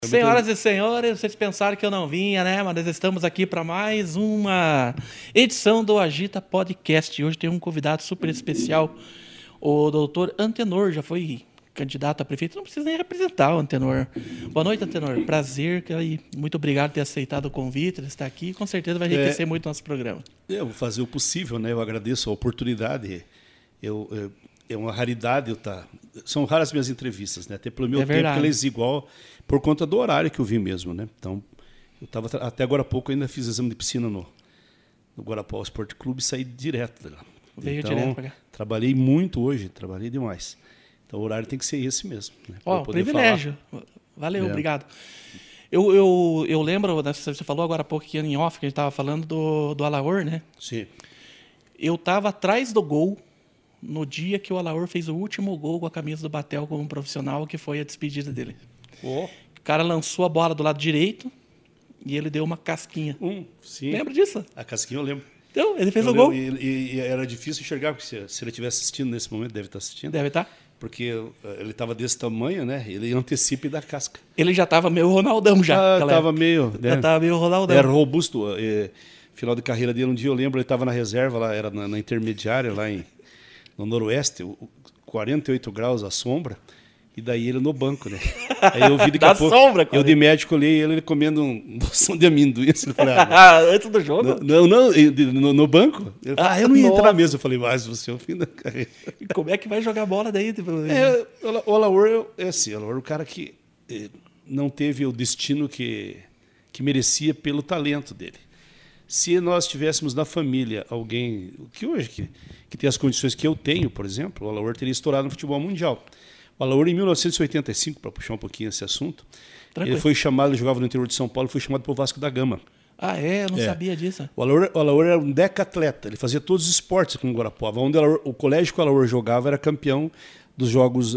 Senhoras e senhores, vocês pensaram que eu não vinha, né? Mas nós estamos aqui para mais uma edição do Agita Podcast. Hoje tem um convidado super especial, o doutor Antenor. Já foi candidato a prefeito, não precisa nem representar o Antenor. Boa noite, Antenor. Prazer, muito obrigado por ter aceitado o convite, ele está aqui. Com certeza vai enriquecer muito o nosso programa. Eu vou fazer o possível, né? Eu agradeço a oportunidade. É uma raridade eu estar... São raras as minhas entrevistas, né? Até pelo meu tempo, que ela é igual por conta do horário que eu vim mesmo, né? Então, eu estava até agora há pouco, ainda fiz exame de piscina no Guarapuava Esporte Clube e saí direto de lá. Veio direto para cá. Trabalhei muito hoje, trabalhei demais. Então, o horário tem que ser esse mesmo. Né? Privilégio. Falar. Valeu, obrigado. Eu lembro, você falou agora há pouco que em off, que a gente estava falando do Alaor, né? Sim. Eu estava atrás do gol no dia que o Alaor fez o último gol com a camisa do Batel como profissional, que foi a despedida dele. O cara lançou a bola do lado direito e ele deu uma casquinha. Sim. Lembra disso? A casquinha eu lembro. Então, ele fez o gol. E era difícil enxergar, porque se ele estiver assistindo nesse momento, deve estar assistindo. Deve estar. Porque ele estava desse tamanho, né? Ele antecipa e dá casca. Ele já estava meio Ronaldão já. Estava meio... Já estava meio Ronaldão. Era robusto. Final de carreira dele, um dia eu lembro, ele estava na reserva, lá, era na intermediária, lá no Noroeste, 48 graus à sombra, e daí ele no banco, né? Aí eu vi daqui a pouco, sombra, eu de médico olhei ele comendo um doção de amendoim. Eu falei, antes do jogo? Não, no banco. Eu não ia entrar mesmo. Eu falei, mas você é o fim da carreira. E como é que vai jogar bola daí? O Alaor é assim, o cara que não teve o destino que merecia pelo talento dele. Se nós tivéssemos na família alguém que hoje que tem as condições que eu tenho, por exemplo, o Alaor teria estourado no futebol mundial. O Alaor, em 1985, para puxar um pouquinho esse assunto, ele foi chamado, ele jogava no interior de São Paulo, foi chamado para o Vasco da Gama. Ah, é? Eu não sabia disso. O Alaor era um decatleta, ele fazia todos os esportes com o Guarapuava. Onde o colégio que o Alaor jogava era campeão dos jogos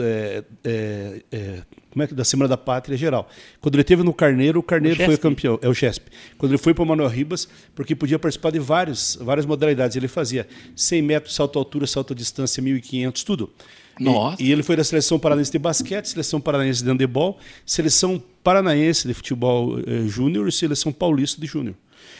da Semana da Pátria geral. Quando ele esteve no Carneiro, o Carneiro foi o campeão, é o GESP. Quando ele foi para o Manuel Ribas, porque podia participar de várias modalidades, ele fazia 100 metros, salto à altura, salto à distância, 1.500, tudo. Nossa. E ele foi da Seleção Paranaense de Basquete, Seleção Paranaense de Handebol, Seleção Paranaense de Futebol Júnior e Seleção Paulista de Júnior.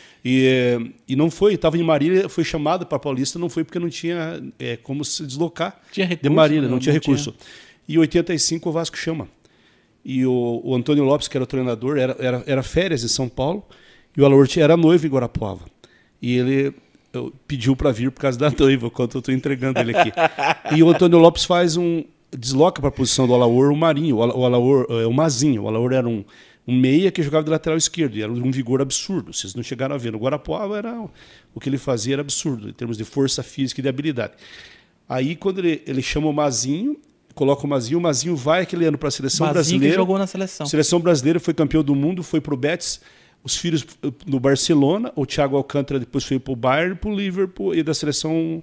E não foi, estava em Marília, foi chamado para Paulista, não foi porque não tinha como se deslocar de Marília, não tinha recurso. E em 85 o Vasco chama. E o Antônio Lopes, que era o treinador, era férias em São Paulo, e o Alaor era noivo em Guarapuava. E ele pediu para vir por causa da noiva, enquanto eu estou entregando ele aqui. E o Antônio Lopes desloca para a posição do Alaor o Marinho, o Mazinho. O Alaor era um meia que jogava de lateral esquerdo, e era um vigor absurdo. Vocês não chegaram a ver. No Guarapuava o que ele fazia era absurdo, em termos de força física e de habilidade. Aí, quando ele chama o Mazinho, coloca o Mazinho vai aquele ano para a seleção brasileira. Que jogou na seleção. Seleção brasileira, foi campeão do mundo, foi para o Betis, os filhos no Barcelona, o Thiago Alcântara depois foi para o Bayern, para o Liverpool, e da seleção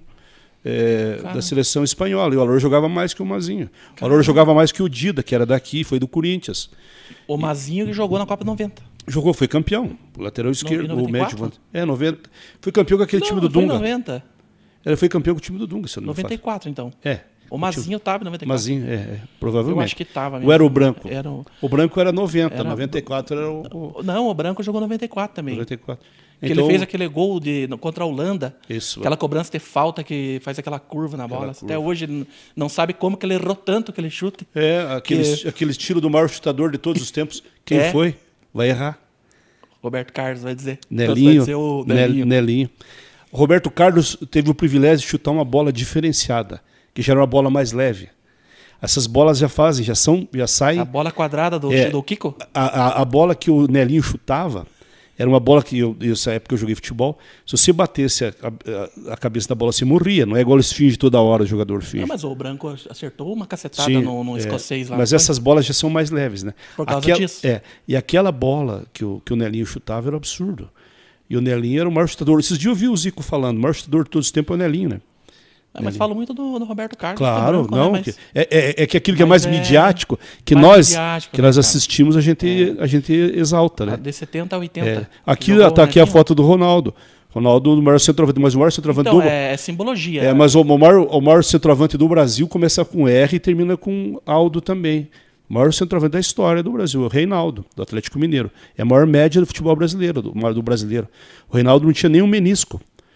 espanhola. E o Alaor jogava mais que o Mazinho. O Alaor jogava mais que o Dida, que era daqui, foi do Corinthians. O Mazinho que jogou na Copa 90. Jogou, foi campeão. O lateral esquerdo, o médio. 90. Foi campeão com aquele time do foi Dunga. 90. Ele foi campeão com o time do Dunga, se eu não me 94, então. O Mazinho estava em 94. Mazinho, provavelmente. Eu acho que estava mesmo. Ou era o Branco? O Branco era 90, 94 era o... Não, o Branco jogou 94 também. 94. Então, ele fez aquele gol contra a Holanda, isso, aquela cobrança de falta que faz aquela curva na bola. Até hoje não sabe como que ele errou tanto aquele chute. Aquele estilo do maior chutador de todos os tempos. Quem foi? Vai errar. Roberto Carlos vai dizer. Nelinho. Nelinho. Roberto Carlos teve o privilégio de chutar uma bola diferenciada, que já era uma bola mais leve. Essas bolas já saem... A bola quadrada do Kiko? A bola que o Nelinho chutava era uma bola que, nessa época eu joguei futebol, se você batesse a cabeça da bola, você morria. Não é igual eles fingem toda hora, o jogador finge. Mas o Branco acertou uma cacetada no escocês lá. Mas essas bolas já são mais leves, né? Por causa disso. E aquela bola que o Nelinho chutava era um absurdo. E o Nelinho era o maior chutador. Esses dias eu vi o Zico falando, o maior chutador de todos os tempos é o Nelinho, né? Mas falo muito do Roberto Carlos. Claro, Branco, não. Né? Que aquilo que é mais midiático, que nós assistimos, a gente exalta, né? De 70 a 80. Aqui está aqui a foto do Ronaldo. Ronaldo, o maior centroavante, mas o maior centroavante do... é simbologia. Mas o maior centroavante do Brasil começa com R e termina com Aldo também. O maior centroavante da história do Brasil, o Reinaldo, do Atlético Mineiro. É a maior média do futebol brasileiro, do brasileiro. O Reinaldo não tinha nenhum menisco.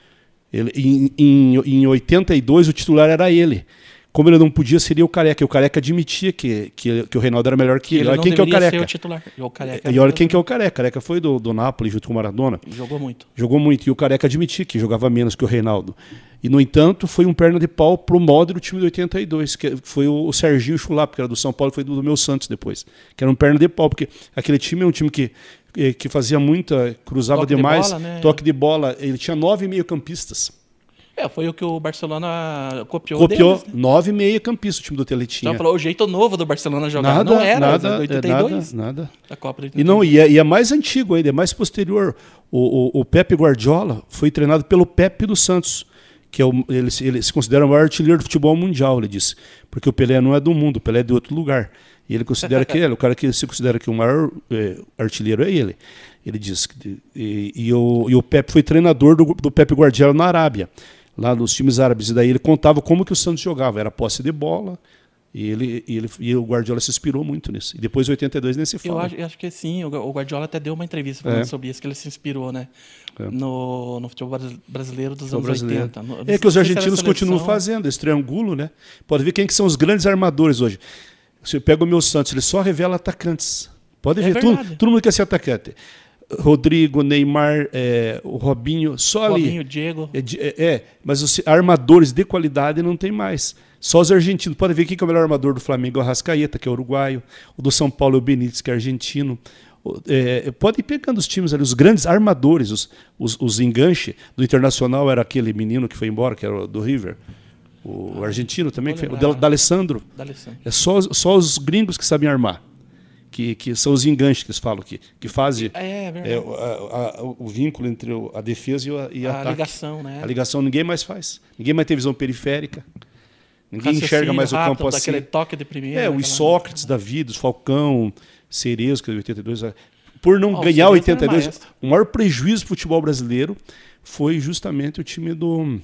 Em 82, o titular era ele. Como ele não podia, seria o Careca. E o Careca admitia que o Reinaldo era melhor que ele. Olha quem que é o Careca. Ser o titular. E olha quem que é o Careca. O Careca foi do Napoli junto com o Maradona. Jogou muito. Jogou muito. E o Careca admitia que jogava menos que o Reinaldo. E, no entanto, foi um perna de pau pro molde do time de 82, que foi o Serginho Chulapa, que era do São Paulo, foi do meu Santos depois. Que era um perna de pau, porque aquele time é um time que fazia muita, cruzava toque demais, de bola, né? toque de bola. Ele tinha 9 meio-campistas. Foi o que o Barcelona copiou Copiou deles, né? 9 meia-campistas o time do Tele tinha. Então falou, o jeito novo do Barcelona jogar. Não era, nada, 82. Nada. Da Copa de 82. E é mais antigo ainda, é mais posterior. O Pepe Guardiola foi treinado pelo Pepe dos Santos, que ele se considera o maior artilheiro do futebol mundial, ele disse. Porque o Pelé não é do mundo, o Pelé é de outro lugar. E ele considera que o cara que se considera que o maior artilheiro é ele. Ele disse. E o Pepe foi treinador do Pepe Guardiola na Arábia, lá nos times árabes. E daí ele contava como que o Santos jogava. Era posse de bola. E o Guardiola se inspirou muito nisso. E depois, em 82, nem se fala. Eu acho que sim. O Guardiola até deu uma entrevista falando sobre isso, que ele se inspirou, né? No futebol brasileiro dos anos 80. É que os argentinos continuam fazendo esse triângulo, né? Pode ver quem que são os grandes armadores hoje. Você pega o meu Santos, ele só revela atacantes. Pode ver, todo mundo quer ser atacante. Rodrigo, Neymar, o Robinho, só ali. Robinho, Diego. Mas os armadores de qualidade não tem mais. Só os argentinos. Pode ver quem que é o melhor armador do Flamengo, o Arrascaeta, que é uruguaio. O do São Paulo é o Benítez, que é argentino. Pode ir pegando os times ali, os grandes armadores, os enganche. Do Internacional era aquele menino que foi embora, que era do River. O argentino também, o D'Alessandro. É só os gringos que sabem armar. Que são os enganches que eles falam, que fazem o vínculo entre a defesa e a ataque. Ligação, né? A ligação ninguém mais faz. Ninguém mais tem visão periférica. Ninguém enxerga mais o campo assim. Aquele toque de primeira. Os Sócrates da vida, os Falcão, Cerezo, que é 82. Por não ganhar 82, o maior prejuízo do futebol brasileiro foi justamente o time do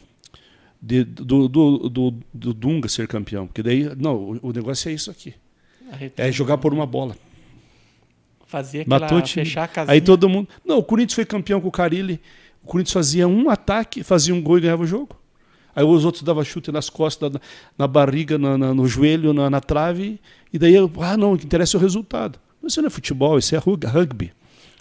Dunga ser campeão. Porque daí, o negócio é isso aqui. É jogar por uma bola. Fazia fechar a casinha. Aí todo mundo... Não, o Corinthians foi campeão com o Carille. O Corinthians fazia um ataque, fazia um gol e ganhava o jogo. Aí os outros davam chute nas costas, na barriga, no joelho, na trave. E daí, não, o que interessa é o resultado. Isso não é futebol, isso é rugby.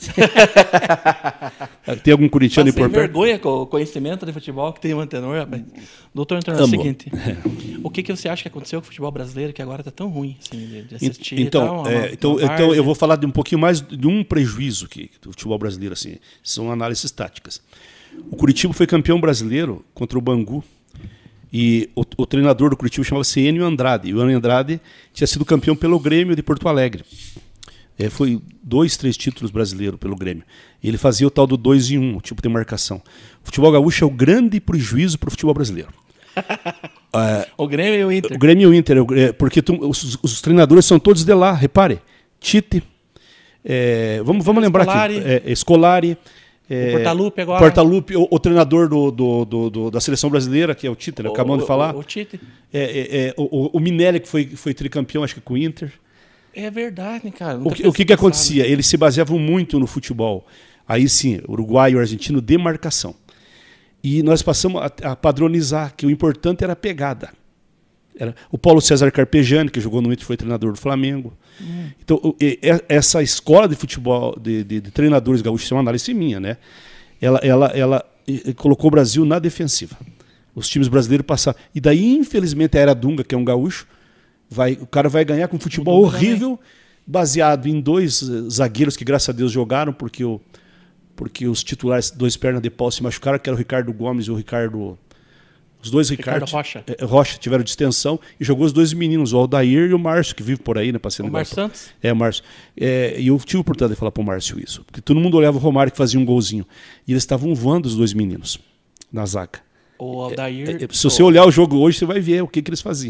Tem algum corintiano aí por perto? Vergonha com o conhecimento de futebol que tem o Antenor, rapaz. Doutor Antenor, é o seguinte. O que você acha que aconteceu com o futebol brasileiro que agora está tão ruim assim, de assistir? Então eu vou falar de um pouquinho mais de um prejuízo do futebol brasileiro. Assim, são análises táticas. O Curitiba foi campeão brasileiro contra o Bangu. E o treinador do Curitiba chamava-se Enio Andrade. E o Enio Andrade tinha sido campeão pelo Grêmio de Porto Alegre. Foi 2, 3 títulos brasileiros pelo Grêmio. E ele fazia o tal do 2 em 1, o tipo de marcação. O futebol gaúcho é o grande prejuízo para o futebol brasileiro. O Grêmio e o Inter. O Grêmio e o Inter, porque os treinadores são todos de lá, repare. Tite, vamos lembrar aqui. Scolari. O Portaluppi agora. Portaluppi, o treinador da seleção brasileira, que é o Tite, acabamos de falar. O Tite. O Minelli, que foi tricampeão, acho que com o Inter. É verdade, cara. O que acontecia? Eles se baseavam muito no futebol. Aí sim, uruguaio e argentino, demarcação. E nós passamos a padronizar que o importante era a pegada. Era o Paulo César Carpegiani, que jogou no Inter, foi treinador do Flamengo. Então, essa escola de futebol, de treinadores gaúchos, isso é uma análise minha, né? Ela colocou o Brasil na defensiva. Os times brasileiros passaram. E daí, infelizmente, a era Dunga, que é um gaúcho, o cara vai ganhar com um futebol horrível, baseado em 2 zagueiros que, graças a Deus, jogaram, porque os titulares, 2 pernas de pau, se machucaram, que era o Ricardo Gomes e o Ricardo... Os 2 Ricardo Rocha. Rocha tiveram distensão e jogou os 2 meninos, o Aldair e o Márcio, que vive por aí, né? O Márcio Santos? O Márcio. E eu tive oportunidade de falar para o Márcio isso, porque todo mundo olhava o Romário que fazia um golzinho. E eles estavam voando os 2 meninos na zaga. O Aldair... Se você olhar o jogo hoje, você vai ver o que eles faziam.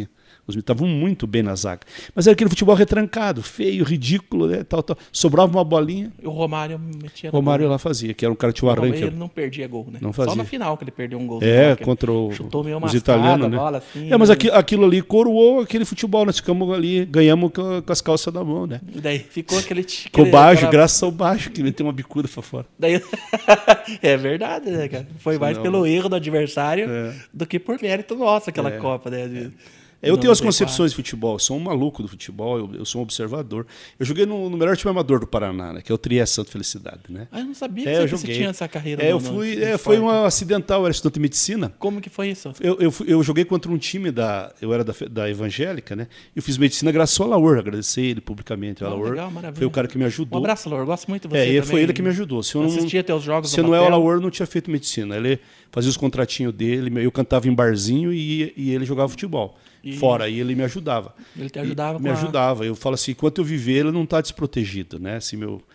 Os meninos estavam muito bem na zaga. Mas era aquele futebol retrancado, feio, ridículo, né? Tal. Sobrava uma bolinha. E o Romário metia. O Romário lá fazia, que era um cara que tinha um arranque. Ele não perdia gol, né? Não fazia. Só no final que ele perdeu um gol. Contra chutou meio os italianos, né? Bola, assim, mas aquilo ali coroou aquele futebol. Nós ficamos ali, ganhamos com as calças na mão, né? E daí ficou aquele... Com o Baggio, graças ao Baggio, que meteu uma bicuda pra fora. Daí... é verdade, né, cara? Foi mais pelo erro do adversário do que por mérito nosso aquela Copa, né? Eu tenho as concepções de futebol, eu sou um maluco do futebol, eu sou um observador. Eu joguei no melhor time amador do Paraná, né, que é o Trieste Santa Felicidade. Né? Eu não sabia que você tinha essa carreira. Foi um acidental, eu era estudante de medicina. Como que foi isso? Eu joguei contra um time eu era da Evangélica, né? Eu fiz medicina graças ao Alaor, agradecer ele publicamente. O Alaor foi o cara que me ajudou. Um abraço, Alaor, gosto muito de você também. Foi ele que me ajudou. Se eu assistia teus jogos se não é o Alaor, não tinha feito medicina. Ele fazia os contratinhos dele, eu cantava em barzinho e ele jogava futebol. Fora, e ele me ajudava. Ele te ajudava me ajudava. Eu falo assim, enquanto eu viver, ele não está desprotegido, né? Assim,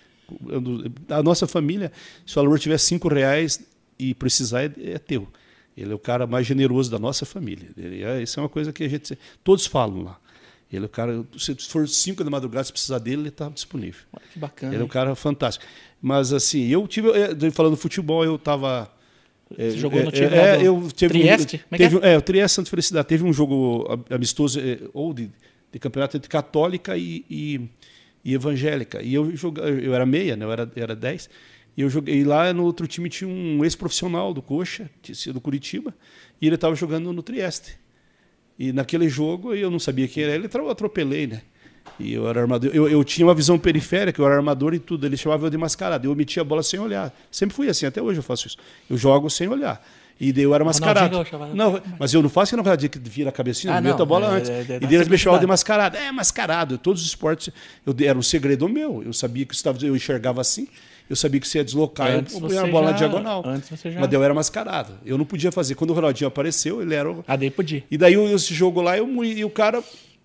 a nossa família, se o valor tiver R$5 e precisar, é teu. Ele é o cara mais generoso da nossa família. Isso é uma coisa que a gente todos falam lá. Ele é o cara, se for 5 da madrugada, se precisar dele, ele está disponível. Que bacana. Ele é um cara fantástico. Mas assim, falando de futebol, eu estava... Você jogou no time Trieste? O Trieste Santa Felicidade. Teve um jogo amistoso ou de campeonato entre católica e evangélica. E eu era meia, né? Eu era 10. E eu joguei lá no outro time, tinha um ex-profissional do Coxa, do Curitiba, e ele estava jogando no Trieste. E naquele jogo eu não sabia quem era ele, eu atropelei, né? E eu era armador. Eu tinha uma visão periférica, eu era armador e tudo. Ele chamava eu de mascarado. Eu metia a bola sem olhar. Sempre fui assim, até hoje eu faço isso. Eu jogo sem olhar. E daí eu era mascarado. Não, mas eu não faço que não vai que vira a cabecinha, eu meto a bola antes. E daí eles me chamavam de mascarado. Mascarado. Todos os esportes, era um segredo meu. Eu sabia que eu enxergava assim. Eu sabia que você ia deslocar, eu punha a bola na diagonal. Mas daí eu era mascarado. Eu não podia fazer. Quando o Ronaldinho apareceu, ele era... daí podia. E daí esse jogo lá, e o cara...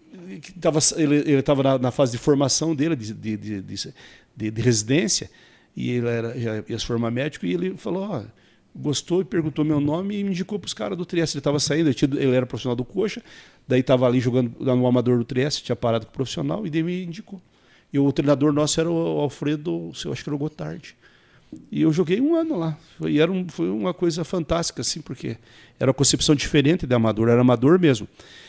Ele estava na fase de formação dele, de residência, e ele já ia se formar médico, e ele falou, gostou e perguntou meu nome e me indicou para os caras do Trieste. Ele estava saindo, ele era profissional do Coxa, daí estava ali jogando no amador do Trieste, tinha parado com o profissional, e daí me indicou. E o treinador nosso era o Alfredo, eu acho que era o Gotardi. E eu joguei 1 ano lá. Foi uma coisa fantástica, assim, porque era uma concepção diferente de amador, era amador mesmo.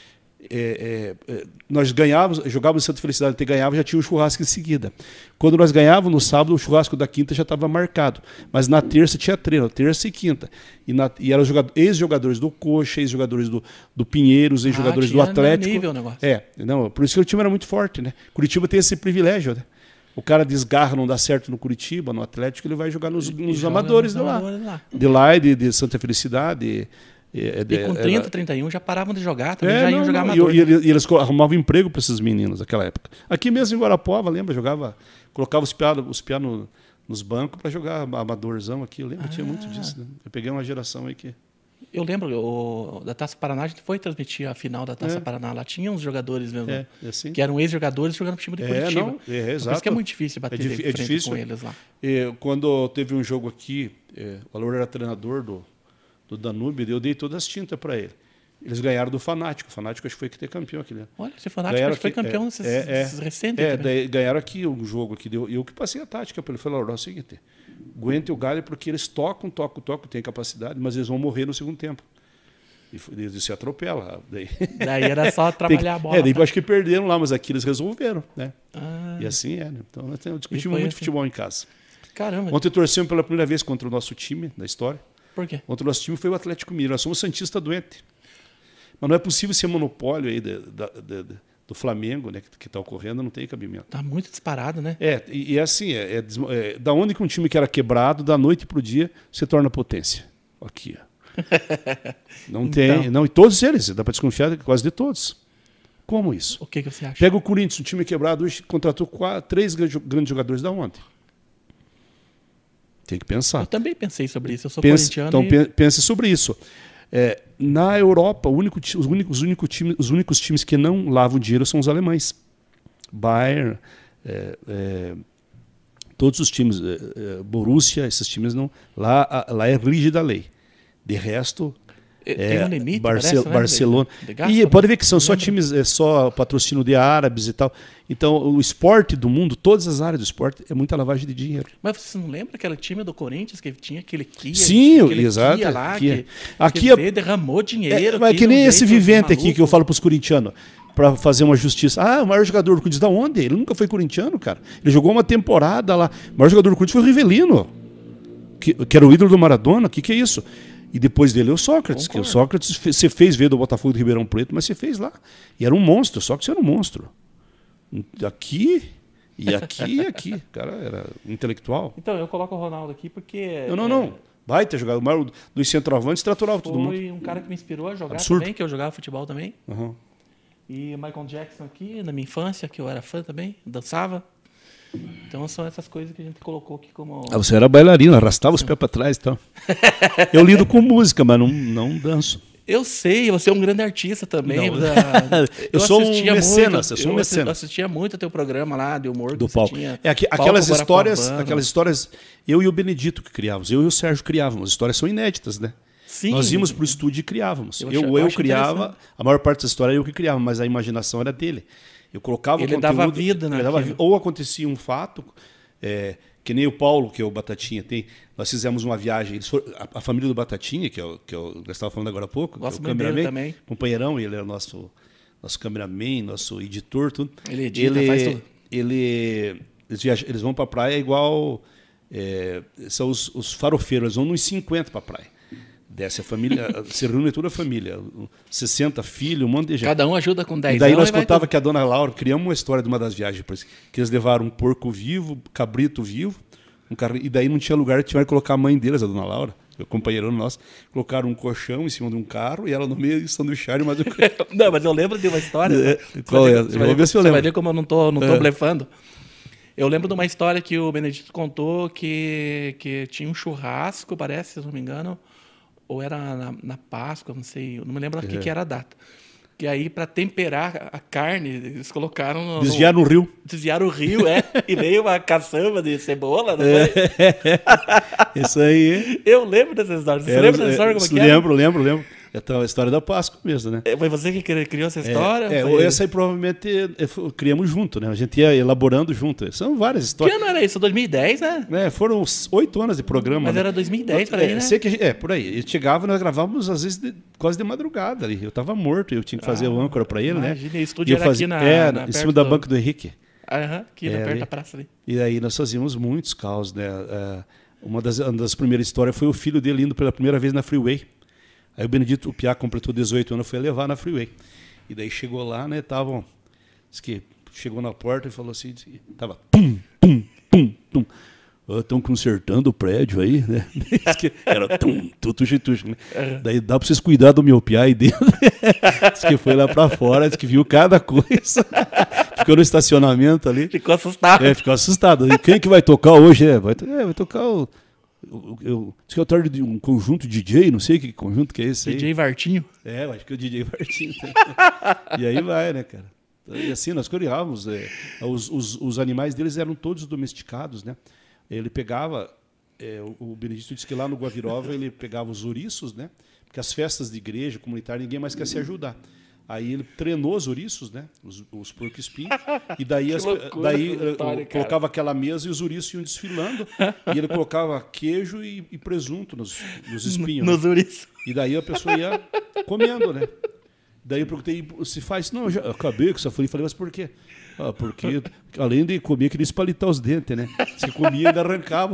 Nós jogávamos em Santa Felicidade, até ganhava, já tinha um churrasco em seguida. Quando nós ganhávamos no sábado, o churrasco da quinta já estava marcado. Mas na terça tinha treino, terça e quinta. E eram ex-jogadores do Coxa, ex-jogadores do Pinheiros, ex-jogadores do Atlético. Nível o negócio. Por isso que o time era muito forte, né? Curitiba tem esse privilégio, né? O cara desgarra, não dá certo no Curitiba, no Atlético, ele vai jogar nos amadores de lá. De lá e de Santa Felicidade. E com 30, 31 já paravam de jogar, também já iam jogar amador. E eles arrumavam emprego para esses meninos naquela época. Aqui mesmo em Guarapuava, lembra? Colocava os piá nos bancos para jogar amadorzão aqui. Eu lembro, tinha muito disso. Né? Eu peguei uma geração aí que... Eu lembro, da Taça Paraná, a gente foi transmitir a final da Taça Paraná. Lá tinha uns jogadores mesmo, assim. que eram ex-jogadores jogando pro time de Curitiba. Exato. Por isso que é muito difícil bater de frente difícil. com eles lá. Quando teve um jogo aqui, o Valor era treinador do Danúbio, eu dei todas as tintas para ele. Eles ganharam do Fanático. O Fanático acho que foi que ter campeão aqui, né? Olha, esse Fanático acho que foi campeão nesses recentes. Daí ganharam aqui um jogo aqui. Eu que passei a tática para ele. Falei, é o seguinte, aguente o galho porque eles tocam, tem capacidade, mas eles vão morrer no segundo tempo. E eles se atropelam. Daí era só trabalhar a bola. Daí acho que perderam lá, mas aqui eles resolveram, né? E assim né? Então nós discutimos muito futebol em casa. Caramba. Ontem torcemos pela primeira vez contra o nosso time da história. Por quê? Contra o nosso time foi o Atlético Mineiro. Nós somos Santista doente. Mas não é possível ser monopólio aí do Flamengo, né, que está ocorrendo, não tem cabimento. Está muito disparado, né? E assim, da onde que um time que era quebrado, da noite para o dia, se torna potência. Aqui, Não tem. Não, e todos eles, dá para desconfiar quase de todos. Como isso? O que você acha? Pega o Corinthians, um time quebrado, hoje contratou 3 grandes jogadores da onde? Tem que pensar. Eu também pensei sobre isso. Eu sou corintiano. Então pense sobre isso. Na Europa, os únicos times que não lavam dinheiro são os alemães. Bayern, todos os times, Borussia, esses times não. Lá é rígida a lei. De resto, Tem um limite, parece, né? Barcelona. De gasto, E pode ver que são só lembra? times, só patrocínio de árabes e tal. Então, o esporte do mundo, todas as áreas do esporte, é muita lavagem de dinheiro. Mas você não lembra aquele time do Corinthians que tinha aquele Kia? Sim, aquele exato. Kia lá, Kia. que Aqui derramou dinheiro. mas que de um nem esse jeito vivente aqui maluco. que eu falo pros corintianos, para fazer uma justiça. Ah, o maior jogador do Corinthians, da onde? Ele nunca foi corintiano, cara. Ele jogou uma temporada lá. O maior jogador do Corinthians foi o Rivelino, que era o ídolo do Maradona. O que é isso? E depois dele é o Sócrates. Que o Sócrates você fez ver do Botafogo do Ribeirão Preto, mas você fez lá. E era um monstro, o Sócrates era um monstro. Aqui, e aqui, e aqui. O cara era intelectual. Então, eu coloco o Ronaldo aqui porque... Não. Vai ter jogado. O maior dos centroavantes tratorava todo mundo. Foi um cara que me inspirou a jogar Absurdo. também, que eu jogava futebol também. Uhum. E Michael Jackson aqui, na minha infância, que eu era fã também, dançava. Então são essas coisas que a gente colocou aqui como... Ah, você era bailarino, arrastava os pés para trás e tal. Eu lido com música, mas não danço. Eu sei, você é um grande artista também. Não. Eu sou um assistia mecenas, muito, eu sou um mecenas. Eu assistia muito teu programa lá de humor. Do que palco. você tinha, Aquelas Palco histórias, eu e o Benedito que criávamos, eu e o Sérgio criávamos. As histórias são inéditas, né? Sim. Nós íamos para o estúdio e criávamos. Eu Eu acho criava, a maior parte da história eu que criava, mas a imaginação era dele. Eu colocava Ele conteúdo, dava vida, né? Ou acontecia um fato, que nem o Paulo, que é o Batatinha, tem. Nós fizemos uma viagem, a família do Batatinha, que eu estava falando agora há pouco, Gosto que é o muito dele cameraman, também. companheirão, ele é o nosso cameraman, nosso editor, tudo. Ele edita, faz tudo. Eles vão para a praia igual... são os farofeiros, eles vão nos 50 para a praia. Desce a família, se reúne toda a família, 60 filhos, um monte de gente. Cada um ajuda com 10 E daí anos. nós contava que a dona Laura, criamos uma história de uma das viagens, que eles levaram um porco vivo, cabrito vivo, e daí não tinha lugar, tiveram que colocar a mãe deles, a dona Laura, o companheiro nosso, colocaram um colchão em cima de um carro e ela no meio sanduichário, mas Não, mas eu lembro de uma história. Qual é? Eu vou ver se eu Você lembro. vai ver como eu não tô blefando. Eu lembro de uma história que o Benedito contou que tinha um churrasco, parece, se eu não me engano, ou era na Páscoa, não sei, eu não me lembro aqui que era a data. E aí, para temperar a carne, eles colocaram... Desviaram no rio. Desviaram o rio, e veio uma caçamba de cebola, não foi? Isso aí. Eu lembro dessa história. Você lembra dessa história como que era? Lembro. É a história da Páscoa mesmo, né? Foi você que criou essa história? Essa aí provavelmente criamos junto, né? A gente ia elaborando junto. São várias Que histórias. ano era isso? 2010, né? Foram 8 anos de programa. Mas né? era 2010 por aí, né? Sei que, por aí. Ele chegava e nós gravávamos, às vezes, quase de madrugada ali. Eu estava morto, eu tinha que fazer o âncora para ele, né? Imagina, o estúdio era aqui em cima da banca do Henrique. Aham, aqui perto da praça ali. E aí nós fazíamos muitos caos, né? Uma das primeiras histórias foi o filho dele indo pela primeira vez na Freeway. Aí o Benedito, o Piá, completou 18 anos, foi levar na Freeway. E daí chegou lá, né? Disse que chegou na porta e falou assim, tava tum, tum, tum, tum. Estão consertando o prédio aí, né? Era tum, tuxi, né? Daí dá para vocês cuidar do meu Piá aí dentro. Diz que foi lá para fora, diz que viu cada coisa. Ficou no estacionamento ali. Ficou assustado. Ficou assustado. E quem que vai tocar hoje? Vai tocar o... Diz que é o tarde de um conjunto DJ, não sei que conjunto que é esse aí. DJ Vartinho. Eu acho que é o DJ Vartinho. E aí vai, né, cara? E assim, nós criávamos. Os animais deles eram todos domesticados, né? Ele pegava... o Benedito disse que lá no Guavirova ele pegava os ouriços, né? Porque as festas de igreja comunitária, ninguém mais quer se ajudar. Aí ele treinou os ouriços, né? Os porco-espinhos. E daí, colocava aquela mesa e os ouriços iam desfilando. E ele colocava queijo e presunto nos espinhos. Nos ouriços. E daí a pessoa ia comendo, né? Daí eu perguntei, se faz? Não, eu já acabei com essa folha. Falei, mas por quê? Porque além de comer, queria espalitar os dentes, né? Se comia, ainda arrancava.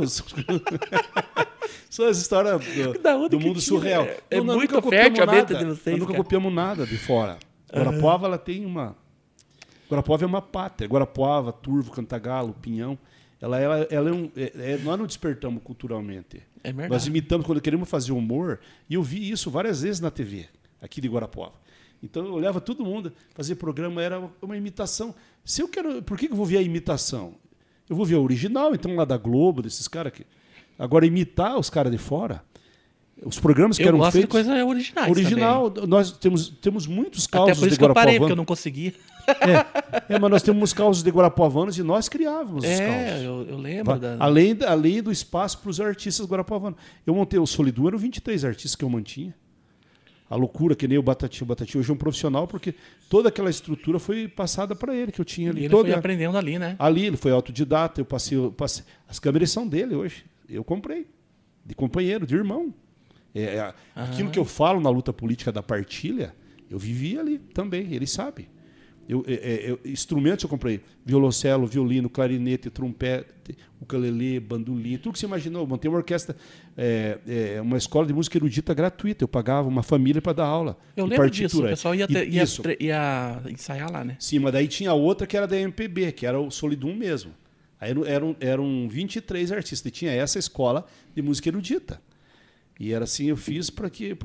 São as histórias do mundo surreal. Muito fértil a mente de vocês. Nós nunca copiamos nada de fora. Guarapuava, ela tem uma... Guarapuava é uma pátria. Guarapuava, Turvo, Cantagalo, Pinhão. Ela nós não despertamos culturalmente. É verdade. Nós imitamos quando queremos fazer humor. E eu vi isso várias vezes na TV, aqui de Guarapuava. Então eu olhava todo mundo, fazer programa era uma imitação. Se eu quero, por que eu vou ver a imitação? Eu vou ver a original, então lá da Globo, desses caras aqui. Agora imitar os caras de fora, os programas que eram feitos... Eu gosto de coisa originais original, também. Nós temos muitos causos de Guarapuavanos. Até por isso que eu parei, porque eu não conseguia. Mas nós temos causos de Guarapuavanos e nós criávamos os causos. Eu lembro. Além do espaço para os artistas guarapuavanos. Eu montei o Solidu, eram 23 artistas que eu mantinha. a loucura, que nem o Batatinha. O Batatinha hoje é um profissional, porque toda aquela estrutura foi passada para ele, que eu tinha ali. E ele foi aprendendo ali, né? Ali, ele foi autodidata, eu passei. As câmeras são dele hoje. Eu comprei. De companheiro, de irmão. Aquilo que eu falo na luta política da partilha, eu vivi ali também, ele sabe. Instrumentos eu comprei: violoncelo, violino, clarinete, trompete, ukulele, bandolim, tudo que você imaginou. Eu montei uma orquestra, uma escola de música erudita gratuita. Eu pagava uma família para dar aula. Eu lembro disso, o pessoal ia ensaiar lá, né? Sim, mas daí tinha outra que era da MPB, que era o Solidum mesmo. Aí eram 23 artistas, e tinha essa escola de música erudita. E era assim, eu fiz porque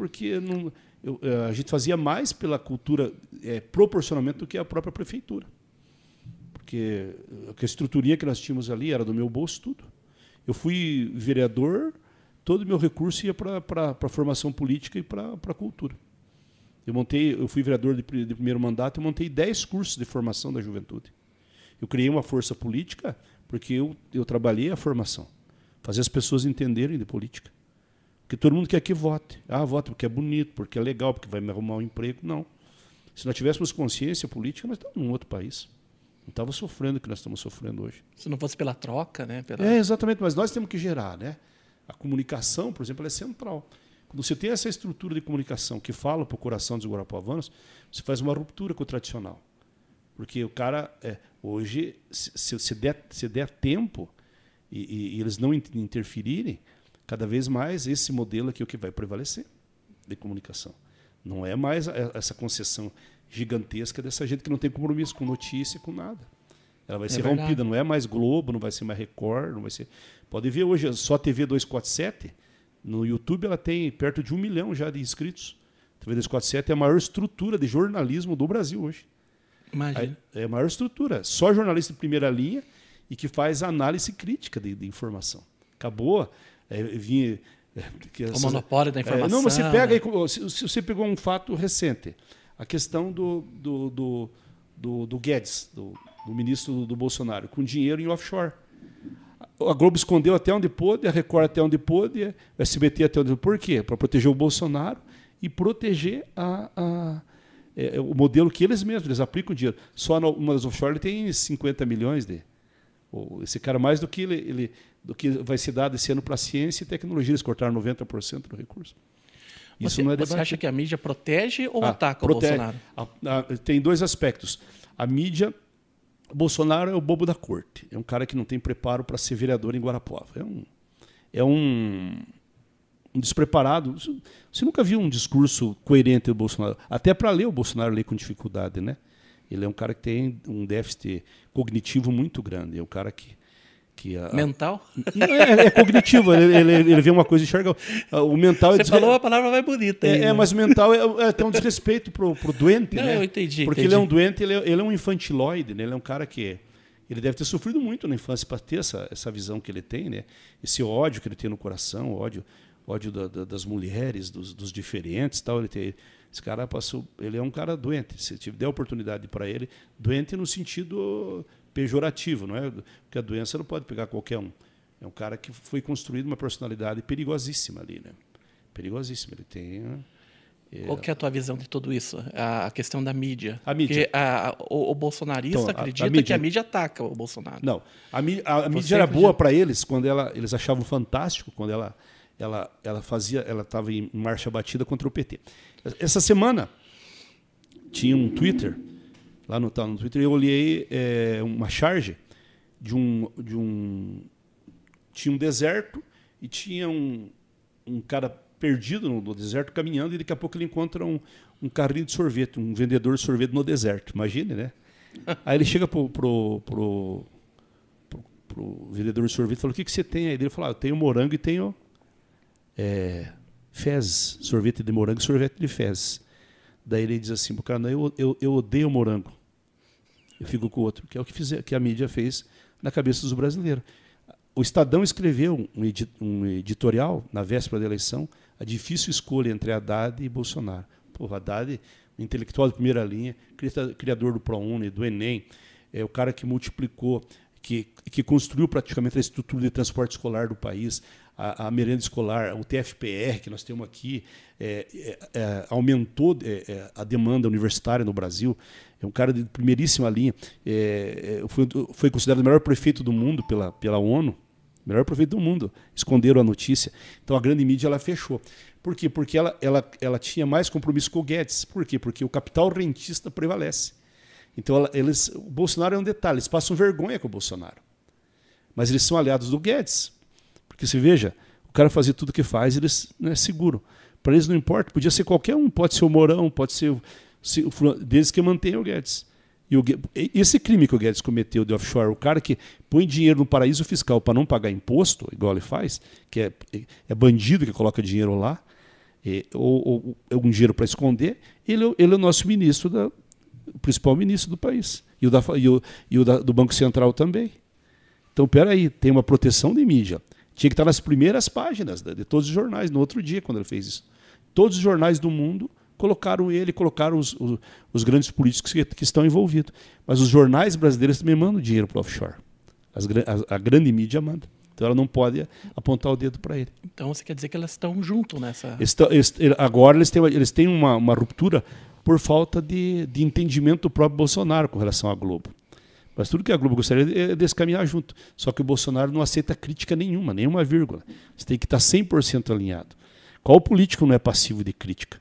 a gente fazia mais pela cultura proporcionalmente do que a própria prefeitura. Porque a estruturinha que nós tínhamos ali era do meu bolso tudo. Eu fui vereador, todo o meu recurso ia para a formação política e para a cultura. Eu fui vereador de primeiro mandato e montei 10 cursos de formação da juventude. Eu criei uma força política porque eu trabalhei a formação. Fazer as pessoas entenderem de política. Porque todo mundo quer que vote. Vota porque é bonito, porque é legal, porque vai me arrumar um emprego. Não. Se nós tivéssemos consciência política, nós estávamos num outro país. Não estava sofrendo o que nós estamos sofrendo hoje. Se não fosse pela troca, né? Exatamente, mas nós temos que gerar, né? A comunicação, por exemplo, ela é central. Quando você tem essa estrutura de comunicação que fala para o coração dos guarapuavanos, você faz uma ruptura com o tradicional. Porque o cara, hoje, se der tempo e eles não interferirem, cada vez mais esse modelo aqui é o que vai prevalecer de comunicação. Não é mais essa concessão gigantesca dessa gente que não tem compromisso com notícia, com nada. Ela vai ser rompida, não é mais Globo, não vai ser mais Record, não vai ser. Pode ver hoje, só a TV 247, no YouTube ela tem perto de 1 milhão já de inscritos. A TV 247 é a maior estrutura de jornalismo do Brasil hoje. Imagina. É a maior estrutura. Só jornalista de primeira linha e que faz análise crítica de informação. Acabou. O monopólio da informação. Não, você pega, né? Se você pegou um fato recente, a questão do Guedes, do ministro do Bolsonaro, com dinheiro em offshore. A Globo escondeu até onde pôde, a Record até onde pôde, o SBT até onde pôde. Por quê? Para proteger o Bolsonaro e proteger o modelo que eles mesmos, eles aplicam dinheiro. Só uma das offshore ele tem 50 milhões de... Esse cara, mais do que do que vai ser dado esse ano para a ciência e tecnologia, eles cortaram 90% do recurso. Isso não é debate. Você acha que a mídia protege ou ataca o Bolsonaro? Tem dois aspectos. A mídia, o Bolsonaro é o bobo da corte. É um cara que não tem preparo para ser vereador em Guarapuava. É um despreparado. Você nunca viu um discurso coerente do Bolsonaro. Até para ler o Bolsonaro lê com dificuldade, né? Ele é um cara que tem um déficit cognitivo muito grande. É um cara que mental? É cognitivo. Ele vê uma coisa e enxerga. O mental Você falou a palavra mais bonita. Mas o mental é até um desrespeito pro doente. Não, né? Eu entendi. Porque ele é um doente, ele é um infantiloide, né? Ele é um cara que... Ele deve ter sofrido muito na infância para ter essa visão que ele tem, né? Esse ódio que ele tem no coração, ódio das mulheres, dos diferentes, tal. Esse cara passou. Ele é um cara doente. Se der oportunidade para ele, doente no sentido pejorativo, não é? Porque a doença não pode pegar qualquer um. É um cara que foi construído uma personalidade perigosíssima ali, né? Perigosíssima. Ele tem. Qual que é a tua visão de tudo isso? A questão da mídia. A mídia. Porque o bolsonarista acredita que a mídia ataca o Bolsonaro. Não. A mídia era boa para eles quando eles achavam fantástico quando ela estava em marcha batida contra o PT. Essa semana tinha um Twitter, lá no Twitter, eu olhei uma charge tinha um deserto e tinha um cara perdido no deserto caminhando e daqui a pouco ele encontra um carrinho de sorvete, um vendedor de sorvete no deserto. Imagine, né? Aí ele chega pro vendedor de sorvete e fala: o que você tem aí? Ele falou: eu tenho morango e tenho fezes, sorvete de morango e sorvete de fezes. Daí ele diz assim pro cara: não, eu odeio morango. Eu fico com o outro, que é o que a mídia fez na cabeça dos brasileiros. O Estadão escreveu um editorial na véspera da eleição, a difícil escolha entre Haddad e Bolsonaro. Haddad, intelectual de primeira linha, criador do ProUni, do Enem, o cara que multiplicou, que construiu praticamente a estrutura de transporte escolar do país, a merenda escolar, o TFPR que nós temos aqui, aumentou a demanda universitária no Brasil. É um cara de primeiríssima linha. Foi considerado o melhor prefeito do mundo pela ONU. Melhor prefeito do mundo. Esconderam a notícia. Então a grande mídia ela fechou. Por quê? Porque ela tinha mais compromisso com o Guedes. Por quê? Porque o capital rentista prevalece. Então o Bolsonaro é um detalhe. Eles passam vergonha com o Bolsonaro. Mas eles são aliados do Guedes. Porque você veja, o cara fazia tudo o que faz, eles não é seguro. Para eles não importa. Podia ser qualquer um. Pode ser o Mourão, pode ser desde que mantenha o Guedes. Esse crime que o Guedes cometeu de offshore, o cara que põe dinheiro no paraíso fiscal para não pagar imposto, igual ele faz, que é bandido que coloca dinheiro lá, ou algum dinheiro para esconder, ele é o nosso ministro, o principal ministro do país. E o do Banco Central também. Então, peraí, tem uma proteção de mídia. Tinha que estar nas primeiras páginas de todos os jornais, no outro dia, quando ele fez isso. Todos os jornais do mundo colocaram os grandes políticos que estão envolvidos. Mas os jornais brasileiros também mandam dinheiro para o offshore. A grande mídia manda. Então ela não pode apontar o dedo para ele. Então você quer dizer que elas estão junto nessa... Agora eles têm uma ruptura por falta de entendimento do próprio Bolsonaro com relação à Globo. Mas tudo que a Globo gostaria é desse caminhar junto. Só que o Bolsonaro não aceita crítica nenhuma vírgula. Você tem que estar 100% alinhado. Qual político não é passivo de crítica?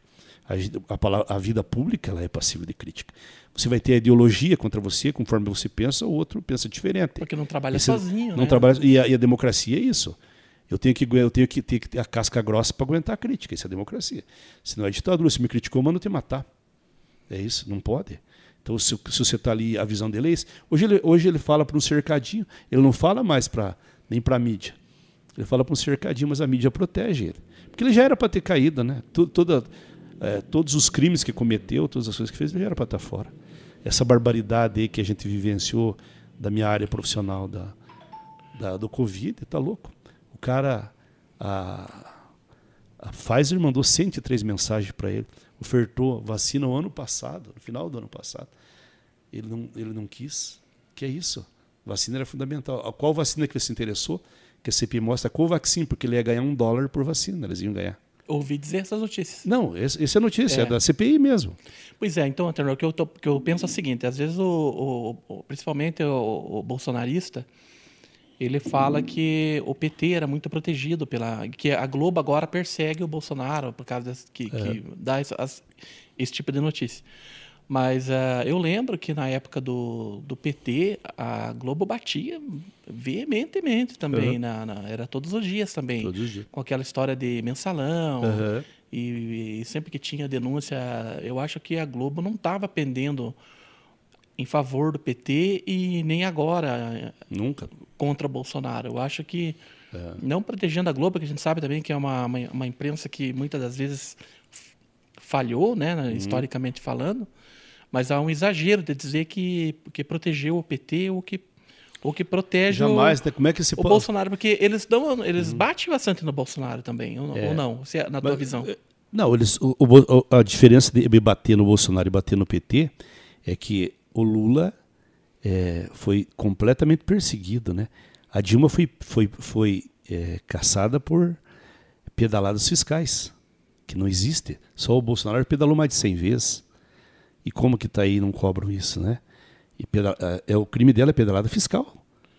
A vida pública ela é passiva de crítica. Você vai ter a ideologia contra você, conforme você pensa, o outro pensa diferente. Porque não trabalha sozinho, não né? Trabalha, e a democracia é isso. Eu tenho que ter a casca grossa para aguentar a crítica. Isso é a democracia. Se não é ditadura, se me criticou, manda te matar. É isso, não pode. Então, se você está ali, a visão dele é isso. Hoje ele fala para um cercadinho, ele não fala mais nem para a mídia. Ele fala para um cercadinho, mas a mídia protege ele. Porque ele já era para ter caído, né? Todos os crimes que cometeu, todas as coisas que fez, ele já era para estar fora. Essa barbaridade aí que a gente vivenciou da minha área profissional do Covid, tá louco. O cara, a Pfizer mandou 103 mensagens para ele, ofertou vacina no ano passado, no final do ano passado. Ele não quis. Que é isso? Vacina era fundamental. A qual vacina que ele se interessou? Que a CPI mostra a Covaxin, porque ele ia ganhar $1 por vacina, eles iam ganhar. Ouvi dizer essas notícias. Não, essa é a notícia, é da CPI mesmo. Pois é, então, Antenor, o que eu penso é o seguinte, às vezes, principalmente o bolsonarista, ele fala que o PT era muito protegido que a Globo agora persegue o Bolsonaro por causa que dá esse tipo de notícia. Mas eu lembro que na época do PT, a Globo batia veementemente também. Era todos os dias também. Todos os dias. Com aquela história de mensalão. E sempre que tinha denúncia, eu acho que a Globo não estava pendendo em favor do PT e nem agora nunca contra Bolsonaro. Eu acho que não protegendo a Globo, que a gente sabe também que é uma imprensa que muitas das vezes falhou, né, historicamente falando, mas há um exagero de dizer que protegeu o PT ou que protege Jamais, né? Como é que se o Bolsonaro, porque eles batem bastante no Bolsonaro também, ou não, na tua visão? Não, a diferença de bater no Bolsonaro e bater no PT é que o Lula foi completamente perseguido, né? A Dilma foi caçada por pedaladas fiscais, que não existe. Só o Bolsonaro pedalou mais de 100 vezes. E como que está aí não cobram isso, né? O crime dela é pedalada fiscal.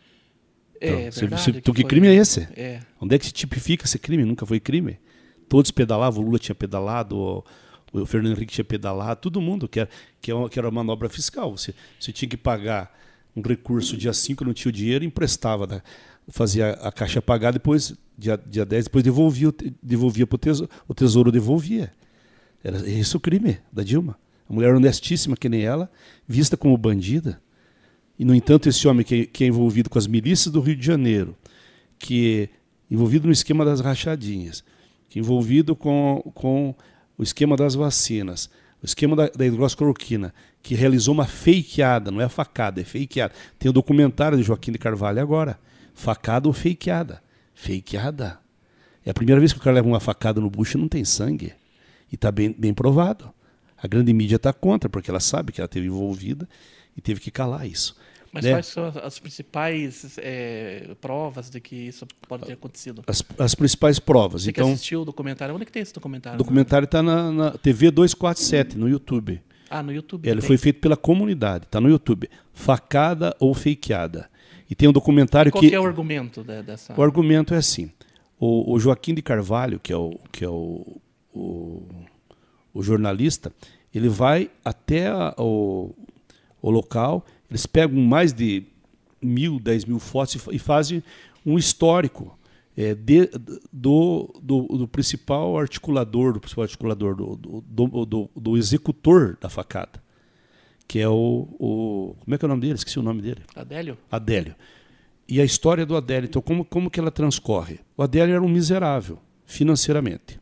Então, que crime é esse? Onde é que se tipifica esse crime? Nunca foi crime. Todos pedalavam, o Lula tinha pedalado, o Fernando Henrique tinha pedalado, todo mundo, que era uma manobra fiscal. Você tinha que pagar um recurso dia 5, não tinha o dinheiro, emprestava, né? Fazia a caixa pagar, depois, dia 10, depois devolvia para o tesouro devolvia. Era esse o crime da Dilma. A mulher honestíssima que nem ela, vista como bandida. E, no entanto, esse homem que é envolvido com as milícias do Rio de Janeiro, que é envolvido no esquema das rachadinhas, que é envolvido com o esquema das vacinas, o esquema da hidroxicloroquina, que realizou uma fakeada, não é facada, é fakeada. Tem o documentário de Joaquim de Carvalho agora. Facada ou fakeada? Fakeada. É a primeira vez que o cara leva uma facada no bucho e não tem sangue. E está bem provado. A grande mídia está contra, porque ela sabe que ela esteve envolvida e teve que calar isso. Mas quais são as principais provas de que isso pode ter acontecido? As principais provas. Você então, que assistiu o documentário, onde que tem esse documentário? O documentário está na TV 247, no YouTube. Ah, no YouTube. Ele foi feito pela comunidade, está no YouTube. Facada ou fakeada. E tem um documentário Qual que é o argumento dessa? O argumento é assim. O Joaquim de Carvalho, que é o jornalista, ele vai até o local, eles pegam mais de 1.000, 10.000 fotos e fazem um histórico do principal articulador, do executor da facada, que é como é que é o nome dele? Esqueci o nome dele. Adélio. E a história do Adélio, então como que ela transcorre? O Adélio era um miserável, financeiramente.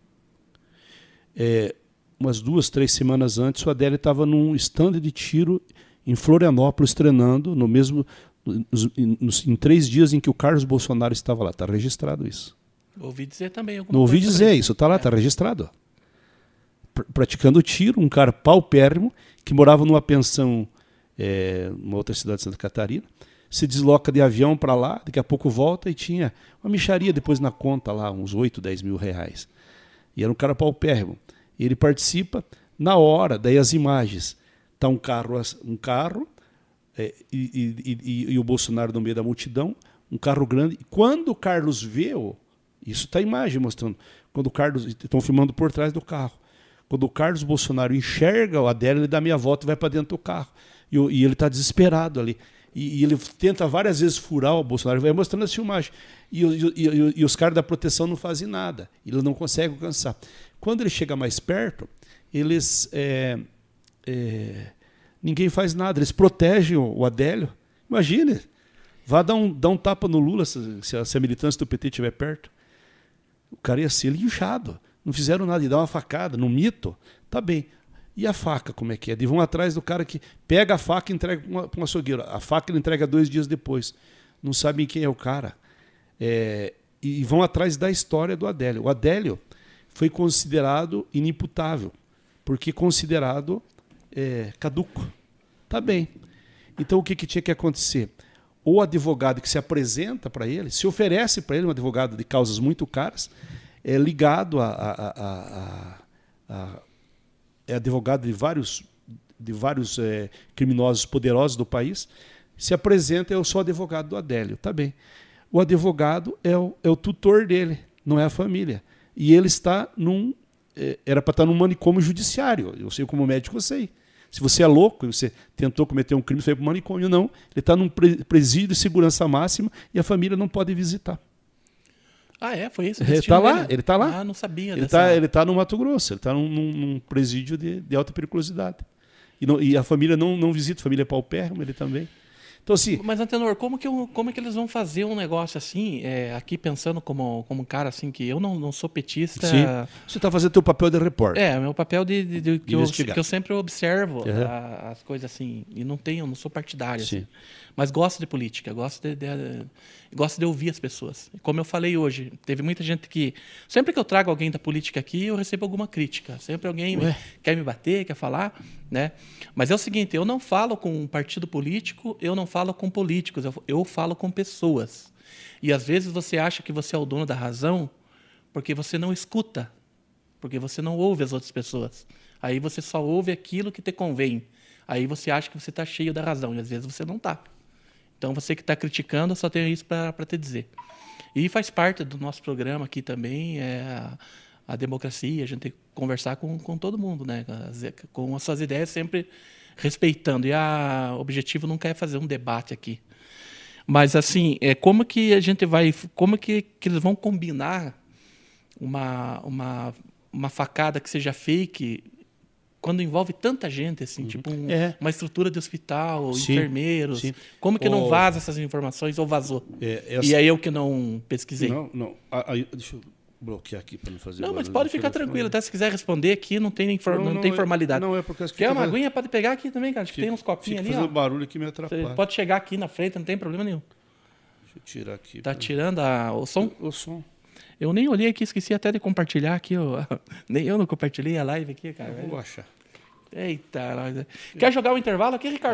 Umas 2, 3 semanas antes, o Adélio estava num stand de tiro em Florianópolis, treinando, em 3 dias em que o Carlos Bolsonaro estava lá. Está registrado isso. Ouvi dizer também alguma Não ouvi coisa dizer, isso está lá, está registrado. Praticando tiro, um cara paupérrimo, que morava numa pensão, numa outra cidade de Santa Catarina, se desloca de avião para lá, daqui a pouco volta e tinha uma mixaria depois na conta lá, uns 8, 10 mil reais. E era um cara paupérrimo. E ele participa na hora, daí as imagens. Está um carro e o Bolsonaro no meio da multidão, um carro grande. E quando o Carlos vê, isso está a imagem mostrando, quando o Carlos, estão filmando por trás do carro. Quando o Carlos Bolsonaro enxerga o Adélio, ele dá meia volta e vai para dentro do carro. E ele está desesperado ali. E ele tenta várias vezes furar o Bolsonaro, vai mostrando as filmagens. E os caras da proteção não fazem nada. Ele não consegue alcançar. Quando ele chega mais perto, eles ninguém faz nada. Eles protegem o Adélio. Imagine, vá dar um tapa no Lula se a militância do PT estiver perto. O cara ia ser linchado. Não fizeram nada. E dá uma facada no mito. Tá bem. E a faca, como é que é? E vão atrás do cara que pega a faca e entrega para um açougueiro. A faca ele entrega 2 dias depois. Não sabem quem é o cara. E vão atrás da história do Adélio. O Adélio foi considerado inimputável, porque considerado caduco. Tá bem. Então o que tinha que acontecer? O advogado que se apresenta para ele, se oferece para ele, um advogado de causas muito caras, ligado é advogado de vários criminosos poderosos do país, se apresenta, eu sou advogado do Adélio. Tá bem. O advogado é o tutor dele, não é a família. E ele está era para estar num manicômio judiciário. Eu sei como médico, eu sei. Se você é louco e você tentou cometer um crime, você foi para o manicômio. Não. Ele está num presídio de segurança máxima e a família não pode visitar. Ah, foi isso? Ele está lá, ele está lá. Ah, não sabia Ele está no Mato Grosso, ele está num presídio de alta periculosidade. E a família não visita, a família é paupérrima, ele também. Então, assim, mas, Antenor, como é que eles vão fazer um negócio assim, aqui pensando como um cara assim, que eu não sou petista. Sim. Você está fazendo o seu papel de repórter. Meu papel que eu sempre observo as coisas assim, e não sou partidário, assim, mas gosto de política, gosto de ouvir as pessoas. Como eu falei hoje, teve muita gente que, sempre que eu trago alguém da política aqui, eu recebo alguma crítica, sempre alguém quer me bater, quer falar, né? Mas é o seguinte, eu não falo com um partido político, eu não falo com políticos, eu falo com pessoas. E às vezes você acha que você é o dono da razão porque você não escuta, porque você não ouve as outras pessoas. Aí você só ouve aquilo que te convém. Aí você acha que você está cheio da razão, e às vezes você não está. Então você que está criticando, eu só tenho isso para te dizer. E faz parte do nosso programa aqui também, a democracia, a gente tem que conversar com todo mundo, né? Com as suas ideias sempre respeitando. E o objetivo nunca é fazer um debate aqui. Mas, assim, como que a gente vai... Como que eles vão combinar uma facada que seja fake quando envolve tanta gente, assim, tipo uma estrutura de hospital, enfermeiros? Sim. Como que não vaza essas informações ou vazou? E aí eu que não pesquisei. Não. Deixa eu bloquear aqui para não fazer... Não, mas pode ficar tranquilo. Até se quiser responder aqui, não tem formalidade. Não, é porque... Quer uma aguinha? Pode pegar aqui também, cara. Acho que tem uns copinhos ali, fazendo barulho que me atrapalha. Você pode chegar aqui na frente, não tem problema nenhum. Deixa eu tirar aqui. Tá tirando o som? O som. Eu nem olhei aqui, esqueci até de compartilhar aqui. Nem eu não compartilhei a live aqui, cara. Vou achar. Eita. Quer jogar o intervalo aqui, Ricardo?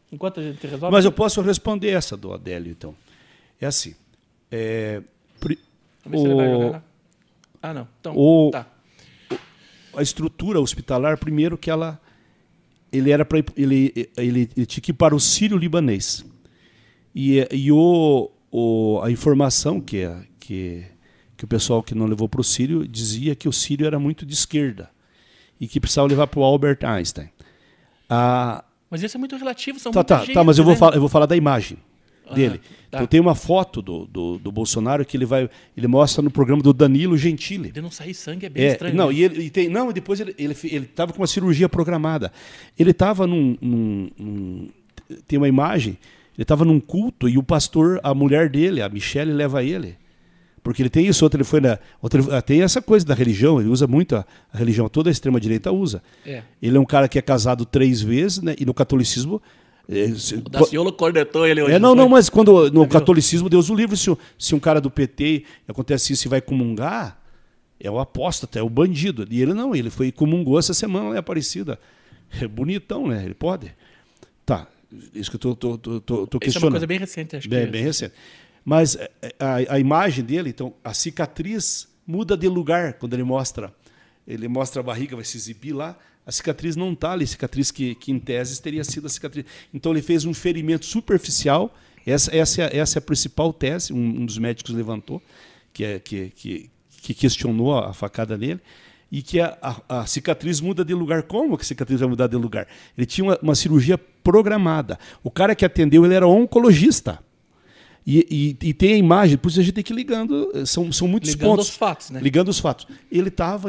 Enquanto a gente resolve... Mas eu posso responder essa do Adélio, então. É assim. Vamos ver se ele vai jogar. Ah, não. Então, tá. A estrutura hospitalar, primeiro que ele tinha que ir para o Sírio-Libanês. E a informação que o pessoal que não levou para o Sírio dizia que o Sírio era muito de esquerda e que precisava levar para o Albert Einstein. Mas isso é muito relativo, são Tá, mas eu vou falar da imagem dele. Tá. Então, tem uma foto do Bolsonaro que ele mostra no programa do Danilo Gentili. De não sair sangue é bem estranho. Não, e depois ele estava com uma cirurgia programada. Ele estava tem uma imagem, ele estava num culto e o pastor, a mulher dele, a Michele, leva ele. Porque ele tem isso, tem essa coisa da religião, ele usa muito a religião, toda a extrema-direita usa. Ele é um cara que é casado 3 vezes, né, e no catolicismo... O Daciolo cornetou ele hoje. Mas quando no catolicismo, Deus o livre, se um cara do PT acontece isso e vai comungar, é o apóstata, é o bandido. E ele não, ele comungou essa semana, é Aparecida. É bonitão, né? Ele pode. Tá, isso que eu tô questionando. Isso é uma coisa bem recente, acho que bem recente. Mas a imagem dele, então, a cicatriz muda de lugar quando ele mostra a barriga, vai se exibir lá. A cicatriz não está ali, cicatriz que em tese teria sido a cicatriz. Então ele fez um ferimento superficial, essa é a principal tese, um dos médicos levantou, que questionou a facada nele, e que a cicatriz muda de lugar. Como que a cicatriz vai mudar de lugar? Ele tinha uma cirurgia programada. O cara que atendeu, ele era oncologista. E tem a imagem, por isso a gente tem que ir ligando, são muitos ligando pontos. Ligando os fatos, né? Ligando os fatos. Ele estava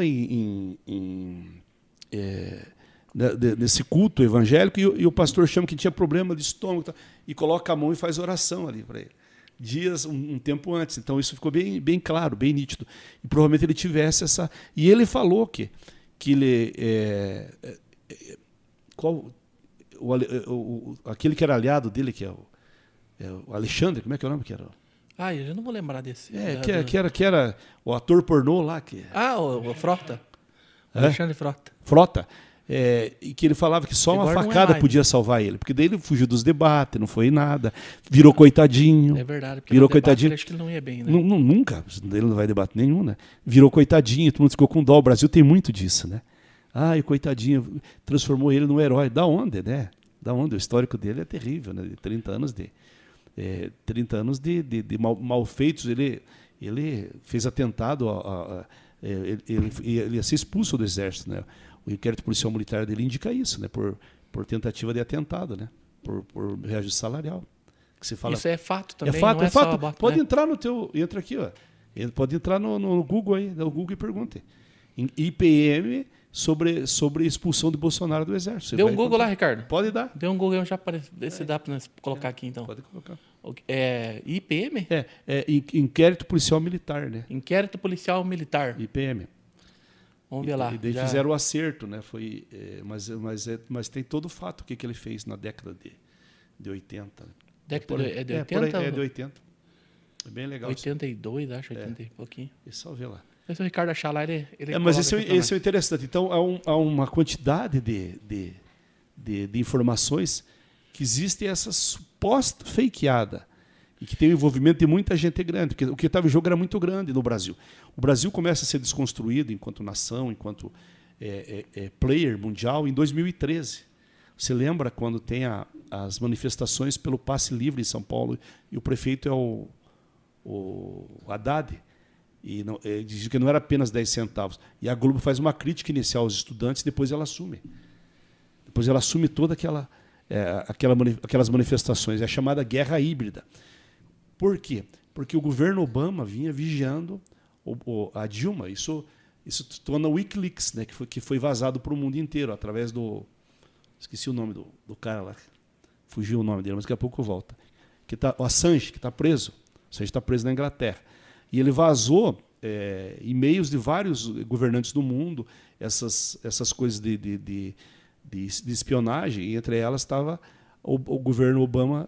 nesse culto evangélico e o pastor chama que tinha problema de estômago e coloca a mão e faz oração ali para ele. Dias, um tempo antes. Então isso ficou bem, bem claro, bem nítido. E provavelmente ele tivesse essa... E ele falou que ele... aquele que era aliado dele, que é o Alexandre, como é que é o nome que era? Eu não vou lembrar desse. Que era o ator pornô lá. O Frota. Alexandre Frota. Frota. E que ele falava que só uma facada podia salvar ele. Porque daí ele fugiu dos debates, não foi nada. Virou coitadinho. É verdade. Porque virou coitadinho. Acho que ele não ia bem, né? Nunca. Ele não vai debate nenhum, né? Virou coitadinho, todo mundo ficou com dó. O Brasil tem muito disso, né? E o coitadinho transformou ele num herói. Da onde, né? Da onde? O histórico dele é terrível, né? De 30 anos de... 30 anos de malfeitos. Ele fez atentado, ele ia ser expulso do exército, né? O inquérito policial militar dele indica isso, né? Por tentativa de atentado, né? Por reajuste salarial. Que se fala... Isso é fato também, é fato, não é fato. Só bota, pode né? entrar no teu... Entra aqui, ó. Pode entrar no Google aí, no Google e pergunte. IPM sobre expulsão de Bolsonaro do exército. Dê um Google lá, Ricardo. Pode dar. Dê um Google, já aparece. Vê se dá para nós colocar aqui, então. Pode colocar. IPM? Inquérito policial militar, né? Inquérito policial militar. IPM. Vamos ver lá. E daí fizeram o acerto, né? Mas tem todo o fato, o que ele fez na década de 80. Década de 80? É de 80. É bem legal. 82, acho, 80 e pouquinho. É só ver lá. Se o Ricardo achar lá, ele mas esse é interessante. Então, há uma quantidade de informações que existe essa suposta fakeada e que tem o envolvimento de muita gente grande, porque o que estava em jogo era muito grande no Brasil. O Brasil começa a ser desconstruído enquanto nação, enquanto player mundial em 2013. Você lembra quando tem as manifestações pelo passe livre em São Paulo e o prefeito é o Haddad? E diz que não era apenas 10 centavos. E a Globo faz uma crítica inicial aos estudantes, depois ela assume. Depois ela assume toda aquelas manifestações. É a chamada guerra híbrida. Por quê? Porque o governo Obama vinha vigiando a Dilma. Isso torna o Wikileaks, né, que foi vazado para o mundo inteiro, através do... Esqueci o nome do cara lá. Fugiu o nome dele, mas daqui a pouco volta. O Assange, que está preso. O Assange está preso na Inglaterra. E ele vazou e-mails de vários governantes do mundo, essas coisas de espionagem, e entre elas estava o governo Obama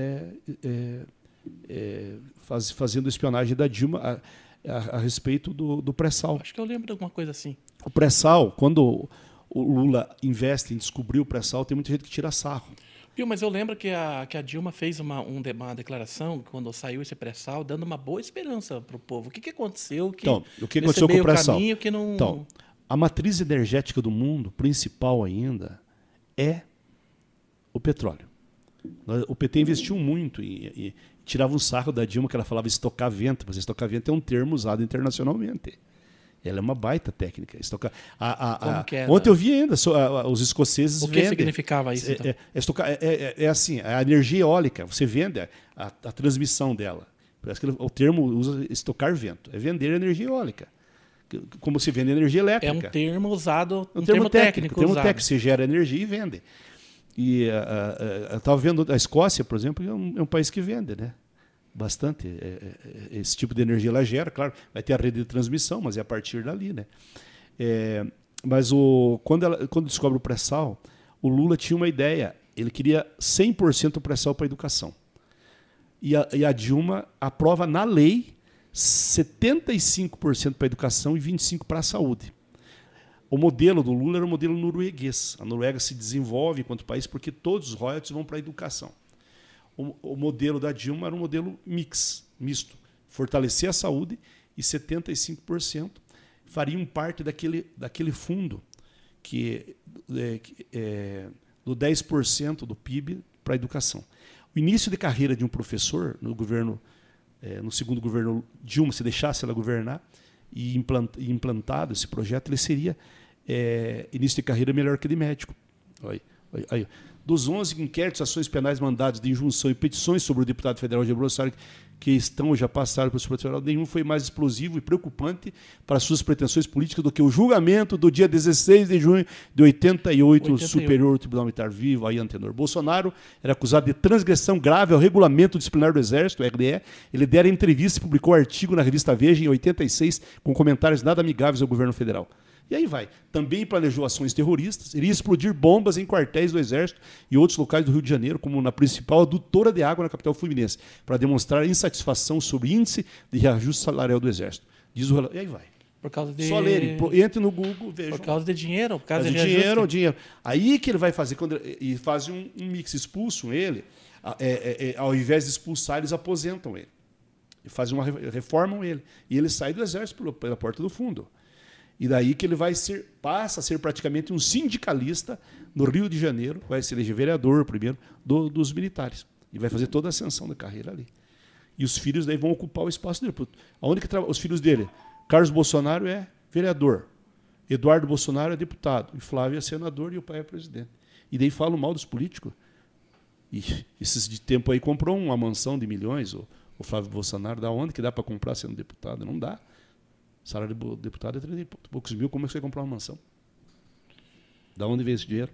fazendo espionagem da Dilma a respeito do pré-sal. Acho que eu lembro de alguma coisa assim. O pré-sal, quando o Lula investe em descobrir o pré-sal, tem muita gente que tira sarro. Viu, mas eu lembro que a Dilma fez uma declaração, quando saiu esse pré-sal, dando uma boa esperança para o povo. O que aconteceu? Então, o que aconteceu com o pré-sal? Que não... Então, a matriz energética do mundo, principal ainda, é o petróleo. O PT investiu muito e tirava um sarro da Dilma, que ela falava estocar vento. Mas estocar vento é um termo usado internacionalmente. Ela é uma baita técnica. Ontem eu vi ainda os escoceses vendem. O que significava isso? Então? É assim, a energia eólica, você vende a transmissão dela. Parece que o termo usa estocar vento. É vender energia eólica. Como se vende energia elétrica. É um termo usado, um termo técnico. técnico você gera energia e vende. E eu estava vendo a Escócia, por exemplo, é um país que vende, né? Bastante esse tipo de energia ela gera, claro, vai ter a rede de transmissão, mas é a partir dali, né? Mas quando descobre o pré-sal, o Lula tinha uma ideia, ele queria 100% pré-sal para a educação. E a Dilma aprova na lei 75% para a educação e 25% para a saúde. O modelo do Lula era o modelo norueguês. A Noruega se desenvolve enquanto país porque todos os royalties vão para a educação. O modelo da Dilma era um modelo misto. Fortalecer a saúde e 75% fariam parte daquele fundo do 10% do PIB para a educação. O início de carreira de um professor no segundo governo Dilma, se deixasse ela governar e implantado esse projeto, ele seria início de carreira melhor que de médico. Aí. Dos 11 inquéritos, ações penais, mandados de injunção e petições sobre o deputado federal Jair Bolsonaro que estão ou já passaram pelo Supremo Tribunal, nenhum foi mais explosivo e preocupante para suas pretensões políticas do que o julgamento do dia 16 de junho de 88, no Superior Tribunal Militar. Vivo aí, Antenor. Bolsonaro era acusado de transgressão grave ao regulamento disciplinar do Exército, RDE. Ele dera entrevista e publicou artigo na revista Veja em 86 com comentários nada amigáveis ao governo federal. E aí vai. Também planejou ações terroristas, iria explodir bombas em quartéis do Exército e outros locais do Rio de Janeiro, como na principal adutora de água na capital fluminense, para demonstrar insatisfação sobre o índice de reajuste salarial do Exército. Diz o relatório. E aí vai. Por causa de... Só lerem. Entre no Google, vejam. Por causa de dinheiro. Por causa de dinheiro. Aí que ele vai fazer, e faz um mix, expulsam ele, ao invés de expulsar, eles aposentam ele. E fazem reformam ele. E ele sai do Exército pela porta do fundo. E daí que ele passa a ser praticamente um sindicalista no Rio de Janeiro, vai se eleger vereador primeiro dos militares. E vai fazer toda a ascensão da carreira ali. E os filhos daí vão ocupar o espaço dele. Aonde que os filhos dele? Carlos Bolsonaro é vereador, Eduardo Bolsonaro é deputado, e Flávio é senador e o pai é presidente. E daí falam mal dos políticos. E esses de tempo aí comprou uma mansão de milhões, o Flávio Bolsonaro, da onde que dá para comprar sendo deputado? Não dá. O salário do deputado é 30 e poucos mil, como é que você vai comprar uma mansão? Da onde vem esse dinheiro?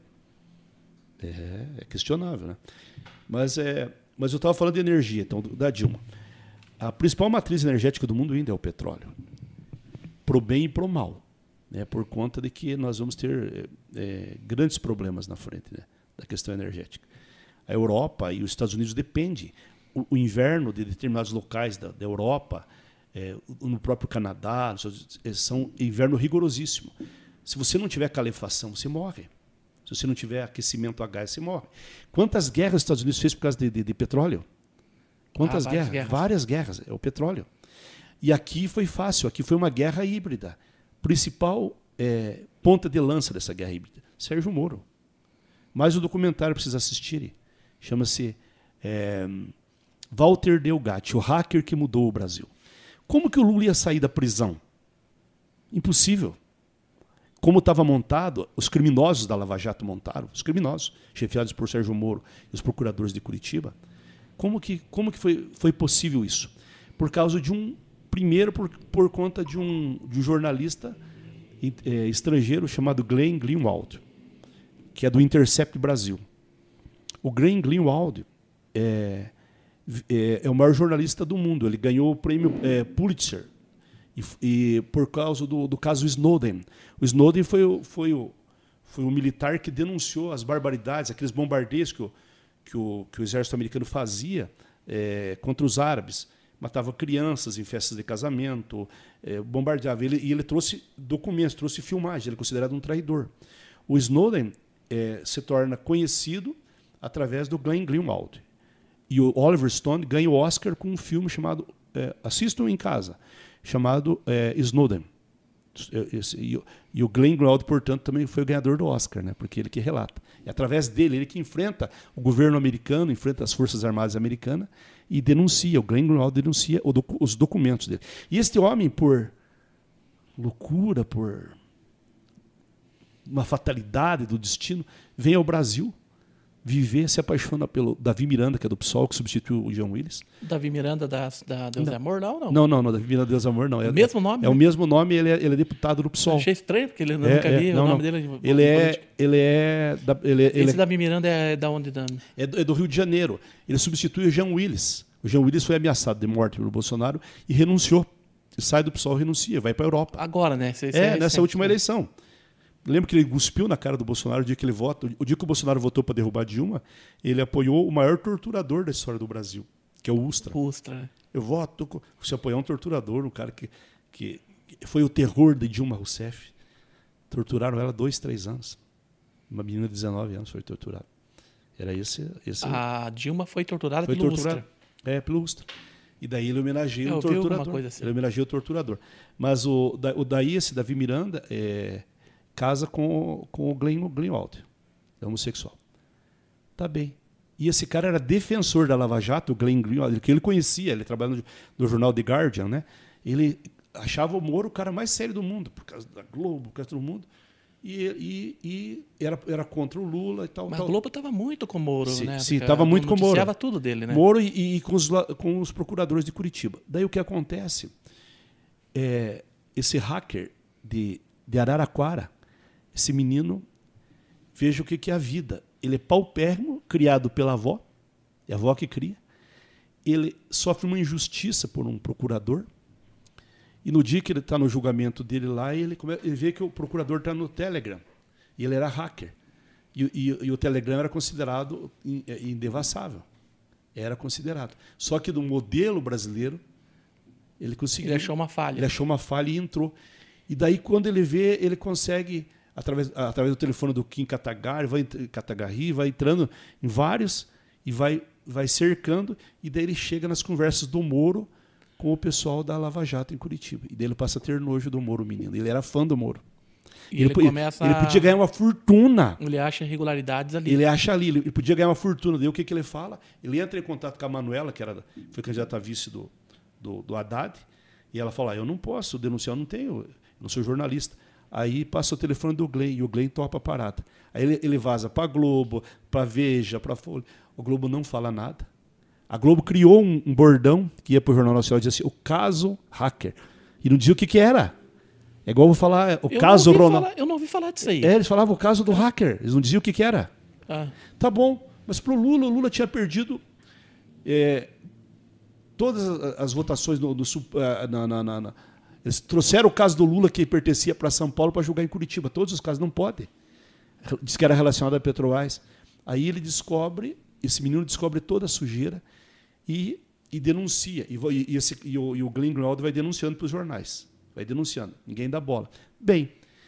É questionável, né? Mas eu estava falando de energia, então, da Dilma. A principal matriz energética do mundo ainda é o petróleo. Pro bem e pro mal. Né? Por conta de que nós vamos ter grandes problemas na frente, né? Da questão energética. A Europa e os Estados Unidos dependem. O inverno de determinados locais da Europa... no próprio Canadá, são inverno rigorosíssimo. Se você não tiver calefação, você morre. Se você não tiver aquecimento a gás, você morre. Quantas guerras os Estados Unidos fez por causa de petróleo? Quantas guerras? Várias guerras. É o petróleo. E aqui foi fácil. Aqui foi uma guerra híbrida. Principal ponta de lança dessa guerra híbrida, Sérgio Moro. Mas o documentário precisa assistir. Chama-se Walter Delgatti, o hacker que mudou o Brasil. Como que o Lula ia sair da prisão? Impossível. Como estava montado, os criminosos da Lava Jato montaram, os criminosos, chefiados por Sérgio Moro e os procuradores de Curitiba. Como que foi possível isso? Por causa de primeiro por conta de um jornalista estrangeiro chamado Glenn Greenwald, que é do Intercept Brasil. O Glenn Greenwald é o maior jornalista do mundo. Ele ganhou o prêmio Pulitzer e por causa do caso Snowden. O Snowden foi o militar que denunciou as barbaridades, aqueles bombardeios que o exército americano fazia contra os árabes. Matava crianças em festas de casamento, bombardeava. Ele trouxe documentos, trouxe filmagem. Ele é considerado um traidor. O Snowden se torna conhecido através do Glenn Greenwald. E o Oliver Stone ganha o Oscar com um filme chamado, assistam em casa, chamado Snowden. E o Glenn Greenwald, portanto, também foi o ganhador do Oscar, né? Porque ele que relata. E através dele, ele que enfrenta o governo americano, enfrenta as Forças Armadas americanas e denuncia, o Glenn Greenwald denuncia os documentos dele. E este homem, por loucura, por uma fatalidade do destino, vem ao Brasil viver, se apaixona pelo Davi Miranda, que é do PSOL, que substituiu o João Willis. Davi Miranda da Deus é Amor, não? Não, Davi Miranda Deus é Amor, não. O mesmo nome? É o mesmo nome, ele é deputado do PSOL. Achei estranho, porque ele nunca vi o nome dele. Esse Davi Miranda é da onde? É do Rio de Janeiro. Ele substitui o João Willis. O João Willis foi ameaçado de morte pelo Bolsonaro e renunciou. Sai do PSOL, renuncia, vai para a Europa. Agora, né? Nessa última eleição. Lembro que ele cuspiu na cara do Bolsonaro o dia que ele vota. O dia que o Bolsonaro votou para derrubar Dilma, ele apoiou o maior torturador da história do Brasil, que é o Ustra. Ustra. Eu voto. Você apoiar um torturador, um cara que foi o terror de Dilma Rousseff. Torturaram ela 2, 3 anos. Uma menina de 19 anos foi torturada. Era esse. A Dilma foi torturada pelo Ustra. Pelo Ustra. E daí ele homenageia o torturador. Coisa assim. Ele homenageia o torturador. Mas esse Davi Miranda casa com o Glenn Greenwald, é homossexual. Tá bem. E esse cara era defensor da Lava Jato, o Glenn Greenwald, que ele conhecia, ele trabalhava no jornal The Guardian, né? Ele achava o Moro o cara mais sério do mundo, por causa da Globo, por causa do mundo. E era contra o Lula e tal. Mas a Globo estava muito com o Moro, né? Sim, estava muito com o Moro. Noticiava tudo dele, né? Moro e com os procuradores de Curitiba. Daí o que acontece? Esse hacker de Araraquara, esse menino, veja o que é a vida. Ele é paupérrimo, criado pela avó, é a avó que cria. Ele sofre uma injustiça por um procurador. E no dia que ele está no julgamento dele lá, ele vê que o procurador está no Telegram. E ele era hacker. E o Telegram era considerado indevassável. Era considerado. Só que do modelo brasileiro, ele conseguiu. Ele achou uma falha. Ele achou uma falha e entrou. E daí, quando ele vê, ele consegue, através do telefone do Kim Kataguiri, vai entrando em vários e vai cercando. E daí ele chega nas conversas do Moro com o pessoal da Lava Jato em Curitiba. E daí ele passa a ter nojo do Moro, menino. Ele era fã do Moro. E ele podia ganhar uma fortuna. Ele acha irregularidades ali. Ele podia ganhar uma fortuna. Daí o que ele fala? Ele entra em contato com a Manuela, que foi candidata a vice do Haddad, e ela fala, eu não posso denunciar, eu não sou jornalista. Aí passa o telefone do Glenn, e o Glenn topa a parada. Aí ele vaza para a Globo, para Veja, para a Folha. O Globo não fala nada. A Globo criou um bordão que ia para o Jornal Nacional e dizia assim, o caso hacker. E não dizia o que era. É igual eu vou falar caso Ronaldo. Eu não ouvi falar disso aí. Eles falavam o caso do hacker. Eles não diziam o que era. Tá bom. Mas para o Lula tinha perdido todas as votações eles trouxeram o caso do Lula que pertencia para São Paulo para julgar em Curitiba. Todos os casos não podem. Diz que era relacionado a Petrobras. Aí esse menino descobre toda a sujeira e denuncia. E o Glenn Greenwald vai denunciando para os jornais. Vai denunciando. Ninguém dá bola. Bem,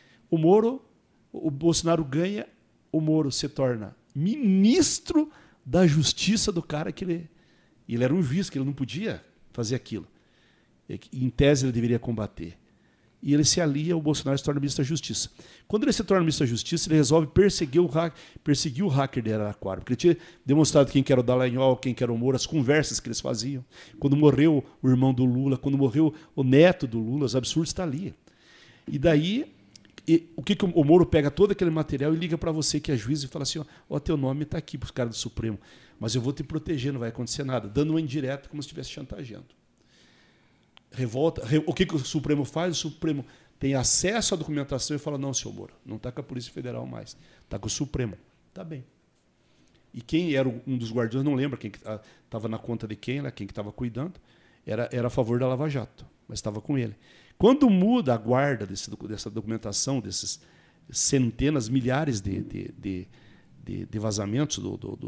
o Bolsonaro ganha, o Moro se torna ministro da Justiça do cara que ele era um juiz, que ele não podia fazer aquilo. Em tese, ele deveria combater. E ele se alia ao Bolsonaro e se torna ministro da Justiça. Quando ele se torna ministro da Justiça, ele resolve perseguir o hacker de Araraquara, porque ele tinha demonstrado quem que era o Dallagnol, quem que era o Moro, as conversas que eles faziam. Quando morreu o irmão do Lula, quando morreu o neto do Lula, os absurdos estão ali. E daí, o Moro pega todo aquele material e liga para você que é juiz e fala assim, ó, teu nome está aqui para os caras do Supremo, mas eu vou te proteger, não vai acontecer nada, dando uma indireta como se estivesse chantageando. O que o Supremo faz? O Supremo tem acesso à documentação e fala, não, senhor Moro, não está com a Polícia Federal mais, está com o Supremo. Tá bem. E quem era um dos guardiões, não lembro quem estava na conta de quem que estava cuidando, era a favor da Lava Jato, mas estava com ele. Quando muda a guarda dessa documentação, desses centenas, milhares de vazamentos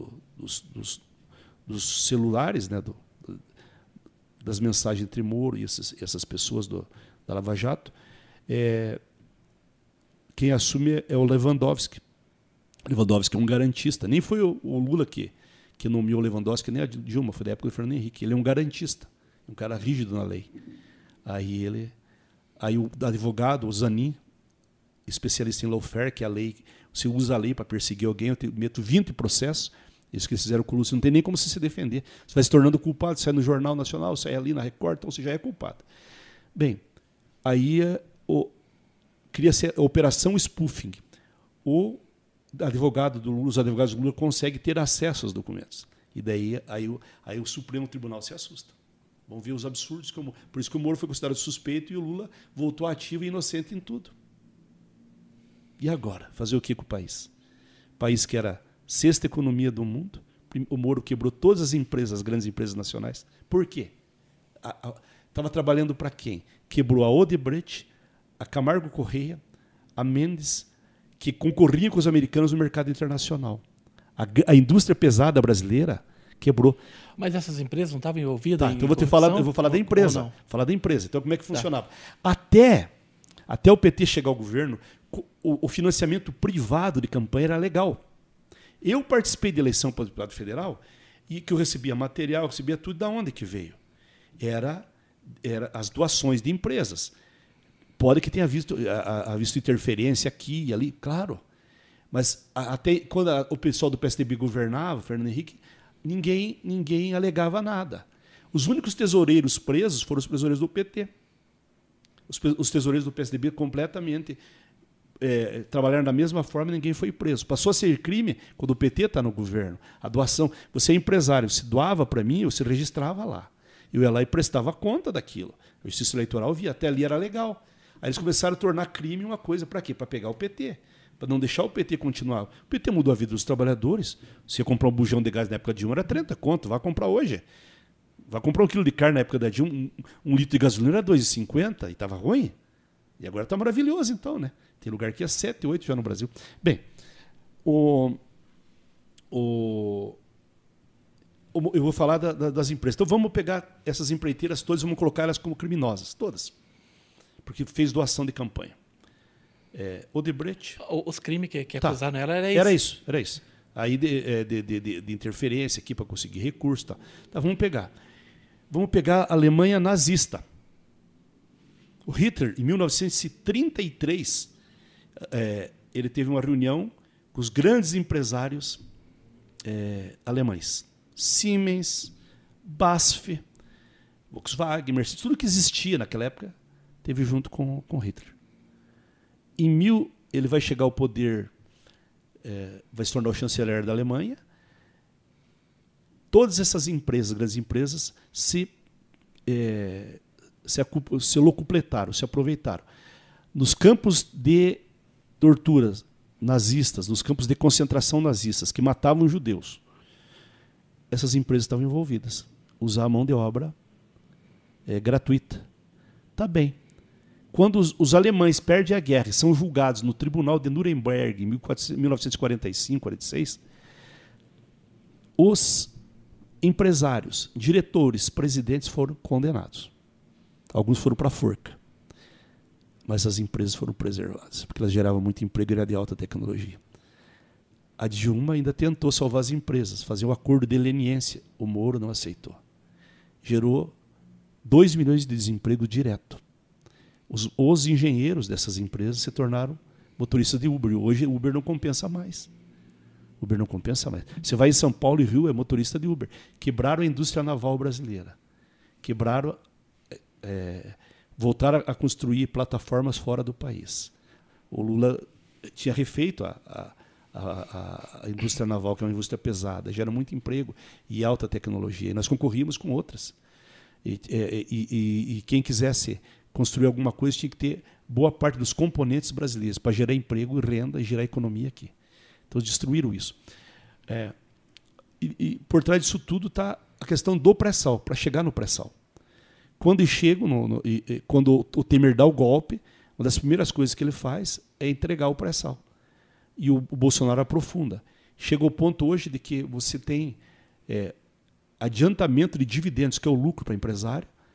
dos celulares, né, das mensagens entre Moro e essas pessoas da Lava Jato, quem assume é o Lewandowski. Lewandowski é um garantista. Nem foi o Lula que nomeou Lewandowski, nem a Dilma, foi da época do Fernando Henrique. Ele é um garantista, um cara rígido na lei. Aí o advogado, o Zanin, especialista em lawfare, que é a lei, você usa a lei para perseguir alguém, eu meto 20 processos, isso que eles fizeram com o Lúcio, não tem nem como você se defender. Você vai se tornando culpado, sai no Jornal Nacional, sai ali na Record, então você já é culpado. Bem, aí cria-se a Operação Spoofing. O advogado do Lula, os advogados do Lula conseguem ter acesso aos documentos. E daí aí o Supremo Tribunal se assusta. Vão ver os absurdos. Por isso que o Moro foi considerado suspeito e o Lula voltou ativo e inocente em tudo. E agora? Fazer o que com o país? País que era a sexta economia do mundo. O Moro quebrou todas as empresas, as grandes empresas nacionais. Por quê? Estava trabalhando para quem? Quebrou a Odebrecht, a Camargo Correia, a Mendes, que concorriam com os americanos no mercado internacional. A indústria pesada brasileira quebrou. Mas essas empresas não estavam envolvidas em então eu vou falar da empresa. Falar da empresa. Então, como é que funcionava? Até o PT chegar ao governo, o financiamento privado de campanha era legal. Eu participei de eleição para o deputado federal e que eu recebia material, eu recebia tudo. Da onde que veio? Era as doações de empresas. Pode que tenha visto interferência aqui e ali, claro. Mas até quando o pessoal do PSDB governava, Fernando Henrique, ninguém alegava nada. Os únicos tesoureiros presos foram os tesoureiros do PT. Os tesoureiros do PSDB completamente trabalharam da mesma forma e ninguém foi preso. Passou a ser crime quando o PT está no governo. A doação, você é empresário, se doava para mim, eu se registrava lá. Eu ia lá e prestava conta daquilo. O Justiça Eleitoral via, até ali era legal. Aí eles começaram a tornar crime uma coisa para quê? Para pegar o PT. Para não deixar o PT continuar. O PT mudou a vida dos trabalhadores. Você ia comprar um bujão de gás na época de Dilma era 30 conto. Vai comprar hoje. Vai comprar 1 quilo de carne na época da Dilma, um litro de gasolina era 2,50 e estava ruim. E agora está maravilhoso, então, né? Tem lugar que é 7, 8 já no Brasil. Bem, eu vou falar das empresas. Então vamos pegar essas empreiteiras todas e vamos colocar elas como criminosas, todas. Porque fez doação de campanha. Odebrecht. Os crimes que acusaram ela era isso. Era isso. Aí de interferência aqui para conseguir recurso. Tá, vamos pegar. Vamos pegar a Alemanha nazista. O Hitler, em 1933, ele teve uma reunião com os grandes empresários alemães. Siemens, BASF, Volkswagen, Mercedes, tudo que existia naquela época, teve junto com Hitler. Ele vai chegar ao poder, vai se tornar o chanceler da Alemanha. Todas essas empresas, grandes empresas, se locupletaram, se aproveitaram. Nos campos de torturas nazistas, nos campos de concentração nazistas, que matavam judeus, essas empresas estavam envolvidas. Usar a mão de obra gratuita. Tá bem. Quando os alemães perdem a guerra e são julgados no Tribunal de Nuremberg, em 1945, 46, os empresários, diretores, presidentes foram condenados. Alguns foram para a forca. Mas as empresas foram preservadas, porque elas geravam muito emprego e era de alta tecnologia. A Dilma ainda tentou salvar as empresas, fazer um acordo de leniência. O Moro não aceitou. Gerou 2 milhões de desemprego direto. Os engenheiros dessas empresas se tornaram motoristas de Uber. Hoje o Uber não compensa mais. Uber não compensa mais. Você vai em São Paulo e Rio, é motorista de Uber. Quebraram a indústria naval brasileira. Voltaram a construir plataformas fora do país. O Lula tinha refeito a indústria naval, que é uma indústria pesada, gera muito emprego e alta tecnologia. E nós concorríamos com outras. E quem quisesse construir alguma coisa tinha que ter boa parte dos componentes brasileiros para gerar emprego e renda e gerar economia aqui. Então, destruíram isso. Por trás disso tudo está a questão do pré-sal, para chegar no pré-sal. Quando quando o Temer dá o golpe, uma das primeiras coisas que ele faz é entregar o pré-sal. E o Bolsonaro aprofunda. Chega ao ponto hoje de que você tem adiantamento de dividendos, que é o lucro para o empresário,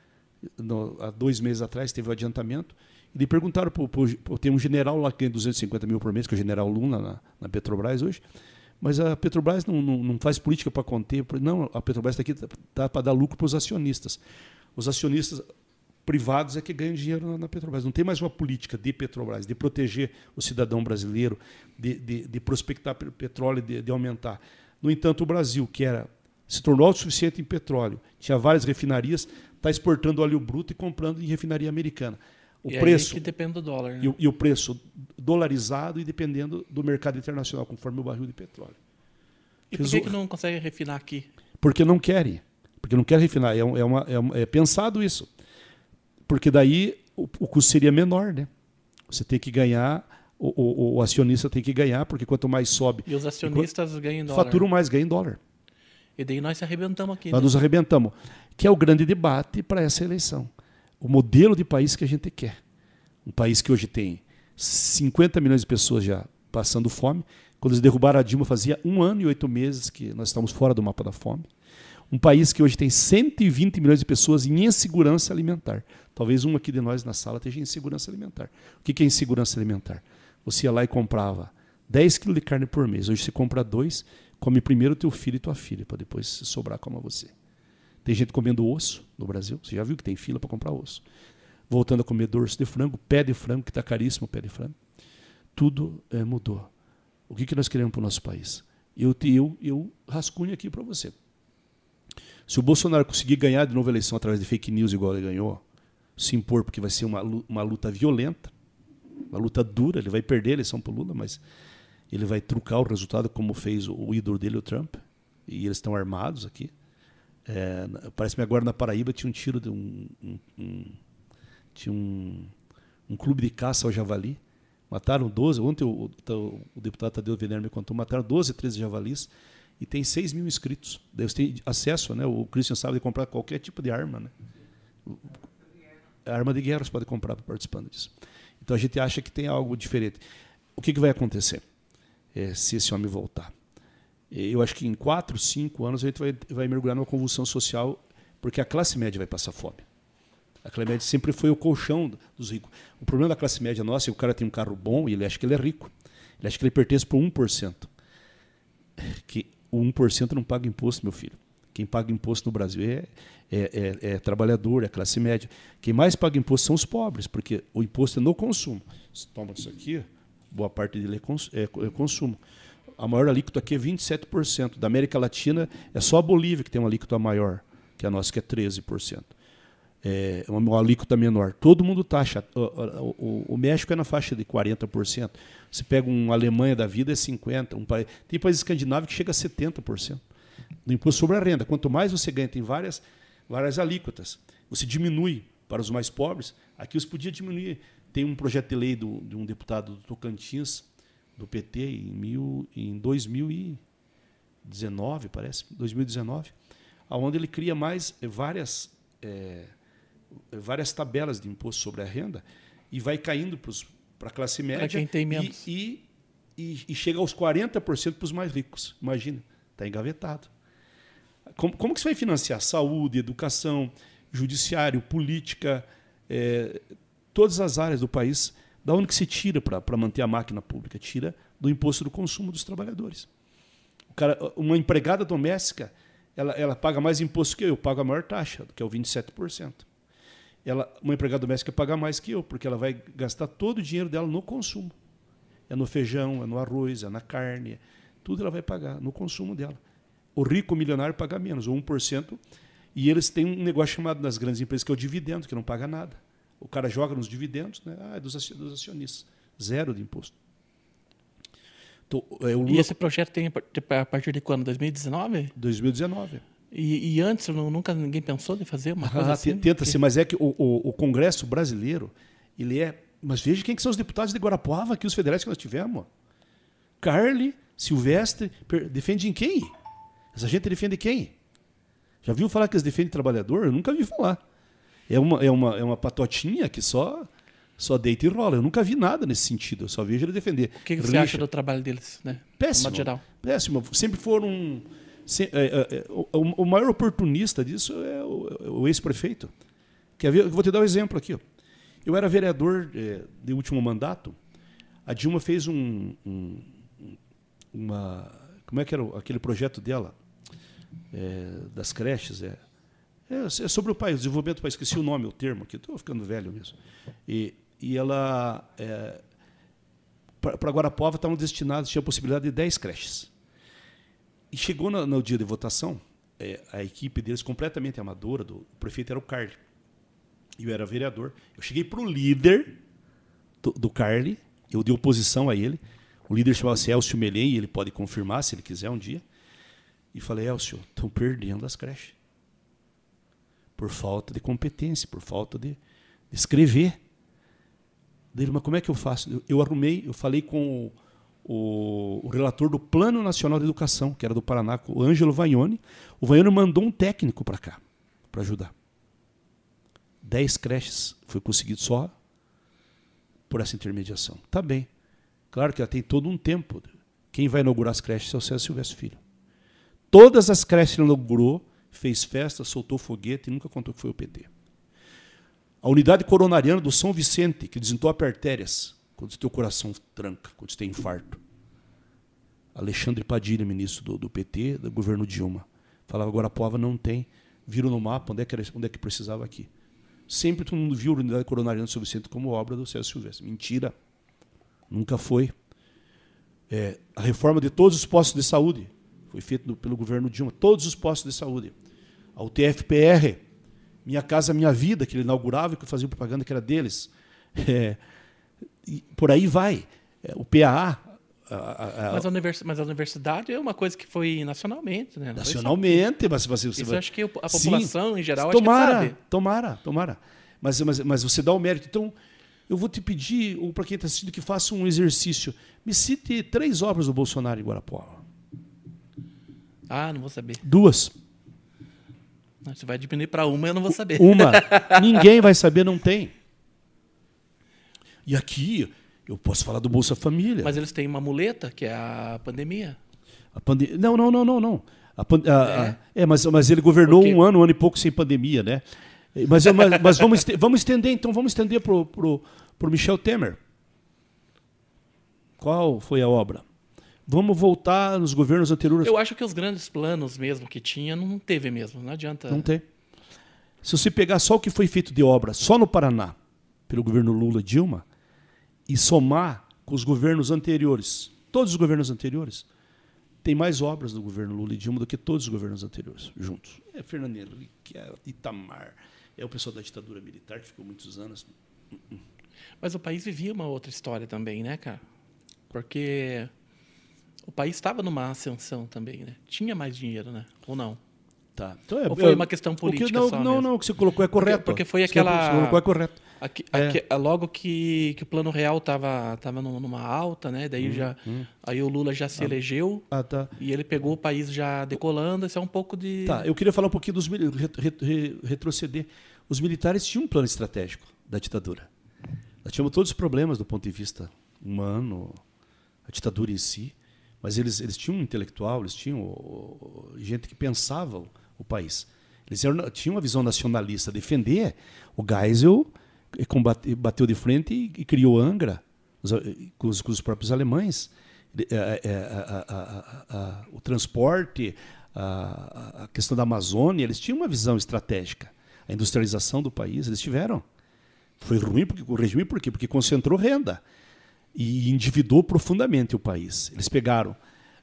há 2 meses atrás teve o adiantamento, e daí perguntaram, tem um general lá que ganha 250 mil por mês, que é o general Luna na Petrobras hoje, mas a Petrobras não faz política para conter. Não, a Petrobras está aqui para dar lucro para os acionistas. Os acionistas privados é que ganham dinheiro na Petrobras. Não tem mais uma política de Petrobras, de proteger o cidadão brasileiro, de prospectar petróleo, de aumentar. No entanto, o Brasil, que se tornou autossuficiente em petróleo, tinha várias refinarias, está exportando óleo bruto e comprando em refinaria americana. O preço aí que depende do dólar. Né? E o preço dolarizado e dependendo do mercado internacional, conforme o barril de petróleo. E por que não consegue refinar aqui? Porque não querem. Porque não querem refinar. É pensado isso. Porque daí o custo seria menor, né? Você tem que ganhar, o acionista tem que ganhar, porque quanto mais sobe... E os acionistas ganham em dólar. Faturam mais, ganham em dólar. E daí nós se arrebentamos aqui. Nós nos arrebentamos. Que é o grande debate para essa eleição. O modelo de país que a gente quer. Um país que hoje tem 50 milhões de pessoas já passando fome. Quando eles derrubaram a Dilma, fazia 1 ano e 8 meses que nós estamos fora do mapa da fome. Um país que hoje tem 120 milhões de pessoas em insegurança alimentar. Talvez um aqui de nós na sala esteja em insegurança alimentar. O que é insegurança alimentar? Você ia lá e comprava 10 quilos de carne por mês. Hoje você compra 2, come primeiro o teu filho e tua filha, para depois, se sobrar, coma você. Tem gente comendo osso no Brasil. Você já viu que tem fila para comprar osso. Voltando a comer dorso de frango, pé de frango, que está caríssimo o pé de frango. Tudo mudou. O que nós queremos para o nosso país? Eu rascunho aqui para você. Se o Bolsonaro conseguir ganhar de novo a eleição através de fake news igual ele ganhou, se impor, porque vai ser uma luta violenta, uma luta dura, ele vai perder a eleição para o Lula, mas ele vai trucar o resultado como fez o ídolo dele, o Trump, e eles estão armados aqui. Parece-me agora na Paraíba tinha um tiro de tinha um clube de caça ao javali. Mataram 12, ontem o deputado Tadeu Venere me contou, mataram 12, 13 javalis e tem 6 mil inscritos. Daí você tem acesso, né? O Christian sabe de comprar qualquer tipo de arma. Né? A arma de guerra você pode comprar participando disso. Então a gente acha que tem algo diferente. O que vai acontecer se esse homem voltar? Eu acho que em 4, 5 anos a gente vai mergulhar numa convulsão social, porque a classe média vai passar fome. A classe média sempre foi o colchão dos ricos. O problema da classe média nossa é que o cara tem um carro bom e ele acha que ele é rico. Ele acha que ele pertence para o 1%. Que o 1% não paga imposto, meu filho. Quem paga imposto no Brasil é trabalhador, é classe média. Quem mais paga imposto são os pobres, porque o imposto é no consumo. Você toma isso aqui, boa parte dele é consumo. A maior alíquota aqui é 27%. Da América Latina é só a Bolívia que tem uma alíquota maior, que a nossa, que é 13%. É uma alíquota menor. Todo mundo taxa. O México é na faixa de 40%. Você pega uma Alemanha da vida, é 50%. Tem países escandinavos que chega a 70% do imposto sobre a renda. Quanto mais você ganha, tem várias alíquotas. Você diminui para os mais pobres. Aqui você podia diminuir. Tem um projeto de lei de um deputado do Tocantins, do PT, em 2019, parece, 2019, onde ele cria mais várias tabelas de imposto sobre a renda e vai caindo para a classe média. Para quem tem menos. E chega aos 40% para os mais ricos. Imagina, está engavetado. Como que você vai financiar saúde, educação, judiciário, política, todas as áreas do país? Da onde que se tira para manter a máquina pública? Tira do imposto do consumo dos trabalhadores. Uma empregada doméstica, ela paga mais imposto que eu pago a maior taxa, que é o 27%. Uma empregada doméstica paga mais que eu, porque ela vai gastar todo o dinheiro dela no consumo. É no feijão, é no arroz, é na carne, tudo ela vai pagar no consumo dela. O rico, o milionário, paga menos, ou 1%, e eles têm um negócio chamado nas grandes empresas, que é o dividendo, que não paga nada. O cara joga nos dividendos, né? É dos acionistas. 0 de imposto. Então, E esse projeto tem a partir de quando? 2019? 2019. E antes nunca ninguém pensou em fazer uma coisa assim? Tenta-se, mas é que o Congresso brasileiro, ele é... Mas veja quem que são os deputados de Guarapuava aqui, os federais que nós tivemos. Carly, Silvestre, defende em quem? Essa gente defende quem? Já viu falar que eles defendem trabalhador? Eu nunca vi falar. É uma patotinha que só deita e rola. Eu nunca vi nada nesse sentido. Eu só vejo ele defender. O que você acha do trabalho deles? Né? Péssimo. De modo geral. Péssimo. Sempre foram... o maior oportunista disso é o ex-prefeito, Quer ver? Eu vou te dar um exemplo aqui. Ó. Eu era vereador de último mandato. A Dilma fez uma... Como é que era aquele projeto dela? Das creches. É sobre o país, o desenvolvimento do país. Esqueci o nome, o termo aqui. Estou ficando velho mesmo. E ela... para Guarapuava estavam destinados, tinha a possibilidade de 10 creches. E chegou no dia de votação, a equipe deles, completamente amadora, o prefeito era o Carli. E eu era vereador. Eu cheguei para o líder do Carli, eu dei oposição a ele. O líder chamava-se Elcio Melém, e ele pode confirmar, se ele quiser, um dia. E falei, Elcio, estão perdendo as creches. Por falta de competência, por falta de escrever. Dele, mas como é que eu faço? Eu arrumei, eu falei com o relator do Plano Nacional de Educação, que era do Paraná, o Ângelo Vagnoni. O Vagnoni mandou um técnico para cá, para ajudar. 10 creches foi conseguido só por essa intermediação. Tá bem. Claro que ela tem todo um tempo. Quem vai inaugurar as creches é o César Silvestre Filho. Todas as creches ele inaugurou, fez festa, soltou foguete e nunca contou que foi o PT. A unidade coronariana do São Vicente, que desentope artérias, quando o teu coração tranca, quando você tem infarto. Alexandre Padilha, ministro do PT, do governo Dilma. Falava, Guarapuava não tem. Viram no mapa onde é que precisava aqui. Sempre todo mundo viu a unidade coronariana do São Vicente como obra do César Silvestre. Mentira. Nunca foi. A reforma de todos os postos de saúde foi feita pelo governo Dilma. Todos os postos de saúde. A UTF-PR, Minha Casa Minha Vida, que ele inaugurava e que fazia propaganda que era deles. E por aí vai. O PAA. Mas a universidade é uma coisa que foi nacionalmente, né? Nacionalmente, mas você isso acho que a população, sim, em geral, tomara, acho que sabe. Tomara. Mas você dá o mérito. Então, eu vou te pedir, ou para quem está assistindo, que faça um exercício. Me cite 3 obras do Bolsonaro em Guarapuava. Não vou saber. 2. Você vai diminuir para uma, eu não vou saber. Uma. Ninguém vai saber, não tem. E aqui, eu posso falar do Bolsa Família. Mas eles têm uma muleta, que é a pandemia. Não. Mas ele governou um ano e pouco sem pandemia, né? Mas vamos estender, então, vamos estender para o Michel Temer. Qual foi a obra? Vamos voltar nos governos anteriores. Eu acho que os grandes planos mesmo que tinha, não teve mesmo. Não adianta. Não tem. Se você pegar só o que foi feito de obra, só no Paraná, pelo governo Lula e Dilma, e somar com os governos anteriores, todos os governos anteriores, tem mais obras do governo Lula e Dilma do que todos os governos anteriores, juntos. Fernando Henrique, Itamar, o pessoal da ditadura militar, que ficou muitos anos. Mas o país vivia uma outra história também, né, cara? Porque o país estava numa ascensão também, né? Tinha mais dinheiro, né? Ou não? Tá. Então, ou foi uma questão política Não, o que você colocou é correto. Porque foi aquela... Você colocou é correto. Logo que o Plano Real estava numa alta, né? Daí aí o Lula já se elegeu e ele pegou o país já decolando. Isso é um pouco de... Tá, eu queria falar um pouquinho dos retroceder. Os militares tinham um plano estratégico da ditadura. Nós tínhamos todos os problemas do ponto de vista humano, a ditadura em si, mas eles tinham um intelectual, eles tinham gente que pensava o país. Eles tinham uma visão nacionalista, defender. O Geisel bateu de frente e criou Angra com os próprios alemães. O transporte, a questão da Amazônia, eles tinham uma visão estratégica. A industrialização do país, eles tiveram. Foi ruim o regime, por quê? Porque concentrou renda e endividou profundamente o país. Eles pegaram,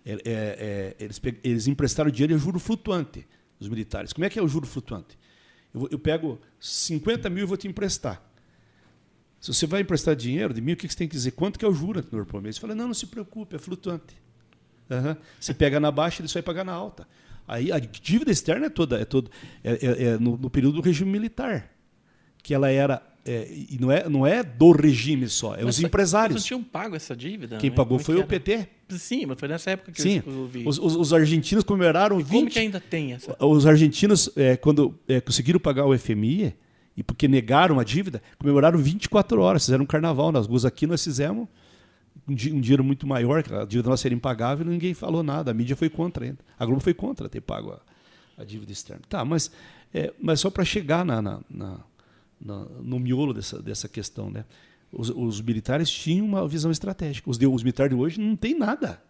eles emprestaram dinheiro a juro flutuante, os militares. Como é que é o juro flutuante? Eu pego 50 mil e vou te emprestar. Se você vai emprestar dinheiro de 1.000, o que você tem que dizer? Quanto que é o juro por mês? Você fala, não se preocupe, é flutuante. Você pega na baixa, ele só vai pagar na alta. Aí a dívida externa é no período do regime militar, que ela era... e não é do regime só, os empresários. Mas não tinham pago essa dívida? Quem pagou foi o PT. Sim, mas foi nessa época que eu vi. Os argentinos comemoraram 20... Como que ainda tem essa? Os argentinos, quando conseguiram pagar o FMI, e porque negaram a dívida, comemoraram 24 horas, fizeram um carnaval nas ruas. Aqui nós fizemos um dinheiro muito maior, a dívida nossa era impagável, e ninguém falou nada, a mídia foi contra ainda. A Globo foi contra ter pago a dívida externa. Tá, mas só para chegar no miolo dessa questão, né? Os militares tinham uma visão estratégica. Os militares de hoje não tem nada.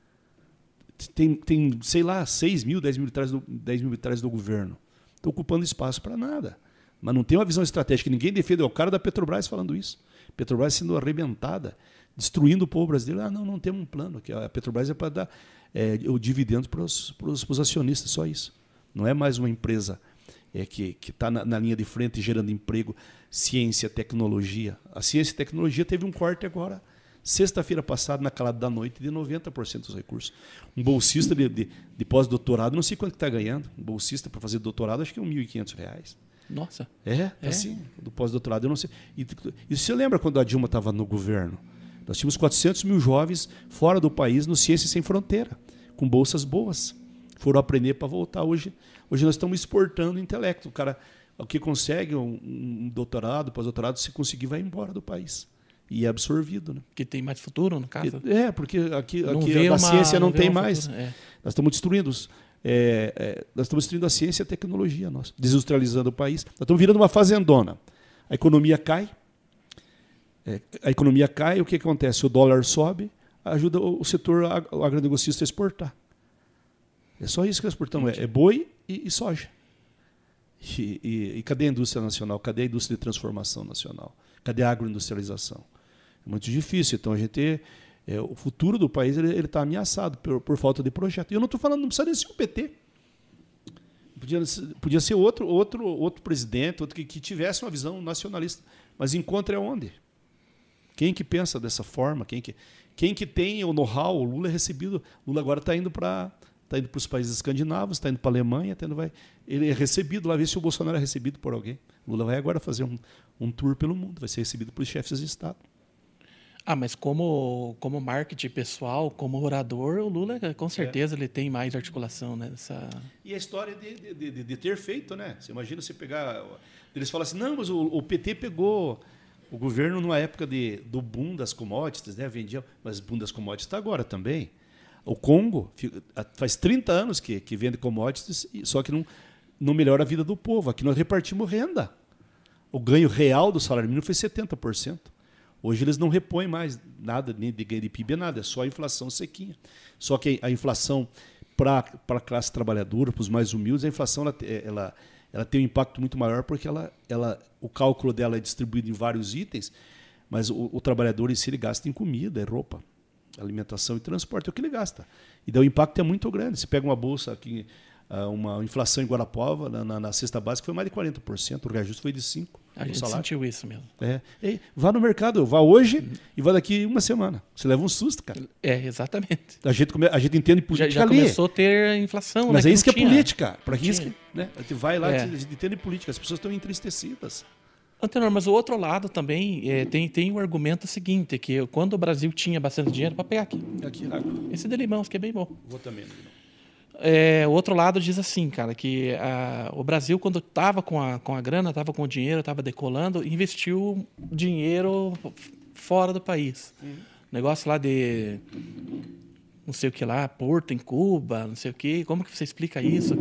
Tem, sei lá, 6 mil, 10 mil militares do governo. Estão ocupando espaço para nada. Mas não tem uma visão estratégica. Ninguém defende. É o cara da Petrobras falando isso. Petrobras sendo arrebentada, destruindo o povo brasileiro. Não temos um plano. A Petrobras é para dar o dividendo para os acionistas, só isso. Não é mais uma empresa que está na linha de frente gerando emprego, ciência, tecnologia. A ciência e tecnologia teve um corte agora, sexta-feira passada, na calada da noite, de 90% dos recursos. Um bolsista de pós-doutorado, não sei quanto que está ganhando. Um bolsista para fazer doutorado, acho que é R$ 1.500. Nossa. Assim, do pós-doutorado, eu não sei. E você lembra quando a Dilma estava no governo? Nós tínhamos 400 mil jovens fora do país no Ciência Sem Fronteira, com bolsas boas. Foram aprender para voltar. Hoje nós estamos exportando intelecto. O cara, o que consegue um doutorado, pós-doutorado, se conseguir, vai embora do país. E é absorvido. Né? Que tem mais futuro, no caso? Porque aqui a ciência não tem mais. Nós estamos destruindo a ciência e a tecnologia, desindustrializando o país. Nós estamos virando uma fazendona. A economia cai. O que acontece? O dólar sobe, ajuda o setor agronegocista a exportar. É só isso que nós exportamos. É boi e soja. E cadê a indústria nacional? Cadê a indústria de transformação nacional? Cadê a agroindustrialização? É muito difícil. Então, o futuro do país ele está ameaçado por falta de projeto. E eu não estou falando, não precisa nem ser o PT. Podia ser outro presidente, outro que tivesse uma visão nacionalista. Mas encontra onde? Quem que pensa dessa forma? Quem que tem o know-how? O Lula é recebido. O Lula agora está indo para os países escandinavos, está indo para a Alemanha, ele é recebido lá, ver se o Bolsonaro é recebido por alguém. O Lula vai agora fazer um tour pelo mundo, vai ser recebido por chefes de Estado. Mas como marketing pessoal, como orador, o Lula, com certeza, ele tem mais articulação, né? E a história de ter feito, né? Você imagina você pegar... Eles falam assim, não, mas o PT pegou o governo numa época do boom das commodities, né? Vendia, mas o boom das commodities está agora também. O Congo faz 30 anos que vende commodities, só que não melhora a vida do povo. Aqui nós repartimos renda. O ganho real do salário mínimo foi 70%. Hoje eles não repõem mais nada, nem de ganho de PIB, nada. É só a inflação sequinha. Só que a inflação para a classe trabalhadora, para os mais humildes, a inflação ela tem um impacto muito maior porque o cálculo dela é distribuído em vários itens, mas o trabalhador em si ele gasta em comida, roupa, alimentação e transporte, é o que ele gasta. E daí o impacto é muito grande. Você pega uma bolsa aqui, uma inflação em Guarapuava, na cesta básica, foi mais de 40%, o reajuste foi de 5%. A gente sentiu isso mesmo. Vá no mercado, vá hoje e vá daqui uma semana. Você leva um susto, cara. Exatamente. A gente entende política já ali. Começou a ter inflação. Mas né, é isso que é política. Para isso que, né? A gente vai lá, a gente entende política. As pessoas estão entristecidas. Antenor, mas o outro lado também tem um argumento seguinte, que quando o Brasil tinha bastante dinheiro, para pegar aqui. Esse de limão, que é bem bom. Vou também, limão. O outro lado diz assim, cara, que o Brasil, quando estava com a grana, estava com o dinheiro, estava decolando, investiu dinheiro fora do país. Negócio lá de não sei o que lá, Porto em Cuba, não sei o que. Como que você explica isso?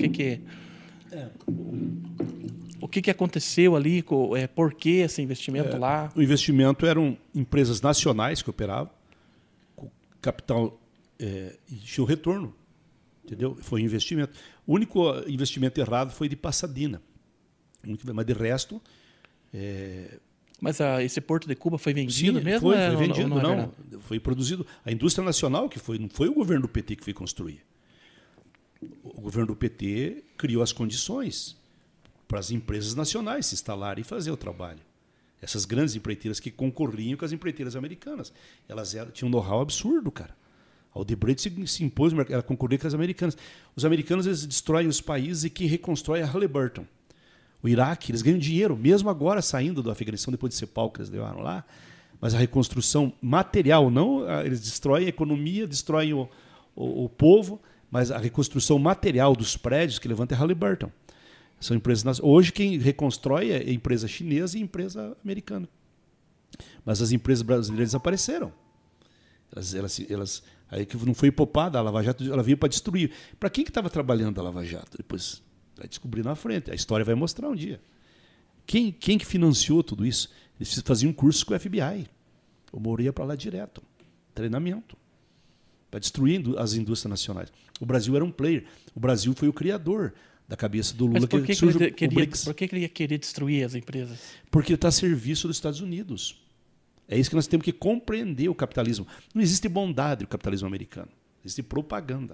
O que aconteceu ali? Por que esse investimento lá? O investimento eram empresas nacionais que operavam, com capital e tinha o retorno. Entendeu? Foi um investimento. O único investimento errado foi de Pasadena. Mas de resto... Mas esse Porto de Cuba foi vendido mesmo? Foi vendido, não. Foi produzido. A indústria nacional, não foi o governo do PT que foi construir. O governo do PT criou as condições para as empresas nacionais se instalarem e fazer o trabalho. Essas grandes empreiteiras que concorriam com as empreiteiras americanas. Elas tinham um know-how absurdo, cara. A Odebrecht se impôs, ela concorria com as americanas. Os americanos eles destroem os países e que reconstrói a Halliburton. O Iraque, eles ganham dinheiro, mesmo agora saindo do Afeganistão, depois de ser pau que eles levaram lá. Mas a reconstrução material, não, eles destroem a economia, destroem o povo, mas a reconstrução material dos prédios que levanta é a Halliburton. São empresas. Hoje quem reconstrói é empresa chinesa e empresa americana. Mas as empresas brasileiras desapareceram. Elas aí que não foi poupada, a Lava Jato ela veio para destruir. Para quem que estava trabalhando a Lava Jato? Depois vai descobrir na frente. A história vai mostrar um dia. Quem que financiou tudo isso? Eles faziam curso com o FBI. O Moro ia para lá direto. Treinamento. Para destruir as indústrias nacionais. O Brasil era um player. O Brasil foi o criador da cabeça do Lula. Mas por que ele ia querer destruir as empresas? Porque ele está a serviço dos Estados Unidos. É isso que nós temos que compreender o capitalismo. Não existe bondade no capitalismo americano. Existe propaganda.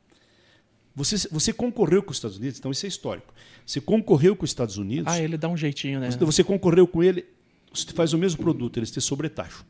Você concorreu com os Estados Unidos, então isso é histórico. Você concorreu com os Estados Unidos... ele dá um jeitinho, né? Você concorreu com ele, você faz o mesmo produto, eles têm sobretaxo.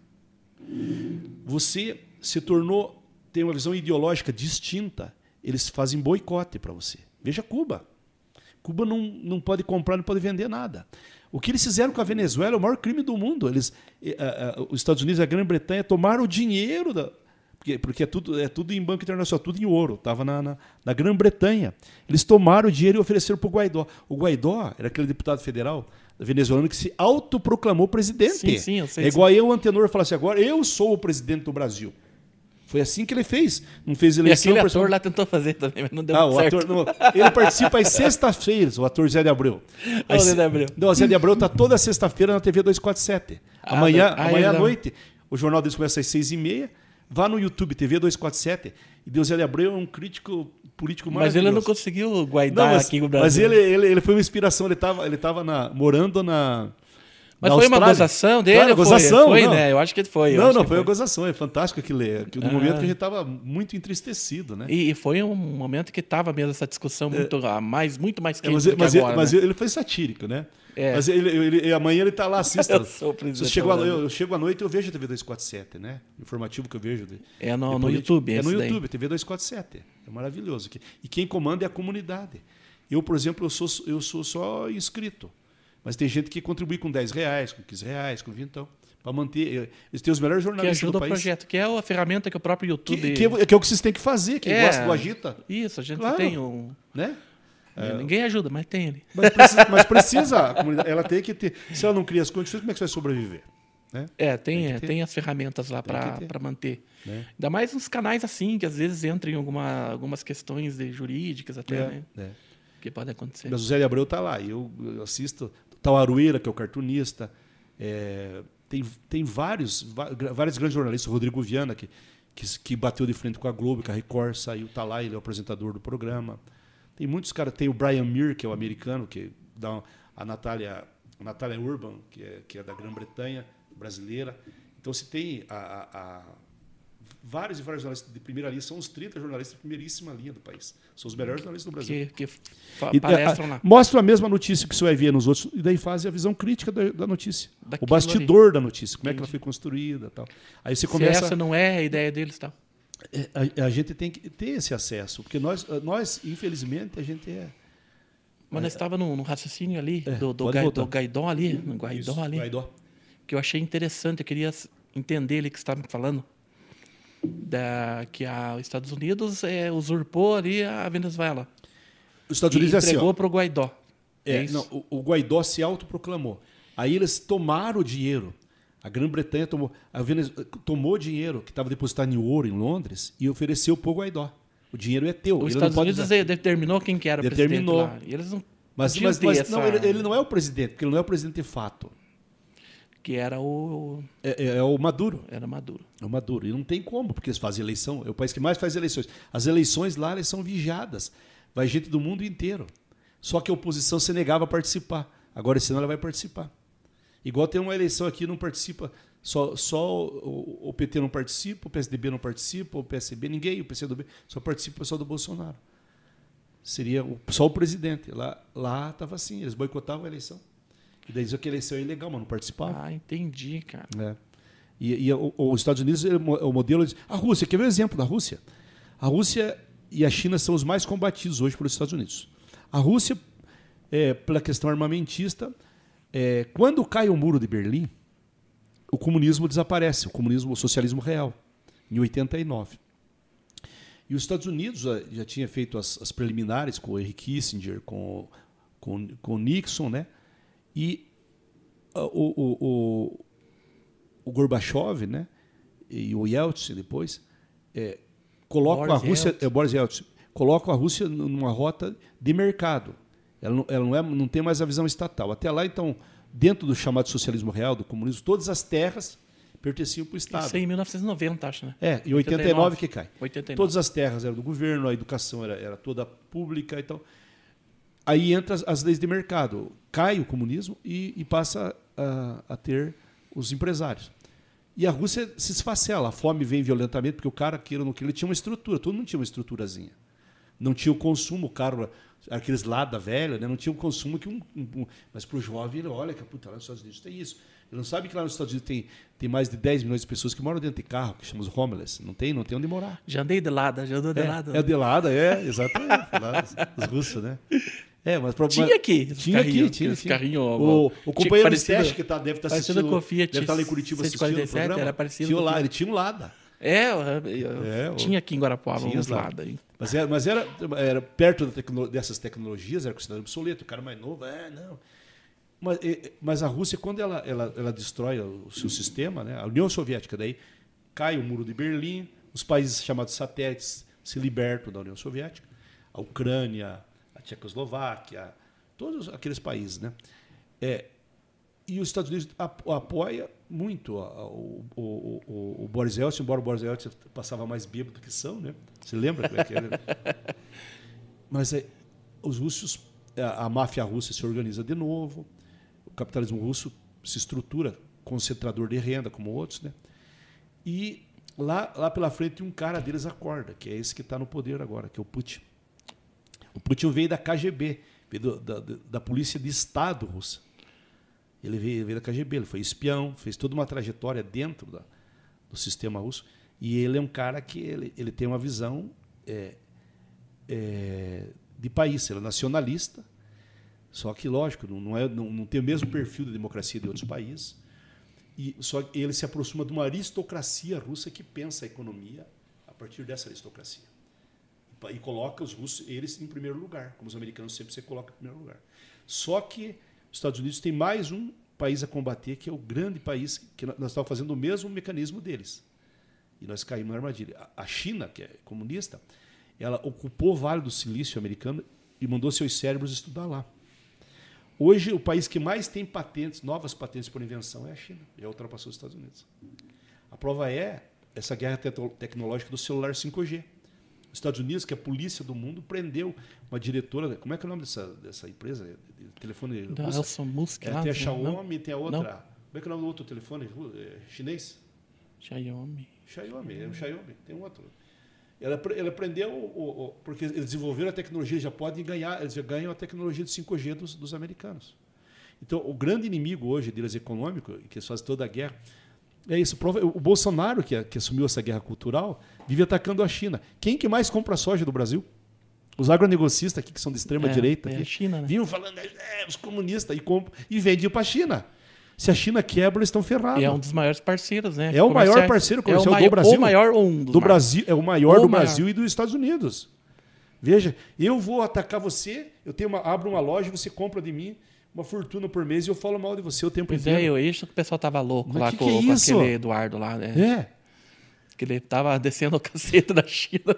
Você se tornou... Tem uma visão ideológica distinta, eles fazem boicote para você. Veja Cuba. Cuba não pode comprar, não pode vender nada. O que eles fizeram com a Venezuela é o maior crime do mundo. Os Estados Unidos e a Grã-Bretanha tomaram o dinheiro, porque é tudo em banco internacional, tudo em ouro. Estava na Grã-Bretanha. Eles tomaram o dinheiro e ofereceram para o Guaidó. O Guaidó era aquele deputado federal venezuelano que se autoproclamou presidente. Sim, eu sei. É igual eu, o Antenor, falar assim, agora eu sou o presidente do Brasil. Foi assim que ele fez. Não fez eleição. E aquele ator lá tentou fazer também, mas não deu certo. Ele participa às sextas-feiras, o ator Zé de Abreu. Zé de Abreu. Não, o Zé de Abreu está toda sexta-feira na TV 247. Amanhã à noite, o jornal deles começa às 6h30. Vá no YouTube, TV 247. E o Zé de Abreu é um crítico político maravilhoso. Mas ele não conseguiu guardar aqui no Brasil. Mas ele foi uma inspiração. Ele estava morando na... Mas foi uma gozação dele? Claro, gozação. Foi, né? Eu acho que foi. Não, foi uma gozação. É fantástico aquilo. No momento que a gente estava muito entristecido, né? E foi um momento que estava mesmo essa discussão muito mais quente do que agora. Mas ele foi satírico, né? Mas amanhã ele está lá, assista. Eu sou o presidente. Eu chego à noite e eu vejo a TV 247, né? Informativo que eu vejo. No YouTube. É no YouTube, TV 247. É maravilhoso. E quem comanda é a comunidade. Eu, por exemplo, eu sou só inscrito. Mas tem gente que contribui com R$10, com R$15, com 20, para manter. Eles têm os melhores jornalistas do país. Que ajuda o projeto, que é a ferramenta que o próprio YouTube... Que é o que vocês têm que fazer, quem gosta do Agita. Isso, a gente tem um... Né? Ninguém ajuda, mas tem ele. Mas precisa, a comunidade, ela tem que ter... Se ela não cria as condições, como é que você vai sobreviver? Né? Tem as ferramentas lá para manter. Né? Ainda mais uns canais assim, que às vezes entram em algumas questões jurídicas até, né? Que podem acontecer. Mas o Zé de Abreu está lá, eu assisto... Tauarueira, que é o cartunista. Tem vários grandes jornalistas. O Rodrigo Viana, que bateu de frente com a Globo, com a Record, saiu, está lá, ele é o apresentador do programa. Tem muitos caras. Tem o Brian Mir, que é o americano, que dá a Natália Urban, que é da Grã-Bretanha, brasileira. Então, se tem vários jornalistas de primeira linha, são os 30 jornalistas de primeiríssima linha do país. São os melhores jornalistas do Brasil. Que palestram lá. Mostram a mesma notícia que você vai ver nos outros, e daí fazem a visão crítica da notícia. O bastidor da notícia, como é que ela foi construída. Tal. Aí você começa... Se essa não é a ideia deles, tal. A gente tem que ter esse acesso, porque nós infelizmente, a gente é... Mas nós estávamos no raciocínio ali, do Guaidó ali, Guaidó, que eu achei interessante, eu queria entender ali que você estava falando, que os Estados Unidos usurpou ali a Venezuela. Os Estados Unidos entregou para o Guaidó. O Guaidó se autoproclamou. Aí eles tomaram o dinheiro. A Grã-Bretanha tomou o dinheiro que estava depositado em ouro em Londres e ofereceu para o Guaidó. O dinheiro é teu. Os Estados Unidos determinou quem que era o presidente lá. E eles não mas ele não é o presidente, porque ele não é o presidente de fato. Que era o... É o Maduro. Era Maduro. É o Maduro. E não tem como, porque eles fazem eleição. É o país que mais faz eleições. As eleições lá elas são vigiadas. Vai gente do mundo inteiro. Só que a oposição se negava a participar. Agora, esse ano, ela vai participar. Igual tem uma eleição aqui, não participa... Só o PT não participa, o PSDB não participa, o PSB, ninguém, o PCdoB, só participa o pessoal do Bolsonaro. Seria só o presidente. Lá estava assim, eles boicotavam a eleição. E daí diziam que a eleição é ilegal, mas não participavam. Entendi, cara. E os Estados Unidos, o modelo... A Rússia, quer ver o exemplo da Rússia? A Rússia e a China são os mais combatidos hoje pelos Estados Unidos. A Rússia, pela questão armamentista, quando cai o muro de Berlim, o comunismo desaparece, o socialismo real, em 89. E os Estados Unidos já tinha feito as preliminares com o Henry Kissinger, com o Nixon, né? E o Gorbachev, né? E o Yeltsin depois colocam a Rússia, Boris Yeltsin, colocam a Rússia numa rota de mercado. Ela não tem mais a visão estatal. Até lá, então, dentro do chamado socialismo real, do comunismo, todas as terras pertenciam para o Estado. Isso aí em 1990, acho, né? Em 89 que cai. 89. Todas as terras eram do governo, a educação era toda pública e tal. Aí entra as leis de mercado. Cai o comunismo e passa a ter os empresários. E a Rússia se esfacela. A fome vem violentamente, porque o cara, queira ou não queira, ele tinha uma estrutura. Todo mundo tinha uma estruturazinha. Não tinha o consumo, o carro, aqueles Lada velho, né? Não tinha o consumo que mas para o jovem, ele olha que lá nos Estados Unidos tem isso. Ele não sabe que lá nos Estados Unidos tem mais de 10 milhões de pessoas que moram dentro de carro, que chamamos homeless. Não tem onde morar. Já andei de Lada, já andou de Lada. É de Lada, exatamente. Os russos, né? Tinha aqui. Tinha. Carrinho, o companheiro Stech, que deve estar assistindo, deve estar lá em Curitiba assistindo o programa. Era parecido tinha lá, ele tinha um Lada. Tinha aqui em Guarapuava uns Lada. Mas era perto dessas tecnologias, era considerado obsoleto. O cara mais novo, não. Mas a Rússia, quando ela destrói o seu sistema, né, a União Soviética, daí cai o Muro de Berlim, os países chamados satélites se libertam da União Soviética, a Ucrânia, a Tchecoslováquia, todos aqueles países, né? E os Estados Unidos apoia muito o Boris Yeltsin, embora o Boris Yeltsin passava mais bêbado que são, né? Você lembra como é que era? Mas os russos, a máfia russa se organiza de novo, o capitalismo russo se estrutura concentrador de renda, como outros, né? E lá pela frente um cara deles acorda, que é esse que está no poder agora, que é o Putin. O Putin veio da KGB, veio da Polícia de Estado russa. Ele veio da KGB, ele foi espião, fez toda uma trajetória dentro do sistema russo. E ele é um cara que ele tem uma visão de país, ele é nacionalista, só que, lógico, não tem o mesmo perfil de democracia de outros países. Só que ele se aproxima de uma aristocracia russa que pensa a economia a partir dessa aristocracia. E coloca os russos, eles em primeiro lugar, como os americanos sempre se colocam em primeiro lugar. Só que os Estados Unidos tem mais um país a combater, que é o grande país que nós estávamos fazendo o mesmo mecanismo deles. E nós caímos na armadilha. A China, que é comunista, ela ocupou o Vale do Silício americano e mandou seus cérebros estudar lá. Hoje, o país que mais tem patentes, novas patentes por invenção, é a China. Já ultrapassou os Estados Unidos. A prova é essa guerra tecnológica do celular 5G. Os Estados Unidos, que é a polícia do mundo, prendeu uma diretora. Como é que é o nome dessa empresa de telefone? Da Elon Musk. Tem a Xiaomi, tem a outra. Não. Como é que é o nome do outro telefone chinês? Xiaomi. É o Xiaomi, tem um outro. Ela prendeu, porque eles desenvolveram a tecnologia, eles já ganham a tecnologia de 5G dos americanos. Então, o grande inimigo hoje deles econômico, que eles fazem toda a guerra, é isso. O Bolsonaro, que assumiu essa guerra cultural, vive atacando a China. Quem que mais compra soja do Brasil? Os agronegocistas aqui, que são de extrema direita, a China, né? vinham falando, os comunistas, e vendiam para a China. Se a China quebra, eles estão ferrados. E é um dos maiores parceiros, né? É o maior parceiro comercial do Brasil. O maior ou um dos do Brasil. É o maior do maior. Brasil e dos Estados Unidos. Veja, eu vou atacar você, abro uma loja, você compra de mim uma fortuna por mês e eu falo mal de você o tempo inteiro. Pois é, isso que o pessoal tava louco lá com isso? aquele Eduardo lá, né? Que ele tava descendo o cacete da China.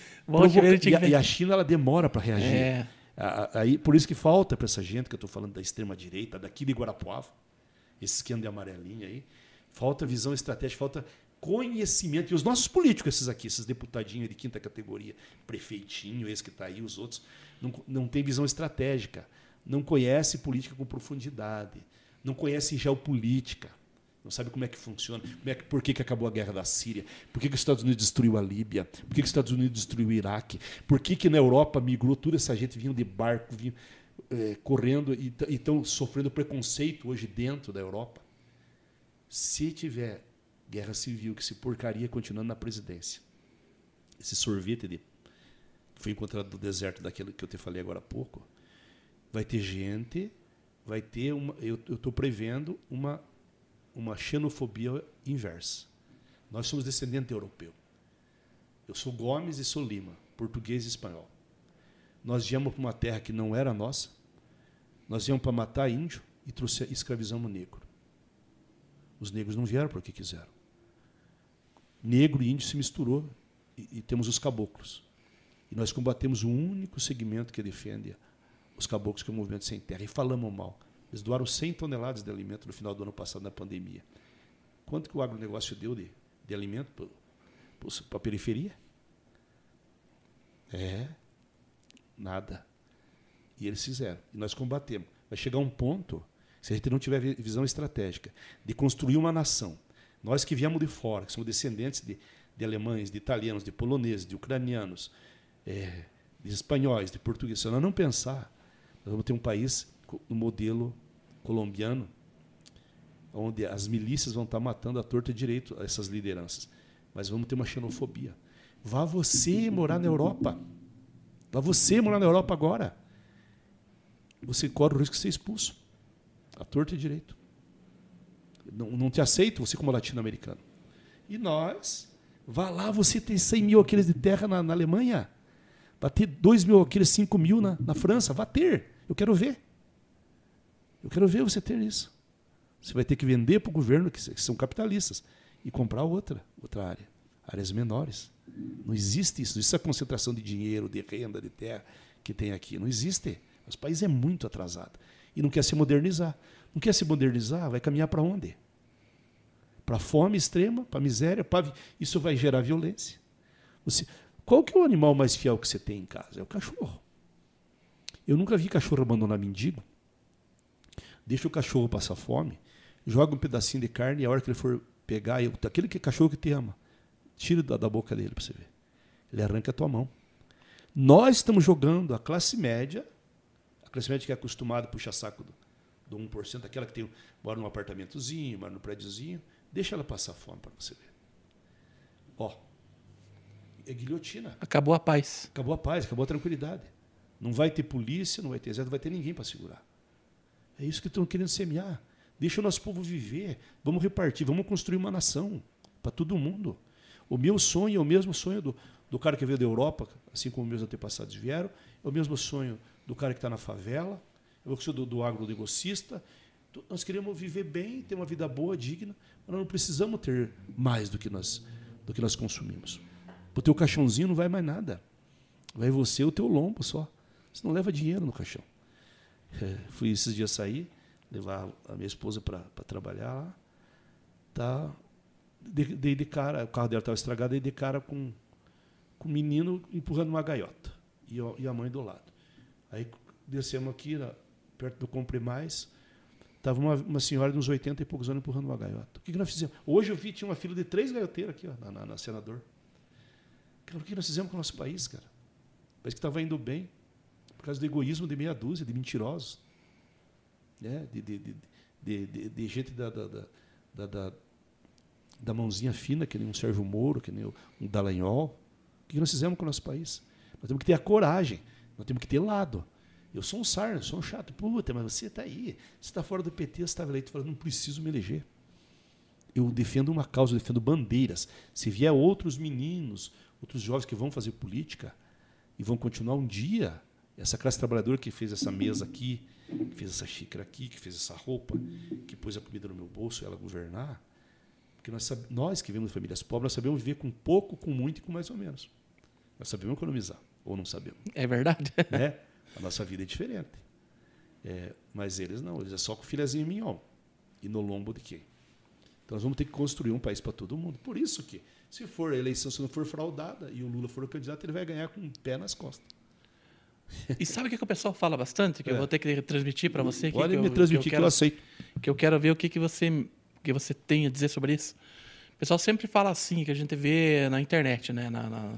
E a China, ela demora para reagir. Aí, por isso que falta para essa gente que eu estou falando da extrema-direita, daqui de Guarapuava, esses que andam de amarelinho aí, falta visão estratégica, falta conhecimento. E os nossos políticos, esses deputadinhos de quinta categoria, prefeitinho, esse que está aí, os outros, não tem visão estratégica, não conhece política com profundidade, não conhece geopolítica, não sabe como é que funciona, por que acabou a guerra da Síria, por que os Estados Unidos destruiu a Líbia, por que os Estados Unidos destruiu o Iraque, por que na Europa migrou toda essa gente, vinha de barco, vinha correndo e estão sofrendo preconceito hoje dentro da Europa. Se tiver guerra civil, que se porcaria continuando na presidência, esse sorvete que foi encontrado no deserto daquele que eu te falei agora há pouco, vai ter gente, eu estou prevendo uma xenofobia inversa. Nós somos descendentes de europeu. Eu sou Gomes e sou Lima, português e espanhol. Nós viemos para uma terra que não era nossa, nós viemos para matar índio e escravizamos negro. Os negros não vieram porque quiseram. Negro e índio se misturou e temos os caboclos. E nós combatemos o único segmento que defende os caboclos, que é o Movimento Sem Terra, e falamos mal. Eles doaram 100 toneladas de alimento no final do ano passado, na pandemia. Quanto que o agronegócio deu de alimento para a periferia? Nada. E eles fizeram. E nós combatemos. Vai chegar um ponto, se a gente não tiver visão estratégica, de construir uma nação. Nós que viemos de fora, que somos descendentes de alemães, de italianos, de poloneses, de ucranianos, de espanhóis, de portugueses, se nós não pensar, nós vamos ter um país no modelo colombiano, onde as milícias vão estar matando à torta e direito essas lideranças. Mas vamos ter uma xenofobia. Vá você morar na Europa. Vá você morar na Europa agora. Você corre o risco de ser expulso. À torta e direito. Não te aceito, você como latino-americano. E nós, vá lá, você tem 100 mil alqueires de terra na Alemanha. Vai ter 2 mil alqueires, 5 mil na França. Vá ter. Eu quero ver. Eu quero ver você ter isso. Você vai ter que vender para o governo, que são capitalistas, e comprar outra área. Áreas menores. Não existe isso. Não existe essa concentração de dinheiro, de renda, de terra que tem aqui. Não existe. Os países é muito atrasado. E não quer se modernizar. Não quer se modernizar, vai caminhar para onde? Para a fome extrema, para a miséria. Isso vai gerar violência. Qual que é o animal mais fiel que você tem em casa? É o cachorro. Eu nunca vi cachorro abandonar mendigo. Deixa o cachorro passar fome, joga um pedacinho de carne e a hora que ele for pegar, aquele cachorro que te ama, tira da boca dele para você ver. Ele arranca a tua mão. Nós estamos jogando a classe média que é acostumada a puxar saco do 1%, aquela que mora num apartamentozinho, mora num prédiozinho, deixa ela passar fome para você ver. É guilhotina. Acabou a paz. Acabou a paz, acabou a tranquilidade. Não vai ter polícia, não vai ter exército, não vai ter ninguém para segurar. É isso que estão querendo semear. Deixa o nosso povo viver. Vamos repartir, vamos construir uma nação para todo mundo. O meu sonho é o mesmo sonho do cara que veio da Europa, assim como meus antepassados vieram, é o mesmo sonho do cara que está na favela, é o sonho do agronegocista. Nós queremos viver bem, ter uma vida boa, digna, mas nós não precisamos ter mais do que nós consumimos. Para o teu caixãozinho não vai mais nada. Vai você e o teu lombo só. Você não leva dinheiro no caixão. Fui esses dias sair, levar a minha esposa para trabalhar lá. Tá, dei de cara, o carro dela estava estragado, dei de cara com um menino empurrando uma gaiota. E a mãe do lado. Aí descemos aqui, perto do Compre Mais, estava uma senhora de uns 80 e poucos anos empurrando uma gaiota. O que nós fizemos? Hoje eu vi, tinha uma fila de 3 gaioteiros aqui, na Senador. Cara, o que nós fizemos com o nosso país, cara? Parece que estava indo bem. Por causa do egoísmo de meia dúzia, de mentirosos. De gente da mãozinha fina, que nem um Sérgio Moro, que nem um Dallagnol. O que nós fizemos com o nosso país? Nós temos que ter a coragem, nós temos que ter lado. Eu sou um sarno, eu sou um chato. Puta, mas você está aí, você está fora do PT, você estava eleito, falando, não preciso me eleger. Eu defendo uma causa, eu defendo bandeiras. Se vier outros meninos, outros jovens que vão fazer política e vão continuar um dia, essa classe trabalhadora que fez essa mesa aqui, que fez essa xícara aqui, que fez essa roupa, que pôs a comida no meu bolso, ela governar, porque nós que vivemos de famílias pobres, nós sabemos viver com pouco, com muito e com mais ou menos. Nós sabemos economizar, ou não sabemos. É verdade. Né? A nossa vida é diferente. Mas eles não, eles é só com filezinho mignon. E no lombo de quem? Então nós vamos ter que construir um país para todo mundo. Por isso que, se for a eleição, se não for fraudada, e o Lula for o candidato, ele vai ganhar com um pé nas costas. E sabe o que o pessoal fala bastante? Que eu vou ter que transmitir para você? Pode me transmitir que eu aceito. Que eu quero ver o que você tem a dizer sobre isso. O pessoal sempre fala assim, que a gente vê na internet, né?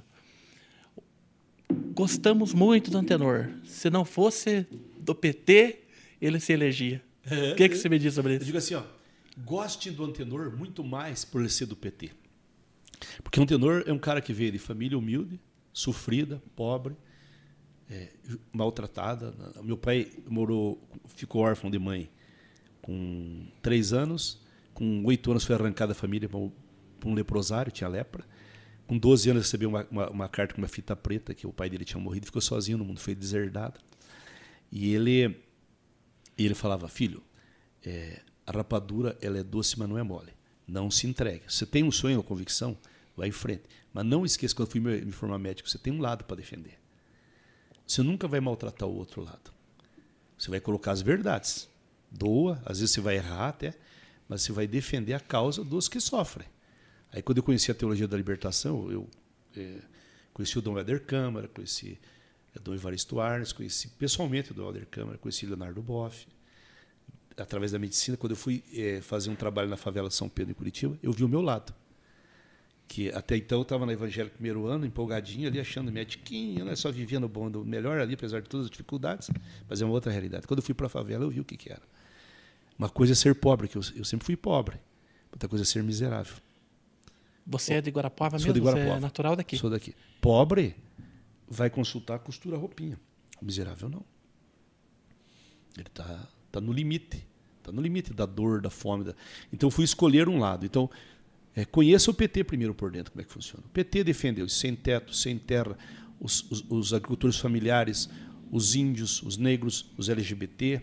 Gostamos muito do Antenor. Se não fosse do PT, ele se elegia. O que você me diz sobre isso? Eu digo assim, goste do Antenor muito mais por ele ser do PT. Porque o Antenor é um cara que veio de família humilde, sofrida, pobre, maltratada. Meu pai ficou órfão de mãe com 3 anos. Com 8 anos foi arrancada a família para um leprosário, tinha lepra. Com 12 anos recebeu uma carta com uma fita preta, que o pai dele tinha morrido, ficou sozinho no mundo, foi deserdado. E ele falava, filho, a rapadura ela é doce, mas não é mole. Não se entregue. Você tem um sonho, uma convicção, vai em frente. Mas não esqueça, quando eu fui me formar médico, você tem um lado para defender. Você nunca vai maltratar o outro lado. Você vai colocar as verdades. Doa, às vezes você vai errar até, mas você vai defender a causa dos que sofrem. Aí, quando eu conheci a teologia da libertação, eu conheci o Dom Helder Câmara, conheci o Dom Evaristo Arnes, conheci pessoalmente o Dom Helder Câmara, conheci Leonardo Boff. Através da medicina, quando eu fui fazer um trabalho na favela de São Pedro, em Curitiba, eu vi o meu lado. Que até então eu estava na Evangélica primeiro ano, empolgadinho ali, achando médiquinho, né? Só vivia no bom do melhor ali, apesar de todas as dificuldades, mas é uma outra realidade. Quando eu fui para a favela, eu vi o que era. Uma coisa é ser pobre, que eu sempre fui pobre. Outra coisa é ser miserável. Você é de Guarapuava mesmo? Sou de Guarapuava. Você é natural daqui? Sou daqui. Pobre vai consultar, costura a roupinha. O miserável não. Ele está no limite. Está no limite da dor, da fome. Então eu fui escolher um lado. Então, conheça o PT primeiro por dentro, como é que funciona. O PT defende os sem teto, sem terra, os agricultores familiares, os índios, os negros, os LGBT,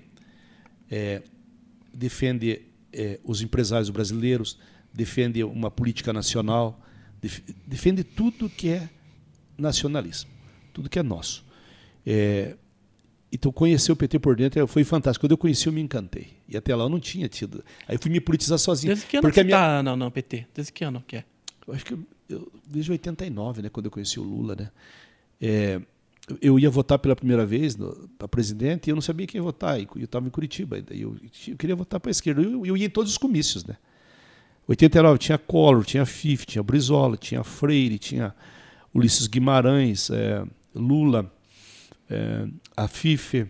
defende os empresários brasileiros, defende uma política nacional, defende tudo que é nacionalismo, tudo que é nosso. Então, conhecer o PT por dentro foi fantástico. Quando eu conheci, eu me encantei. E até lá eu não tinha tido. Aí fui me politizar sozinho. Desde que ano você está no PT? Desde que ano que é? Eu acho que desde 89, né, quando eu conheci o Lula. Né? Eu ia votar pela primeira vez para presidente e eu não sabia quem ia votar. Eu estava em Curitiba ainda. Eu queria votar para a esquerda. Eu ia em todos os comícios. Né? 89 tinha Collor, tinha Fife, tinha Brizola, tinha Freire, tinha Ulisses Guimarães, Lula, a Fife,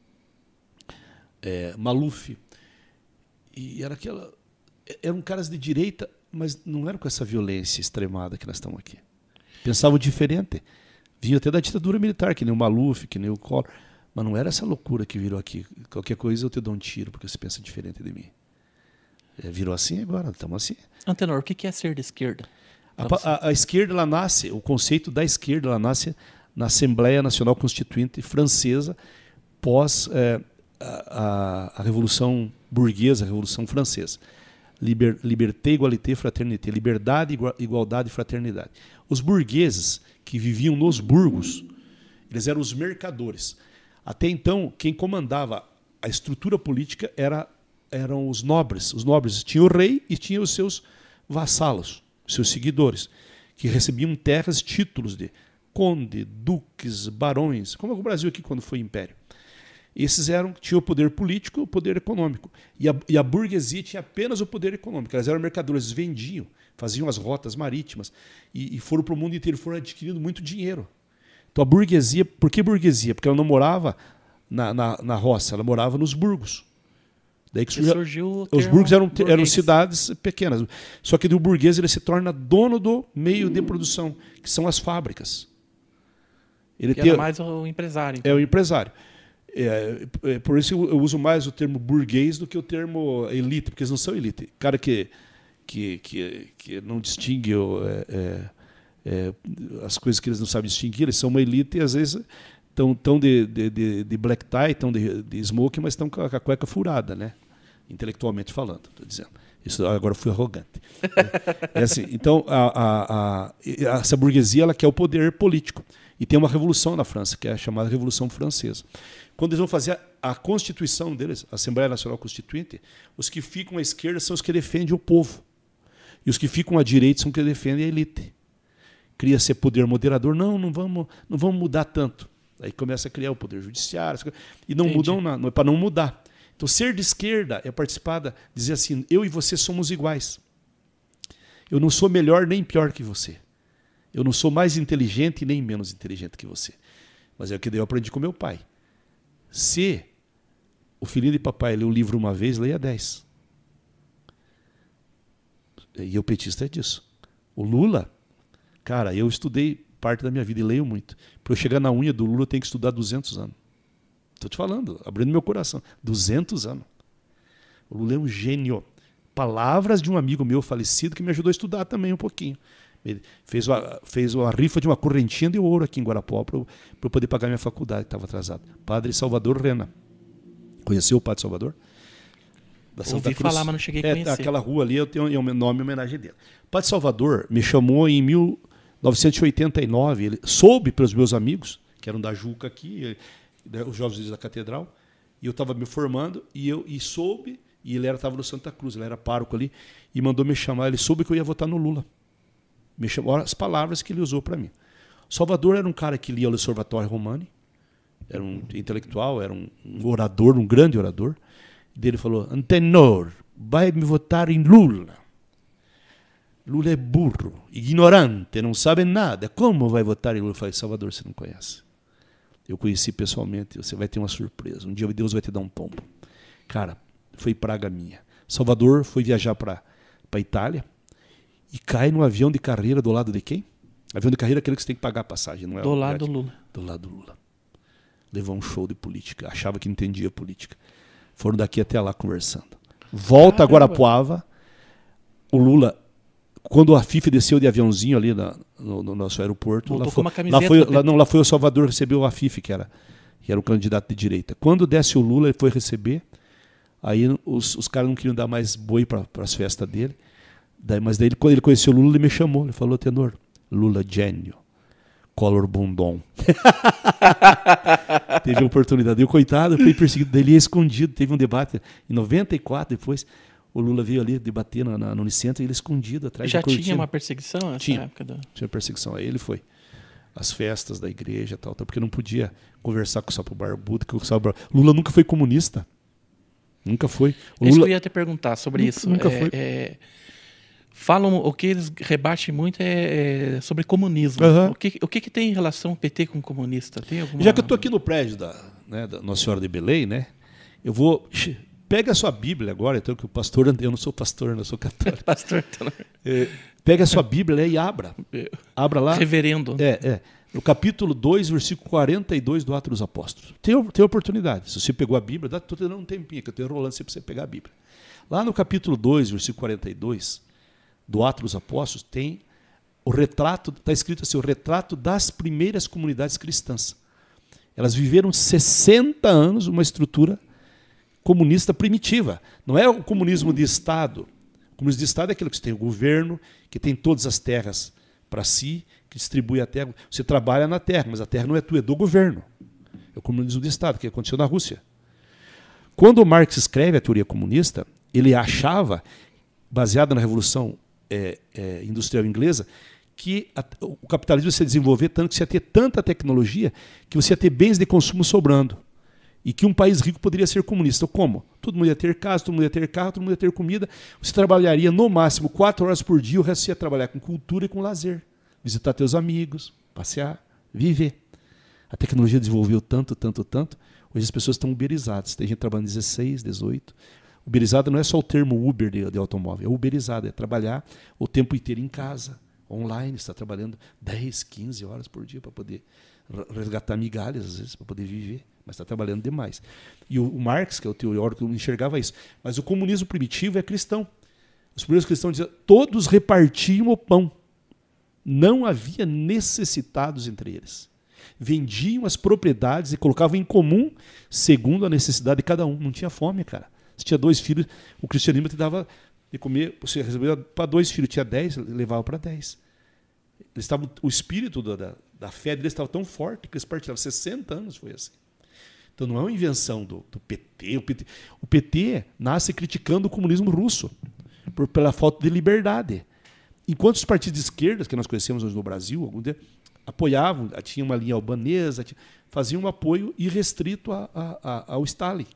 Maluf. E eram caras de direita, mas não eram com essa violência extremada que nós estamos aqui. Pensavam diferente. Vinham até da ditadura militar, que nem o Maluf, que nem o Collor. Mas não era essa loucura que virou aqui. Qualquer coisa eu te dou um tiro, porque você pensa diferente de mim. Virou assim agora, estamos assim. Antenor, o que é ser de esquerda? A esquerda, ela nasce, o conceito da esquerda, ela nasce na Assembleia Nacional Constituinte Francesa, pós a Revolução Burguesa, a Revolução Francesa. Liberté, égalité, fraternité. Liberdade, igualdade e fraternidade. Os burgueses que viviam nos burgos, eles eram os mercadores. Até então, quem comandava a estrutura política eram os nobres. Os nobres tinham o rei e tinham os seus vassalos, seus seguidores, que recebiam terras, títulos de conde, duques, barões, como é o Brasil aqui quando foi império. Esses tinham o poder político e o poder econômico. E a burguesia tinha apenas o poder econômico. Elas eram mercadores, eles vendiam, faziam as rotas marítimas e foram para o mundo inteiro, foram adquirindo muito dinheiro. Então a burguesia, por que burguesia? Porque ela não morava na roça, ela morava nos burgos. Daí que surgiu os burgos eram cidades pequenas. Só que o burguês ele se torna dono do meio de produção, que são as fábricas. Ele era mais o empresário. Então. É o empresário. Por isso eu uso mais o termo burguês do que o termo elite, porque eles não são elite. Cara que não distingue as coisas que eles não sabem distinguir, eles são uma elite e às vezes estão de black tie, estão de smoke, mas estão com a cueca furada, né? Intelectualmente falando, estou dizendo. Isso agora fui arrogante. Assim, então, essa burguesia ela quer o poder político. E tem uma revolução na França, que é a chamada Revolução Francesa. Quando eles vão fazer a Constituição deles, a Assembleia Nacional Constituinte, os que ficam à esquerda são os que defendem o povo. E os que ficam à direita são os que defendem a elite. Cria ser poder moderador. Não vamos mudar tanto. Aí começa a criar o poder judiciário. E não mudam nada, para não mudar. Então, ser de esquerda é participar, dizer assim, eu e você somos iguais. Eu não sou melhor nem pior que você. Eu não sou mais inteligente nem menos inteligente que você. Mas é o que eu aprendi com meu pai. Se o filhinho de papai lê o livro uma vez, leia 10. E o petista é disso. O Lula, cara, eu estudei parte da minha vida e leio muito. Para eu chegar na unha do Lula, eu tenho que estudar 200 anos. Estou te falando, abrindo meu coração. 200 anos. O Lula é um gênio. Palavras de um amigo meu falecido que me ajudou a estudar também um pouquinho. Ele fez uma rifa de uma correntinha de ouro aqui em Guarapuava para eu poder pagar minha faculdade, que estava atrasada. Padre Salvador Rena. Conheceu o Padre Salvador? Da Santa Cruz. Falar, mas não cheguei a conhecer. Aquela rua ali, eu tenho um nome em homenagem dele. O Padre Salvador me chamou em 1989. Ele soube pelos meus amigos, que eram da Juca aqui, os jovens da Catedral, E eu estava me formando e soube, e ele estava no Santa Cruz, ele era pároco ali, e mandou me chamar. Ele soube que eu ia votar no Lula. Me chamou, olha as palavras que ele usou para mim. Salvador era um cara que lia o L'Osservatore Romani, era um intelectual, era um orador, um grande orador. E ele falou: Antenor, vai me votar em Lula. Lula é burro, ignorante, não sabe nada. Como vai votar em Lula? Eu falei: Salvador, você não conhece. Eu conheci pessoalmente, você vai ter uma surpresa. Um dia Deus vai te dar um tombo. Cara, foi praga minha. Salvador foi viajar para a Itália e cai num avião de carreira do lado de quem? Avião de carreira é aquele que você tem que pagar a passagem, não é? Do lado do Lula. Do lado do Lula. Levou um show de política, achava que entendia política. Foram daqui até lá conversando. Volta a Guarapuava, o Lula, quando a FIFA desceu de aviãozinho ali no nosso aeroporto, voltou lá com foi, uma camiseta. lá foi o Salvador, recebeu a FIFA, que era o candidato de direita. Quando desce o Lula, ele foi receber, aí os caras não queriam dar mais boi para as festas dele. Mas daí, quando ele conheceu o Lula, ele me chamou. Ele falou: Tenor, Lula gênio, color bundom. Teve a oportunidade. Eu, coitado, fui perseguido. Daí ele ia escondido. Teve um debate em 94, depois o Lula veio ali debater no Unicentro e ele escondido atrás Já da cortina. tinha uma perseguição nessa época? Tinha perseguição. Aí ele foi. As festas da igreja e tal, porque não podia conversar com o Sapo Barbudo. Lula nunca foi comunista. Nunca foi. Isso que eu ia te perguntar sobre isso. Nunca foi. Falam, o que eles rebatem muito é sobre comunismo. Uhum. O que tem em relação ao PT com comunista? Tem alguma... Já que eu estou aqui no prédio da Nossa Senhora de Belém, né? Eu vou... Pega a sua Bíblia agora, então, que o pastor... Eu não sou pastor, eu sou católico. Pastor, então... Pega a sua Bíblia e abra. Abra lá. Reverendo. No capítulo 2, versículo 42 do Atos dos Apóstolos. Tem oportunidade. Se você pegou a Bíblia, estou dando um tempinho, que eu estou enrolando para você pegar a Bíblia. Lá no capítulo 2, versículo 42 do Atos dos Apóstolos, tem o retrato, está escrito assim, o retrato das primeiras comunidades cristãs. Elas viveram 60 anos uma estrutura comunista primitiva. Não é o comunismo de Estado. O comunismo de Estado é aquilo que você tem o governo, que tem todas as terras para si, que distribui a terra. Você trabalha na terra, mas a terra não é tua, é do governo. É o comunismo de Estado, que aconteceu na Rússia. Quando o Marx escreve a teoria comunista, ele achava, baseado na Revolução Industrial Inglesa, que o capitalismo ia se desenvolver tanto que você ia ter tanta tecnologia que você ia ter bens de consumo sobrando. E que um país rico poderia ser comunista. Como? Todo mundo ia ter casa, todo mundo ia ter carro, todo mundo ia ter comida. Você trabalharia no máximo 4 horas por dia, o resto você ia trabalhar com cultura e com lazer. Visitar teus amigos, passear, viver. A tecnologia desenvolveu tanto. Hoje as pessoas estão uberizadas. Tem gente trabalhando 16, 18. Uberizada não é só o termo Uber de automóvel. É uberizada, é trabalhar o tempo inteiro em casa, online. Você está trabalhando 10, 15 horas por dia para poder resgatar migalhas, às vezes, para poder viver. Mas está trabalhando demais. E o Marx, que é o teórico, enxergava isso. Mas o comunismo primitivo é cristão. Os primeiros cristãos diziam: todos repartiam o pão. Não havia necessitados entre eles. Vendiam as propriedades e colocavam em comum segundo a necessidade de cada um. Não tinha fome, cara. Se tinha 2 filhos, o cristianismo te dava de comer, você recebia para 2 filhos, tinha 10, levava para 10. Eles estavam, o espírito da fé deles estava tão forte que eles partilhavam. 60 anos foi assim. Então não é uma invenção do PT. O PT nasce criticando o comunismo russo pela falta de liberdade. Enquanto os partidos de esquerda, que nós conhecemos hoje no Brasil, algum dia, apoiavam, tinha uma linha albanesa, faziam um apoio irrestrito ao Stalin.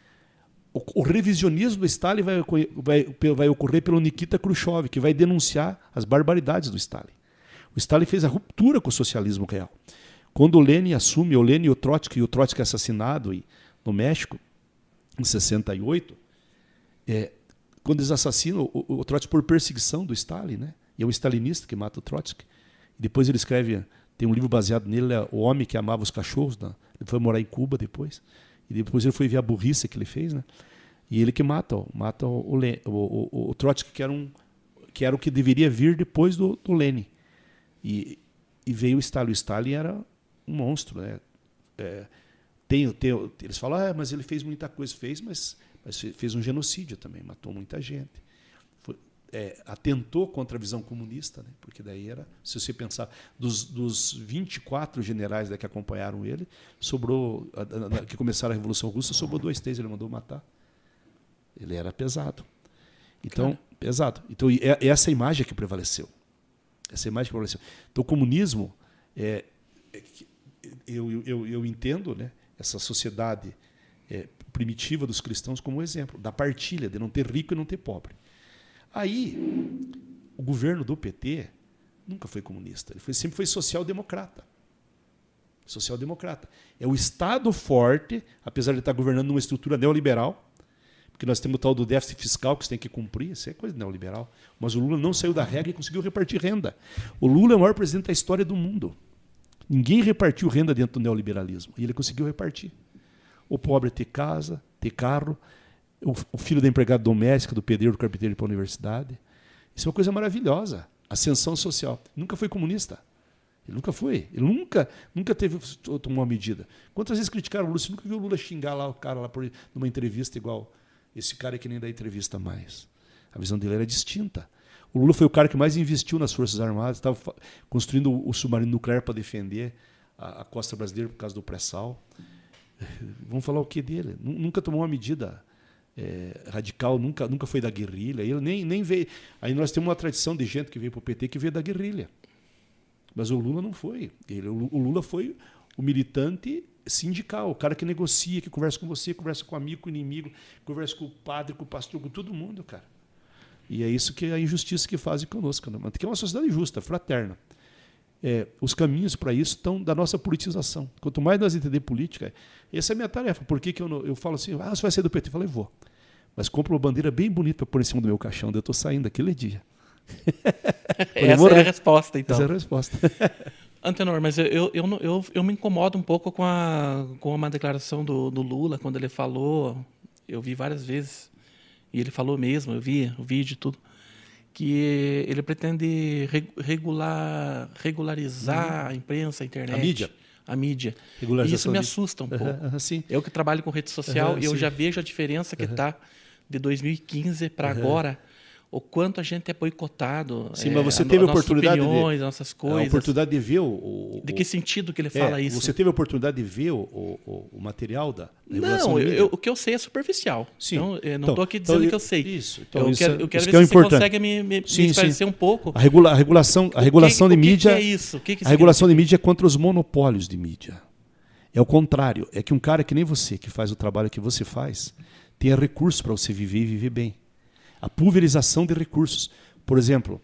O revisionismo do Stalin vai ocorrer pelo Nikita Khrushchev, que vai denunciar as barbaridades do Stalin. O Stalin fez a ruptura com o socialismo real. Quando o Lenin assume, o Lenin e o Trotsky é assassinado no México, em 68, quando eles assassinam o Trotsky por perseguição do Stalin, né? E é o stalinista que mata o Trotsky. E depois ele escreve, tem um livro baseado nele, O Homem que Amava os Cachorros. Né? Ele foi morar em Cuba depois. E depois ele foi ver a burrice que ele fez. Né? E ele que mata o Trotsky, que era o que deveria vir depois do Lenin. E veio o Stalin. O Stalin era um monstro. Né? Eles falam, mas ele fez muita coisa. Mas fez um genocídio também, matou muita gente. atentou contra a visão comunista, né? Porque daí era, se você pensar, dos 24 generais que acompanharam ele, sobrou, que começaram a Revolução Russa, sobrou 2, 3, ele mandou matar. Ele era pesado. Então, pesado. Então, essa imagem que prevaleceu. Essa imagem que prevaleceu. Então, o comunismo, eu entendo, né, essa sociedade primitiva dos cristãos como um exemplo, da partilha, de não ter rico e não ter pobre. Aí, o governo do PT nunca foi comunista, ele sempre foi social-democrata. Social-democrata. É o Estado forte, apesar de estar governando numa estrutura neoliberal, porque nós temos o tal do déficit fiscal que você tem que cumprir, isso é coisa neoliberal. Mas o Lula não saiu da regra e conseguiu repartir renda. O Lula é o maior presidente da história do mundo. Ninguém repartiu renda dentro do neoliberalismo, e ele conseguiu repartir. O pobre ter casa, ter carro, o filho da empregada doméstica, do pedreiro, do carpinteiro para a universidade. Isso é uma coisa maravilhosa. Ascensão social. Nunca foi comunista. Ele nunca foi. Ele nunca tomou uma medida. Quantas vezes criticaram o Lula? Você nunca viu o Lula xingar lá o cara lá numa entrevista igual esse cara que nem dá entrevista mais. A visão dele era distinta. O Lula foi o cara que mais investiu nas Forças Armadas, estava construindo o submarino nuclear para defender a costa brasileira por causa do pré-sal. Vamos falar o que dele? Nunca tomou uma medida radical, nunca foi da guerrilha. Ele nem veio. Aí nós temos uma tradição de gente que veio para o PT que veio da guerrilha. Mas o Lula não foi. O Lula foi o militante sindical, o cara que negocia, que conversa com você, conversa com amigo, com inimigo, conversa com o padre, com o pastor, com todo mundo, cara. E é isso que é a injustiça que fazem conosco. Né? Porque é uma sociedade justa, fraterna. Os caminhos para isso estão da nossa politização. Quanto mais nós entender política, essa é a minha tarefa. Por que eu falo assim, você vai sair do PT? Eu falei, vou. Mas compro uma bandeira bem bonita para pôr em cima do meu caixão, onde eu estou saindo aquele dia. Essa é a resposta, então. Essa é a resposta. Antenor, mas eu me incomodo um pouco com uma declaração do Lula, quando ele falou, eu vi várias vezes, e ele falou mesmo, eu vi o vídeo e tudo, que ele pretende regularizar a imprensa, a internet. A mídia. E isso me assusta um pouco. Sim. Eu que trabalho com rede social, eu já vejo a diferença que está de 2015 para agora. O quanto a gente é boicotado. Sim, mas você teve a oportunidade opiniões, nossas coisas. A oportunidade de ver de que sentido que ele fala isso? Você teve a oportunidade de ver o material da Não, o que eu sei é superficial. Sim. Então, eu não estou aqui dizendo que eu sei. Isso. Então, eu quero ver se você consegue me esclarecer um pouco. A regulação de mídia. O que é isso? A regulação de mídia é contra os monopólios de mídia. É o contrário. É que um cara que nem você, que faz o trabalho que você faz, tenha recursos para você viver e viver bem. A pulverização de recursos. Por exemplo,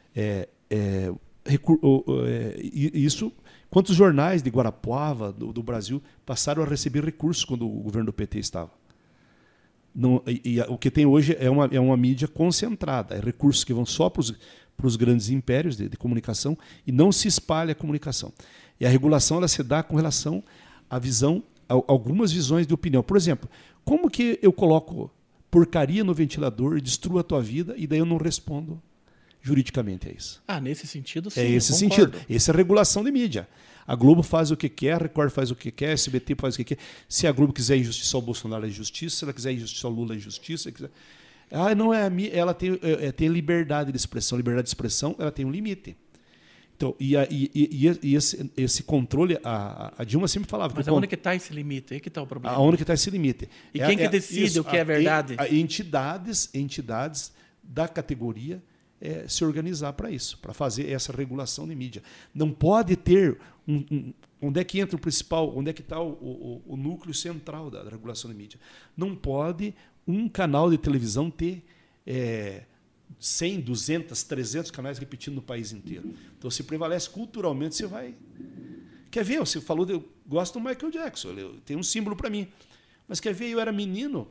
isso, quantos jornais de Guarapuava, do Brasil, passaram a receber recursos quando o governo do PT estava? O que tem hoje é uma mídia concentrada, recursos que vão só para os grandes impérios de comunicação e não se espalha a comunicação. E a regulação ela se dá com relação à visão, algumas visões de opinião. Por exemplo, como que eu coloco porcaria no ventilador, destrua a tua vida e daí eu não respondo juridicamente a isso? Nesse sentido, sim. É esse sentido. Essa é a regulação de mídia. A Globo faz o que quer, a Record faz o que quer, a SBT faz o que quer. Se a Globo quiser injustiçar o Bolsonaro, é injustiça. Se ela quiser injustiçar o Lula, é injustiça. Não é ela tem liberdade de expressão. Liberdade de expressão, ela tem um limite. Então, esse controle, a Dilma sempre falava. Mas aonde que está esse limite? Aí que está o problema. Aonde que está esse limite? E quem que decide o que é verdade? Entidades da categoria se organizar para isso, para fazer essa regulação de mídia. Não pode ter onde é que entra o principal, onde é que está o núcleo central da regulação de mídia. Não pode um canal de televisão ter 100, 200, 300 canais repetindo no país inteiro. Então, se prevalece culturalmente, você vai... Quer ver? Você falou, eu gosto do Michael Jackson, tem um símbolo para mim. Mas quer ver? Eu era menino,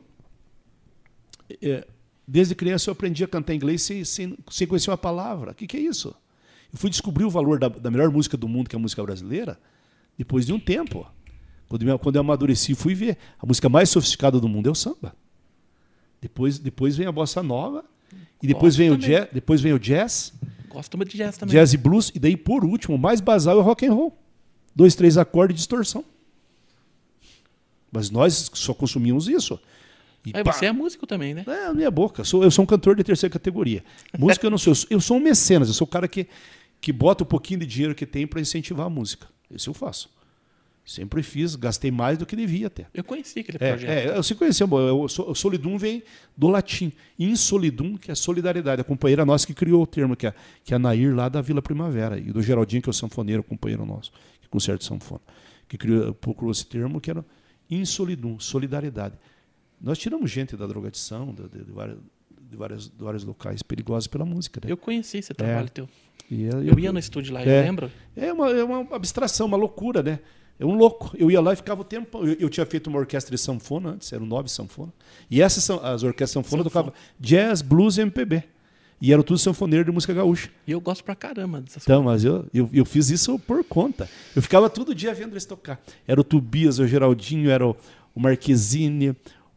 desde criança eu aprendi a cantar inglês sem conhecer uma palavra. O que é isso? Eu fui descobrir o valor da melhor música do mundo, que é a música brasileira, depois de um tempo. Quando eu amadureci, fui ver. A música mais sofisticada do mundo é o samba. Depois vem a bossa nova, e depois vem o jazz. Gosto muito de jazz também. Jazz e blues, e daí, por último, o mais basal é o rock and roll. 2, 3 acordes de distorção. Mas nós só consumimos isso. E Aí você é músico também, né? É, a minha boca. Eu sou um cantor de terceira categoria. Música eu não sou. Eu sou um mecenas. Eu sou o cara que bota um pouquinho de dinheiro que tem para incentivar a música. Isso eu faço. Sempre fiz. Gastei mais do que devia até. Eu conheci aquele projeto. Eu se conheci. O Solidum vem do latim. Insolidum, que é solidariedade. A companheira nossa que criou o termo, que é a Nair lá da Vila Primavera. E do Geraldinho, que é o sanfoneiro, companheiro nosso, que conserta sanfona. Que procurou esse termo, que era insolidum, solidariedade. Nós tiramos gente da drogadição, de vários locais perigosos pela música. Né? Eu conheci esse trabalho teu. Eu ia no estúdio lá, eu lembro. É uma abstração, uma loucura, né? É um louco. Eu ia lá e ficava o tempo. Eu tinha feito uma orquestra de sanfona antes, eram 9 sanfonas. E as orquestras sanfona tocavam jazz, blues e MPB. E eram tudo sanfoneiro de música gaúcha. E eu gosto pra caramba dessas coisas. Então, mas eu fiz isso por conta. Eu ficava todo dia vendo eles tocar. Era o Tobias, o Geraldinho, era o Marquezine,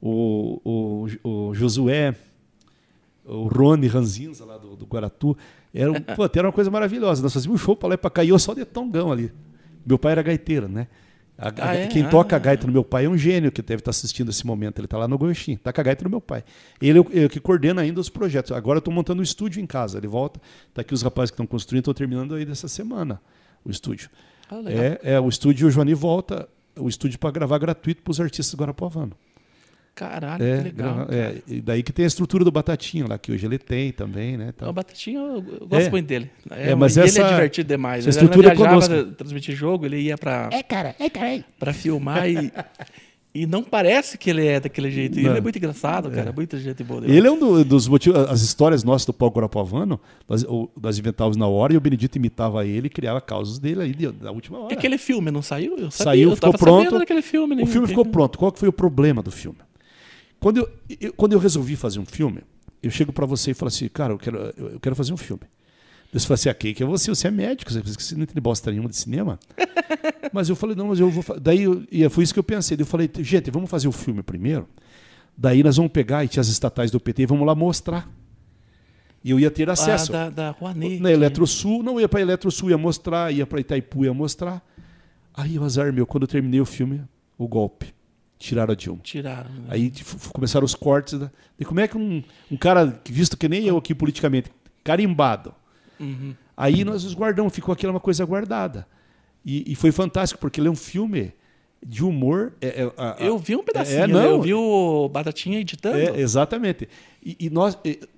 o Josué, o Rony Ranzinza lá do Guaratu. Era uma coisa maravilhosa. Nós fazíamos um show para lá e para cá. E eu só de tongão ali. Meu pai era gaiteiro, né? Quem toca a gaita no meu pai é um gênio que deve estar assistindo esse momento. Ele está lá no Goiaxim, está com a gaita no meu pai. Ele é o que coordena ainda os projetos. Agora eu estou montando um estúdio em casa. Ele volta, está aqui os rapazes que estão construindo, estou terminando aí dessa semana o estúdio. O estúdio, o Joani volta, o estúdio para gravar gratuito para os artistas guarapuavanos. Caralho, que legal. E daí que tem a estrutura do Batatinha lá, que hoje ele tem também, né? O Batatinha, eu gosto muito dele. Mas ele é divertido demais. Essa estrutura viajava, transmitir jogo, ele ia pra filmar e não parece que ele é daquele jeito. Ele é muito engraçado, cara. Muita gente boa. Ele é um dos motivos. As histórias nossas do palco guarapuavano, nós inventávamos na hora e o Benedito imitava ele e criava causas dele aí da última hora. E aquele filme não saiu? Eu sabia, saiu, ficou pronto. Daquele filme, né? O filme ficou pronto. Qual que foi o problema do filme? Quando eu resolvi fazer um filme, eu chego para você e falo assim, cara, eu quero fazer um filme. Você fala assim, que é você? Você é médico, você não entende bosta nenhuma de cinema. Mas eu falei, não, mas eu vou... Daí, foi isso que eu pensei. Eu falei, gente, vamos fazer o filme primeiro. Daí nós vamos pegar e tinha as estatais do PT e vamos lá mostrar. E eu ia ter acesso. Da Rouanet. Na Eletrosul, não ia para Eletrosul, ia mostrar, ia para Itaipu, ia mostrar. Aí o azar meu, quando eu terminei o filme, o golpe. Tiraram a Dilma. Tiraram. Né? Aí começaram os cortes. E como é que um cara, visto que nem eu aqui politicamente, carimbado. Uhum. Aí nós os guardamos, ficou aquela uma coisa guardada. E foi fantástico, porque ele é um filme de humor. Eu vi um pedacinho, eu vi o Batatinha editando. Exatamente. E nós...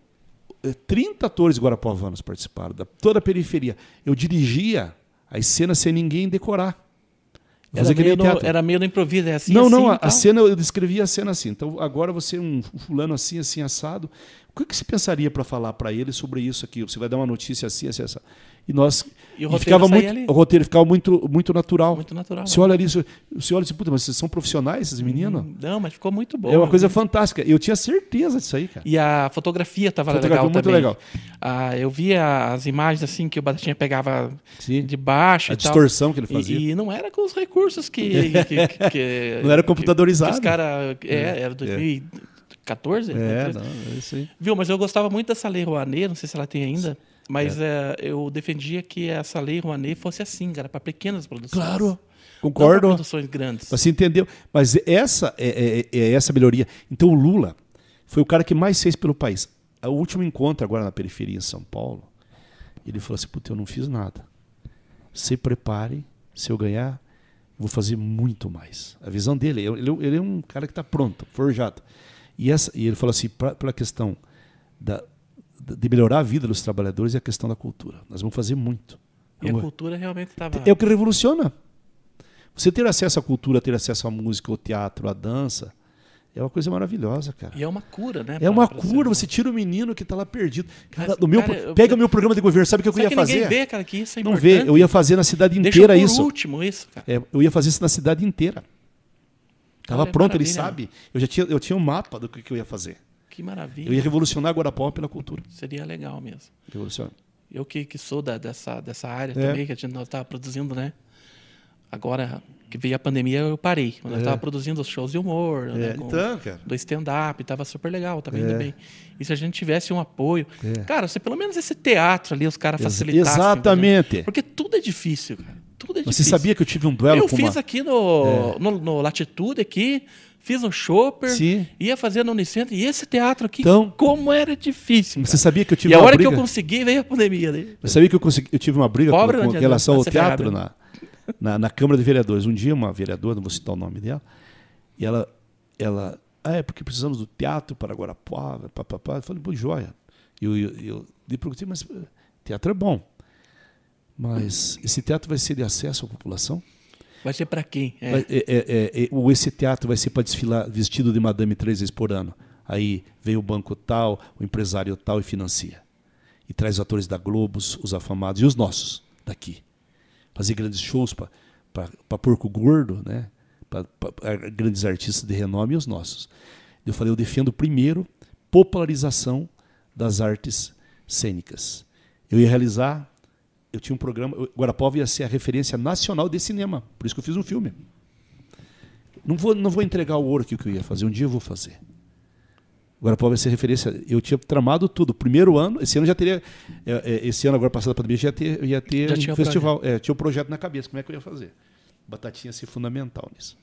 30 atores guarapuavanos participaram, toda a periferia. Eu dirigia as cenas sem ninguém decorar. Era meio no improviso, é assim? Não, a cena, eu descrevia a cena assim. Então, agora você é um fulano assim, assim, assado. O que você pensaria para falar para ele sobre isso aqui? Você vai dar uma notícia assim, assim, assim. E o roteiro ficava muito natural. Muito natural. Você olha ali, você olha assim, puta, mas vocês são profissionais, esses meninos? Não, mas ficou muito bom. É uma coisa fantástica. Eu tinha certeza disso aí, cara. E a fotografia estava legal muito também. Legal. Eu via as imagens assim que o Batatinha pegava de baixo. A distorção que ele fazia. E não era com os recursos que não era computadorizado. Os caras... Era 2014? É isso aí. Viu, mas eu gostava muito dessa Lei Rouanet, não sei se ela tem ainda, mas eu defendia que essa Lei Rouanet fosse assim, cara, para pequenas produções. Claro, concordo. Não para produções grandes. Você entendeu? Mas essa é essa melhoria. Então o Lula foi o cara que mais fez pelo país. O último encontro agora na periferia em São Paulo, ele falou assim, puta, eu não fiz nada. Se prepare, se eu ganhar, eu vou fazer muito mais. A visão dele, ele é um cara que está pronto, forjado. E ele falou assim, pela questão de melhorar a vida dos trabalhadores e a questão da cultura. Nós vamos fazer muito. E a cultura realmente estava... É o que revoluciona. Você ter acesso à cultura, ter acesso à música, ao teatro, à dança, é uma coisa maravilhosa, cara. E é uma cura, né? É uma cura. Você tira o menino que está lá perdido. Cara, pega o meu programa de governo. Sabe o que eu ia fazer? Ninguém vê, cara, que isso é não importante. vê. Eu ia fazer na cidade inteira isso. Por último isso, cara. Eu ia fazer isso na cidade inteira. Estava pronto, ele sabe. Eu tinha um mapa do que eu ia fazer. Que maravilha. Eu ia revolucionar Guarapuava pela cultura. Seria legal mesmo. Revolucionar. Eu que sou dessa área também, que nós estávamos produzindo, né? Agora que veio a pandemia, eu parei. Nós estávamos produzindo os shows de humor, né, do stand-up, estava super legal, estava indo bem. E se a gente tivesse um apoio... Cara, se pelo menos esse teatro ali, os caras facilitassem. Exatamente. Né? Porque tudo é difícil, cara. Tudo é difícil. Você sabia que eu tive um duelo com fiz aqui no Latitude, aqui, fiz um shopper, Sim. ia fazer no Unicentro, e esse teatro aqui, Então, como era difícil. Você sabia que eu tive E a uma hora briga? que eu consegui, veio a pandemia. Né? Você sabia que eu tive uma briga Pobre com não adianta, relação ao vai ser teatro ferrado, na Câmara de Vereadores. Um dia, uma vereadora, não vou citar o nome dela, e ela é porque precisamos do teatro para Guarapuava, papapá. Eu falei, pô, joia. Eu lhe perguntei, mas teatro é bom, mas esse teatro vai ser de acesso à população? Vai ser para quem? Ou esse teatro vai ser para desfilar vestido de madame 3 vezes por ano? Aí vem o banco tal, o empresário tal e financia. E traz os atores da Globo, os afamados e os nossos daqui. Fazer grandes shows para porco gordo, né? Para grandes artistas de renome e os nossos. Eu falei, eu defendo primeiro popularização das artes cênicas. Eu ia realizar, eu tinha um programa, Guarapuava ia ser a referência nacional de cinema, por isso que eu fiz um filme. Não vou entregar o ouro aqui que eu ia fazer, um dia eu vou fazer. Guarapuava ia ser referência, eu tinha tramado tudo. Primeiro ano, esse ano já teria, esse ano agora passado a pandemia, já ia ter um festival. Tinha um projeto na cabeça, como é que eu ia fazer? Batatinha ia ser fundamental nisso.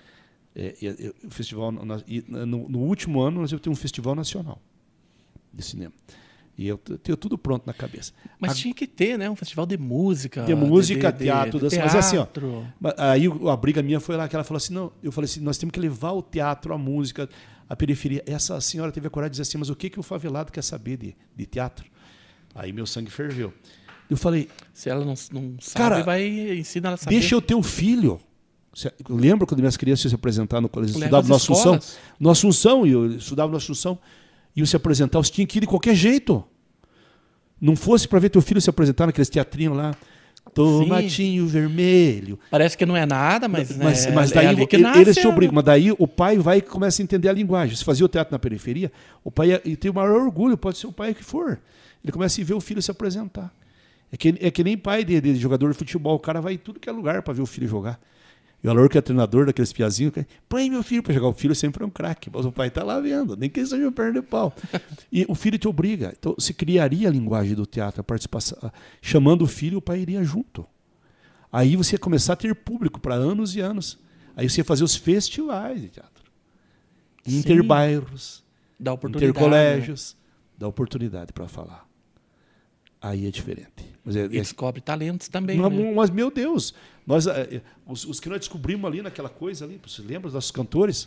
O festival, no último ano, nós íamos ter um festival nacional de cinema. E eu tenho tudo pronto na cabeça. Mas tinha que ter, né? Um festival de música. De música, teatro, dança. Mas assim, ó, aí a briga minha foi lá, que ela falou assim, não, eu falei assim, nós temos que levar o teatro, a música, a periferia. Essa senhora teve a coragem de dizer assim, mas o que o favelado quer saber de teatro? Aí meu sangue ferveu. Eu falei... Se ela não sabe, cara, vai ensinar ela a saber. Deixa o teu filho... Eu lembro quando minhas crianças se apresentaram no colégio, estudavam no Assunção. No Assunção, eu estudava no Assunção. Iam se apresentar, você tinha que ir de qualquer jeito. Não fosse para ver teu filho se apresentar naqueles teatrinhos lá. Tomatinho vermelho. Parece que não é nada, mas daí ali que eles te obrigam. Mas daí o pai vai e começa a entender a linguagem. Se fazia o teatro na periferia, o pai tem o maior orgulho, pode ser o pai que for. Ele começa a ver o filho se apresentar. É que nem pai de jogador de futebol. O cara vai em tudo que é lugar para ver o filho jogar. E o Alor, que é treinador daqueles piazinhos, põe meu filho para jogar. O filho sempre é um craque, mas o pai está lá vendo, nem que ele seja um perna de pau. E o filho te obriga. Então, se criaria a linguagem do teatro, a participação, chamando o filho, o pai iria junto. Aí você ia começar a ter público para anos e anos. Aí você ia fazer os festivais de teatro. Interbairros, intercolégios, dá oportunidade para falar. Aí é diferente. Mas e descobre talentos também. Não, né? Mas, meu Deus, os que nós descobrimos ali naquela coisa ali, você lembra dos nossos cantores?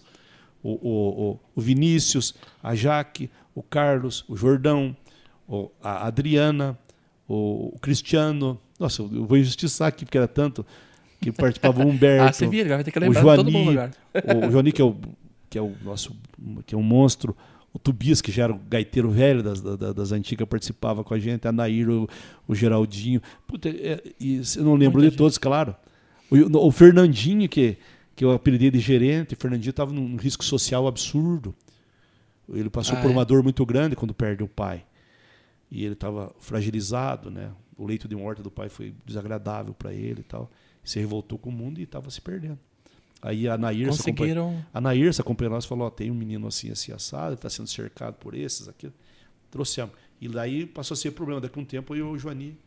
O Vinícius, a Jaque, o Carlos, o Jordão, a Adriana, o Cristiano. Nossa, eu vou injustiçar aqui, porque era tanto que participava o Humberto. Você vira, vai ter que lembrar o Joani, todo mundo agora. O Joani, que é o nosso, que é um monstro. O Tobias, que já era o gaiteiro velho das antigas, participava com a gente. A Nair, o Geraldinho. Puta, e eu não lembro de todos, claro. O Fernandinho, que eu apelidei de gerente. O Fernandinho estava num risco social absurdo. Ele passou por uma dor muito grande quando perde o pai. E ele estava fragilizado, né? O leito de morte do pai foi desagradável para ele e tal. Se revoltou com o mundo e estava se perdendo. Aí a Nairsa acompanhou nós e falou, tem um menino assim, assim, assado, está sendo cercado por esses, aquilo. Trouxemos. E daí passou a ser problema. Daqui a um tempo, eu e o Joani,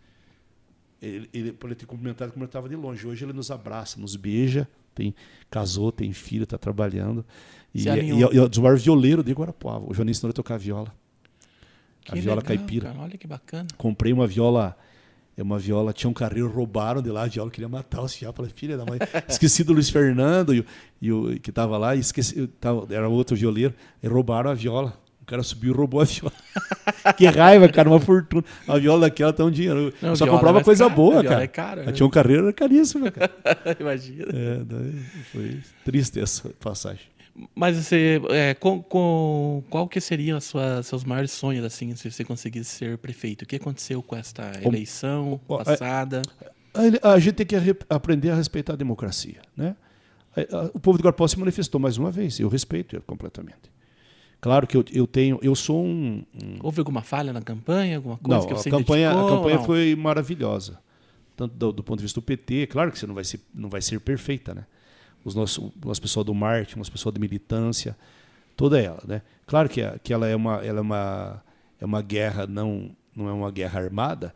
ele por ter cumprimentado como ele estava de longe. Hoje ele nos abraça, nos beija, casou, tem filho, está trabalhando. E é o maior violeiro de Guarapuava. O Joani ensinou a tocar viola. A viola caipira. Cara, olha que bacana. Comprei uma viola... tinha um carreiro, roubaram de lá a viola, queria matar o Ciá, falei, filha da mãe. Esqueci do Luiz Fernando, e o que estava lá, era outro violeiro, e roubaram a viola. O cara subiu e roubou a viola. Que raiva, cara, uma fortuna. A viola daquela tá um dinheiro. Não, só comprava coisa boa, cara. Tinha um carreiro, era caríssimo, cara. Imagina. Daí foi triste essa passagem. Mas você, qual que seriam seus maiores sonhos, assim, se você conseguisse ser prefeito? O que aconteceu com esta eleição passada? A gente tem que aprender a respeitar a democracia, né? O povo de Guarapuava se manifestou mais uma vez, eu respeito ele completamente. Claro que eu sou um... Houve alguma falha na campanha? Alguma coisa que você a campanha foi maravilhosa, tanto do ponto de vista do PT. Claro que você não vai ser perfeita, né? Nosso pessoal do marketing, nosso pessoal de militância, toda ela, né? Claro que ela é uma guerra, não é uma guerra armada,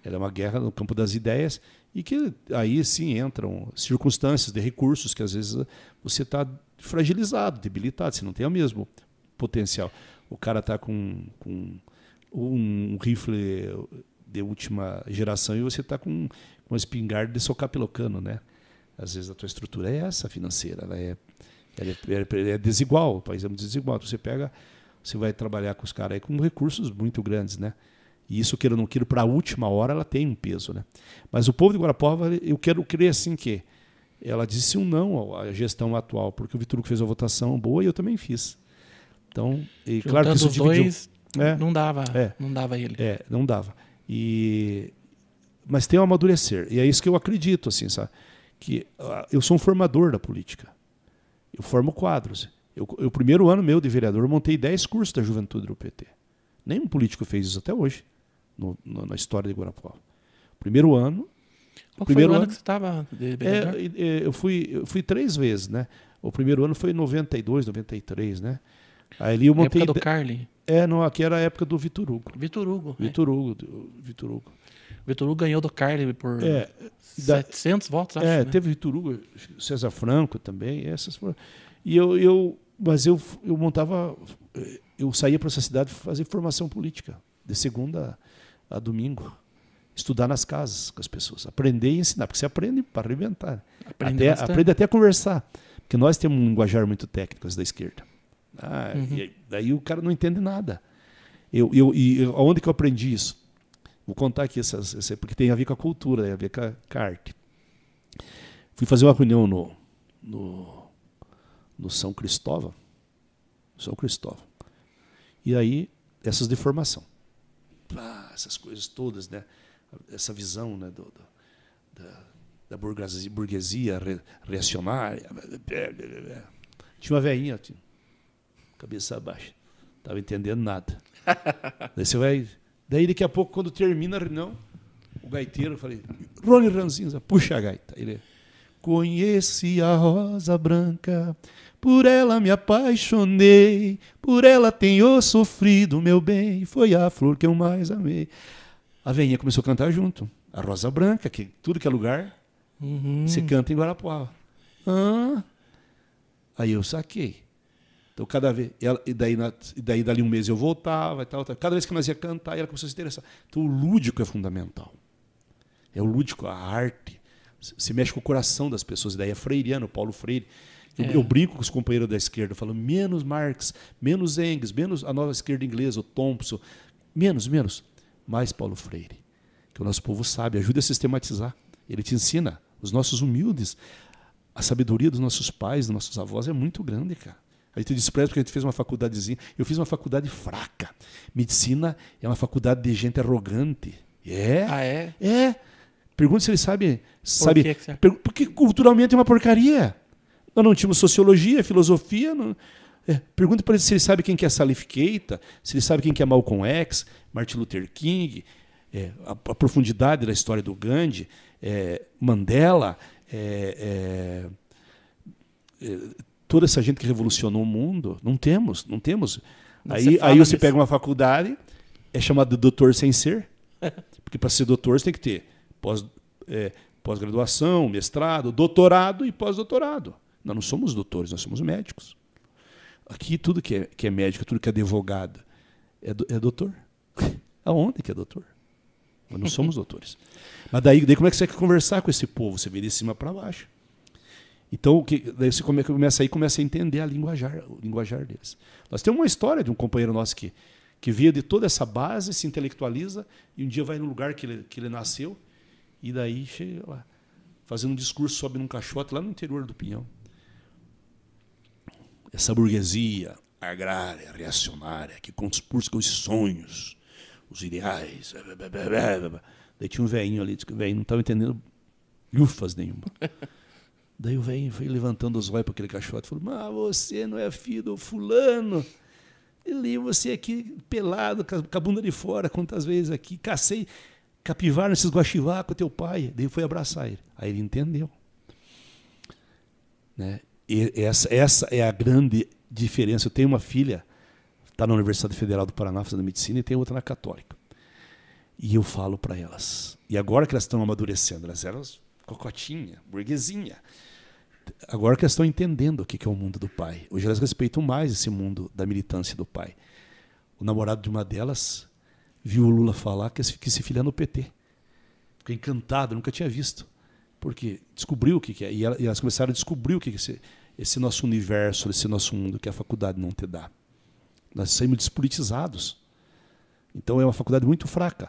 Ela é uma guerra no campo das ideias e que aí sim entram circunstâncias de recursos que às vezes você está fragilizado, debilitado, você não tem o mesmo potencial. O cara está com um rifle de última geração e você está com uma espingarda de socar pelo cano, né? Às vezes a tua estrutura é essa financeira, ela é desigual, o país é muito desigual. Então você vai trabalhar com os caras aí com recursos muito grandes, né? E isso, queira ou não queira, para a última hora ela tem um peso, né? Mas o povo de Guarapuava, eu quero crer assim que ela disse um não à gestão atual, porque o Vitor Hugo fez uma votação boa e eu também fiz. Então, e claro que isso os dois, É. não dava ele. Não dava. Mas tem um amadurecer. E é isso que eu acredito, assim, sabe? Que eu sou um formador da política. Eu formo quadros. O primeiro ano meu de vereador, eu montei 10 cursos da juventude do PT. Nenhum político fez isso até hoje, na história de Guarapuava. Primeiro ano... Qual foi o ano que você estava de vereador? Eu fui 3 vezes, né? O primeiro ano foi em 92, 93, né? Aí eu montei... Época do Carli? Não, aqui era a época do Vitor Hugo. Vitor Hugo. Vitor Hugo. Vitor Hugo ganhou do Carli por 700 votos, acho. Né? Teve Vitor Hugo, César Franco também. Essas foram. Mas eu montava... Eu saía para essa cidade fazer formação política, de segunda a domingo. Estudar nas casas com as pessoas. Aprender e ensinar, porque você aprende para arrebentar. Aprende até a conversar. Porque nós temos um linguajar muito técnico, as da esquerda. E daí o cara não entende nada. Onde que eu aprendi isso? Vou contar aqui, porque tem a ver com a cultura, tem a ver com a arte. Fui fazer uma reunião no São Cristóvão. E aí, essas de formação. Essas coisas todas, né? Essa visão, né, da burguesia reacionária. Tinha uma velhinha, cabeça baixa. Não estava entendendo nada. Daí daqui a pouco, quando termina a reunião, o gaiteiro, eu falei, Rony Ranzinza, puxa a gaita. Ele, conheci a rosa branca, por ela me apaixonei, por ela tenho sofrido, meu bem, foi a flor que eu mais amei. A velhinha começou a cantar junto. A rosa branca, que tudo que é lugar, se canta em Guarapuava. Aí eu saquei. Então, cada vez. Daí, dali um mês eu voltava e tal. Cada vez que nós ia cantar, ela começou a se interessar. Então, o lúdico é fundamental. É o lúdico, a arte. Se mexe com o coração das pessoas. E daí é freiriano, Paulo Freire. Eu brinco com os companheiros da esquerda, eu falo menos Marx, menos Engels, menos a nova esquerda inglesa, o Thompson. Menos. Mais Paulo Freire. Que o nosso povo sabe, ajuda a sistematizar. Ele te ensina, os nossos humildes. A sabedoria dos nossos pais, dos nossos avós é muito grande, cara. A gente despreza porque a gente fez uma faculdadezinha. Eu fiz uma faculdade fraca. Medicina é uma faculdade de gente arrogante. É. Pergunta se ele sabe. Porque culturalmente é uma porcaria. Nós não tínhamos sociologia, filosofia. Pergunta para ele se ele sabe quem que é Salif Keita, se ele sabe quem que é Malcolm X, Martin Luther King, a profundidade da história do Gandhi, Mandela, toda essa gente que revolucionou o mundo. Não temos. Aí você pega uma faculdade, é chamado de doutor sem ser, porque para ser doutor você tem que ter pós-graduação, mestrado, doutorado e pós-doutorado. Nós não somos doutores, nós somos médicos. Aqui tudo que é médico, tudo que é advogado é doutor. Aonde que é doutor? Nós não somos doutores. Mas daí como é que você quer conversar com esse povo? Você vê de cima para baixo. Então, daí você começa a entender o linguajar deles. Nós temos uma história de um companheiro nosso que veio de toda essa base, se intelectualiza, e um dia vai no lugar que ele nasceu, e daí chega lá, fazendo um discurso, sobe num caixote lá no interior do Pinhão. Essa burguesia agrária, reacionária, que conspurca os sonhos, os ideais. Daí tinha um velhinho ali, disse que o velhinho não estava entendendo lufas nenhuma. Daí o velhinho foi levantando os olhos para aquele caixote e falou, mas você não é filho do fulano? Ele, você aqui pelado, com a bunda de fora, quantas vezes aqui, cacei capivara nesses guaxivá com teu pai. Daí foi abraçar ele. Aí ele entendeu. Né? E essa é a grande diferença. Eu tenho uma filha, está na Universidade Federal do Paraná fazendo medicina, e tem outra na Católica. E eu falo para elas. E agora que elas estão amadurecendo, elas eram cocotinha, burguesinha. Agora que elas estão entendendo o que é o mundo do pai. Hoje elas respeitam mais esse mundo da militância do pai. O namorado de uma delas viu o Lula falar que se filiar no PT. Ficou encantado, nunca tinha visto. Porque descobriu o que é. E elas começaram a descobrir o que é esse nosso universo, esse nosso mundo que a faculdade não te dá. Nós saímos despolitizados. Então é uma faculdade muito fraca.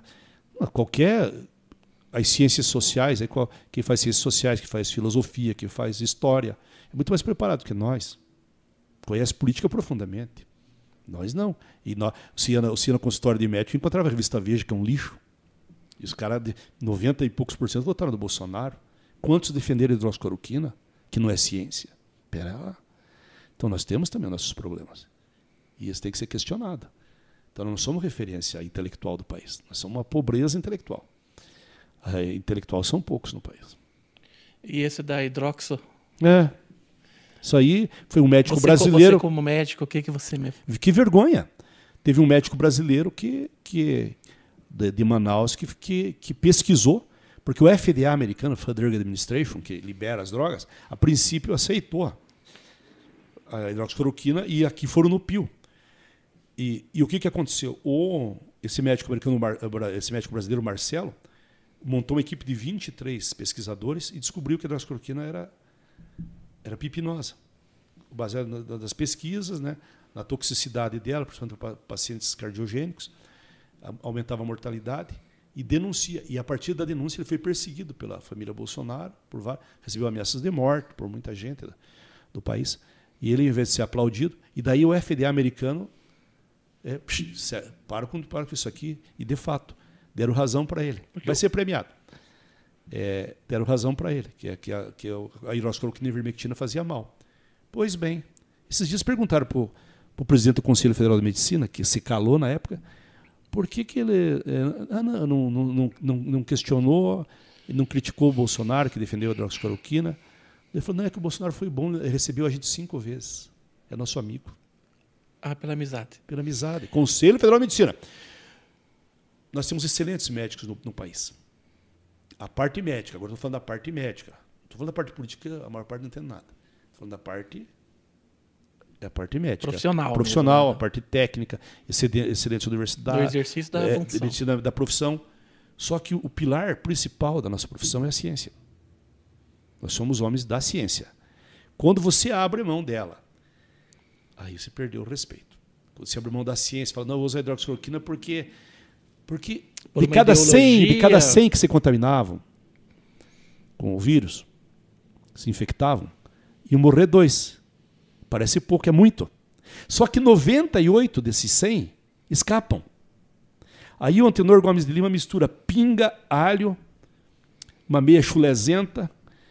As ciências sociais, quem faz ciências sociais, que faz filosofia, que faz história, é muito mais preparado que nós. Conhece política profundamente. Nós não. E o Ciano Consultório de Médico encontrava a revista Veja, que é um lixo. E os caras, 90 e poucos % votaram do Bolsonaro. Quantos defenderam a hidroxicloroquina, que não é ciência? Pera lá. Então nós temos também nossos problemas. E isso tem que ser questionado. Então nós não somos referência intelectual do país. Nós somos uma pobreza intelectual. Intelectual são poucos no país. E esse da hidroxo? Isso aí foi um médico brasileiro. Você como médico, o que você me... Que vergonha. Teve um médico brasileiro de Manaus que pesquisou, porque o FDA americano, Food Drug Administration, que libera as drogas, a princípio aceitou a hidroxicloroquina e aqui foram no PIL. E o que aconteceu? Esse médico brasileiro, Marcelo, montou uma equipe de 23 pesquisadores e descobriu que a hidroxicloroquina era pipinosa. Baseado nas pesquisas, né, na toxicidade dela, principalmente para pacientes cardiogênicos, aumentava a mortalidade e denuncia. E a partir da denúncia ele foi perseguido pela família Bolsonaro, recebeu ameaças de morte por muita gente do país. E ele, em vez de ser aplaudido, e daí o FDA americano para com isso aqui, e de fato deram razão para ele. Vai ser premiado. Deram razão para ele, que a hidroxicloroquina e a ivermectina fazia mal. Pois bem, esses dias perguntaram para o presidente do Conselho Federal de Medicina, que se calou na época, por que ele não questionou, não criticou o Bolsonaro, que defendeu a hidroxicloroquina. Ele falou, não, é que o Bolsonaro foi bom, ele recebeu a gente 5 vezes. É nosso amigo. Pela amizade. Pela amizade. Conselho Federal de Medicina. Nós temos excelentes médicos no país. A parte médica, agora estou falando da parte médica. Estou falando da parte política, a maior parte não entende nada. Estou falando da parte... É a parte médica. Profissional, mesmo, a parte técnica, excelente universidade. Do exercício da função. Medicina da profissão. Só que o pilar principal da nossa profissão é a ciência. Nós somos homens da ciência. Quando você abre mão dela, aí você perdeu o respeito. Quando você abre mão da ciência, fala, não, eu uso a hidroxicloroquina porque de cada 100 que se contaminavam com o vírus, se infectavam, iam morrer 2. Parece pouco, é muito. Só que 98 desses 100 escapam. Aí o Antenor Gomes de Lima mistura pinga, alho, uma meia chulezenta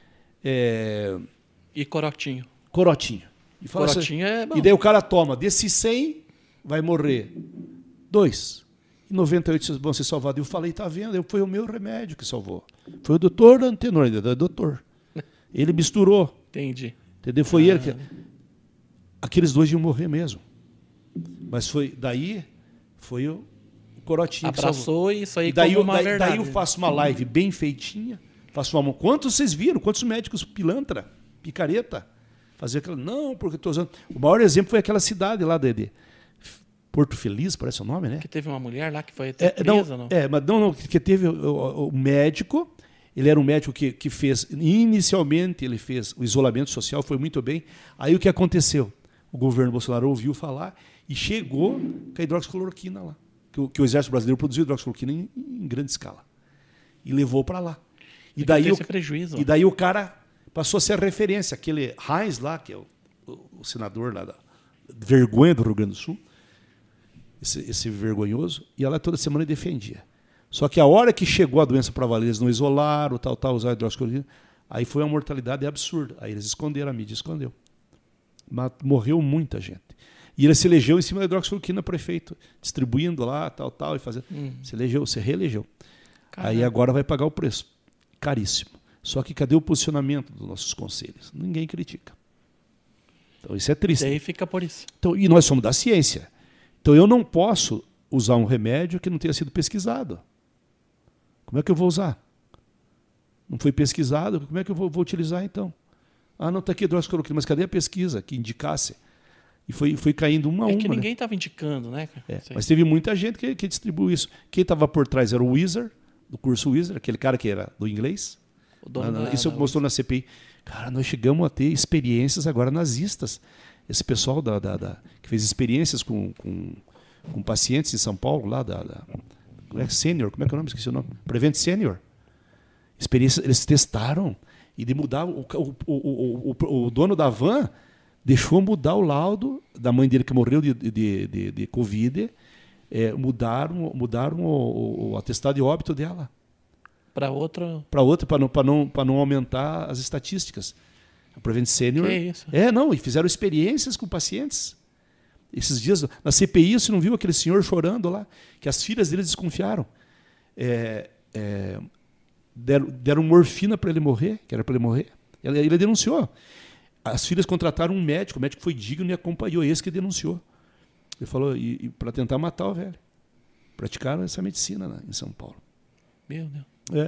e corotinho. E fala corotinho assim, é bom. E daí o cara toma, desses 100 vai morrer 2. E 98 vão ser salvados. Eu falei, tá vendo? Foi o meu remédio que salvou. Foi o doutor Antenor, doutor. Ele misturou. Entendi. Entendeu? Foi ele que... Aqueles 2 iam morrer mesmo. Mas foi o corotinho que abraçou salvou. Isso aí daí, como uma verdade. Daí eu faço uma live bem feitinha, faço uma... Quantos vocês viram? Quantos médicos pilantra, picareta, fazer aquela... Não, porque estou usando... O maior exemplo foi aquela cidade lá de Porto Feliz, parece o nome, né? Que teve uma mulher lá que foi presa, não? Mas não, que teve o médico... Ele era um médico que fez... Inicialmente, ele fez o isolamento social, foi muito bem. Aí o que aconteceu? O governo Bolsonaro ouviu falar e chegou com a hidroxicloroquina lá. Que o Exército Brasileiro produziu hidroxicloroquina em grande escala. E levou para lá. E daí o cara passou a ser a referência. Aquele Heinz lá, que é o senador lá da vergonha do Rio Grande do Sul, esse vergonhoso, ia lá toda semana e defendia. Só que a hora que chegou a doença para valer, eles não isolaram, usaram hidroxicloroquina, aí foi uma mortalidade absurda. Aí eles esconderam, a mídia escondeu. Mas morreu muita gente. E ele se elegeu em cima da hidroxicloroquina, prefeito, distribuindo lá, tal, e fazendo. Se reelegeu. Caramba. Aí agora vai pagar o preço. Caríssimo. Só que cadê o posicionamento dos nossos conselhos? Ninguém critica. Então isso é triste. E aí fica por isso. Então, e nós somos da ciência. Então eu não posso usar um remédio que não tenha sido pesquisado. Como é que eu vou usar? Não foi pesquisado, como é que eu vou utilizar então? Ah, não, está aqui hidroxicloroquina, mas cadê a pesquisa que indicasse? E foi caindo uma a uma. É que ninguém estava indicando, né? Mas teve muita gente que distribuiu isso. Quem estava por trás era o Wizard, do curso Wizard, aquele cara que era do inglês. Isso mostrou na CPI. Cara, nós chegamos a ter experiências agora nazistas. Esse pessoal que fez experiências com pacientes em São Paulo, lá como é que é o nome? Esqueci o nome. Prevent Senior. Experiências, eles testaram e de mudar o dono da van deixou mudar o laudo da mãe dele que morreu de Covid, mudaram o atestado de óbito dela. Para outra, para não aumentar as estatísticas. A Prevent Senior. Que é isso? E fizeram experiências com pacientes. Esses dias, na CPI, você não viu aquele senhor chorando lá? Que as filhas dele desconfiaram. Deram morfina para ele morrer, que era para ele morrer. Ele denunciou. As filhas contrataram um médico, o médico foi digno e acompanhou, esse que denunciou. Ele falou, e para tentar matar o velho. Praticaram essa medicina em São Paulo. Meu Deus.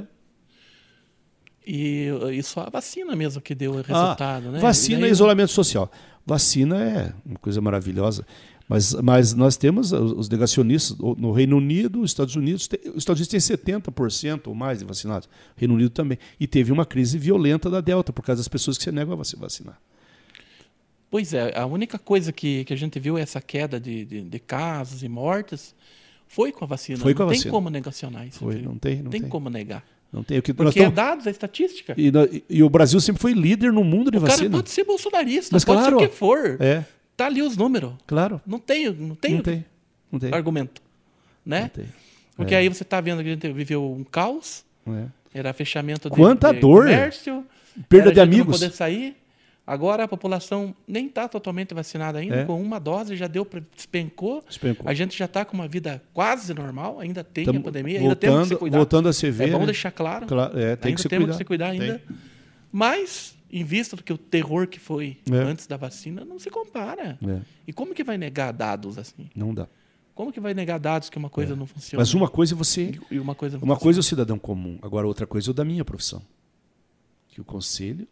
E só a vacina mesmo que deu o resultado, né? Vacina e isolamento social. Vacina é uma coisa maravilhosa. Mas nós temos os negacionistas no Reino Unido, os Estados Unidos têm 70% ou mais de vacinados. O Reino Unido também. E teve uma crise violenta da Delta por causa das pessoas que se negam a se vacinar. Pois é, a única coisa que a gente viu é essa queda de casos e mortes foi com a vacina. Foi com a vacina. Não tem como negacionar isso. Não tem como negar. Não tem. Porque é dados, é estatística. E o Brasil sempre foi líder no mundo de vacina. O cara pode ser bolsonarista, mas pode claro, ser o que for. Tá ali os números. Claro. Não tem argumento. Né? Não tem. Porque aí você está vendo que a gente viveu um caos, era fechamento de dor, comércio, perda de amigos. Não poder sair. Agora a população nem está totalmente vacinada ainda, com uma dose já despencou. A gente já está com uma vida quase normal, ainda tem a pandemia, ainda temos que se cuidar. Voltando a se ver. É bom deixar claro. Tem ainda temos que se cuidar ainda. Mas, em vista do que o terror que foi antes da vacina, não se compara. E como que vai negar dados assim? Não dá. Como que vai negar dados que uma coisa não funciona? Mas uma coisa é você... E uma coisa é o cidadão comum. Agora, outra coisa é o da minha profissão. Que o conselho...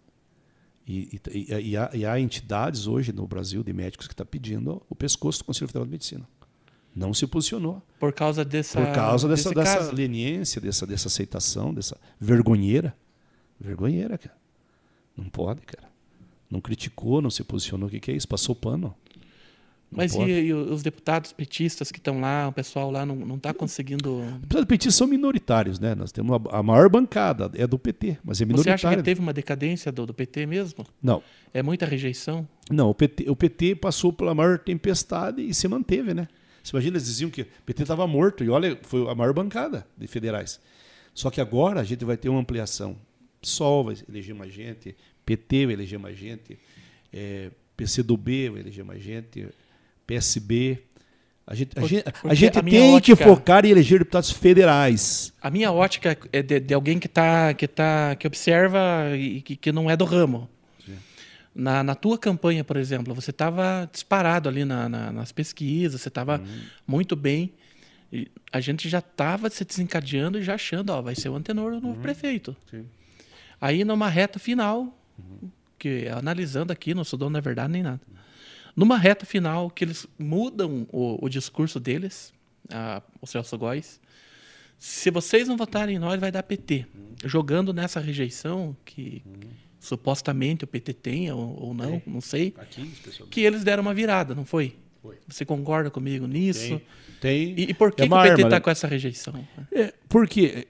E há entidades hoje no Brasil de médicos que estão pedindo o pescoço do Conselho Federal de Medicina. Não se posicionou. Por causa dessa leniência, dessa aceitação, dessa vergonheira. Vergonheira, cara. Não pode, cara. Não criticou, não se posicionou. O que é isso? Passou pano. Mas e os deputados petistas que estão lá, o pessoal lá não está conseguindo... Os deputados petistas são minoritários, né? Nós temos a maior bancada, é do PT, mas é minoritário. Você acha que teve uma decadência do PT mesmo? Não. É muita rejeição? Não, o PT passou pela maior tempestade e se manteve, né? Você imagina, eles diziam que o PT estava morto, e olha, foi a maior bancada de federais. Só que agora a gente vai ter uma ampliação. PSOL vai eleger mais gente, PT vai eleger mais gente, PCdoB vai eleger mais gente... PSB. A gente tem que focar em eleger deputados federais. A minha ótica é de alguém que observa e que não é do ramo. Na tua campanha, por exemplo, você estava disparado ali nas pesquisas, você estava muito bem. E a gente já estava se desencadeando e já achando, vai ser o Antenor o novo prefeito. Sim. Aí, numa reta final, que analisando aqui, não sou dono da verdade nem nada. Numa reta final, que eles mudam o discurso deles, o Celso Góes, se vocês não votarem em nós, vai dar PT. Jogando nessa rejeição que supostamente o PT tem, ou não, não sei, que eles deram uma virada, não foi? Você concorda comigo nisso? Tem. E por que, que o PT está com essa rejeição? Porque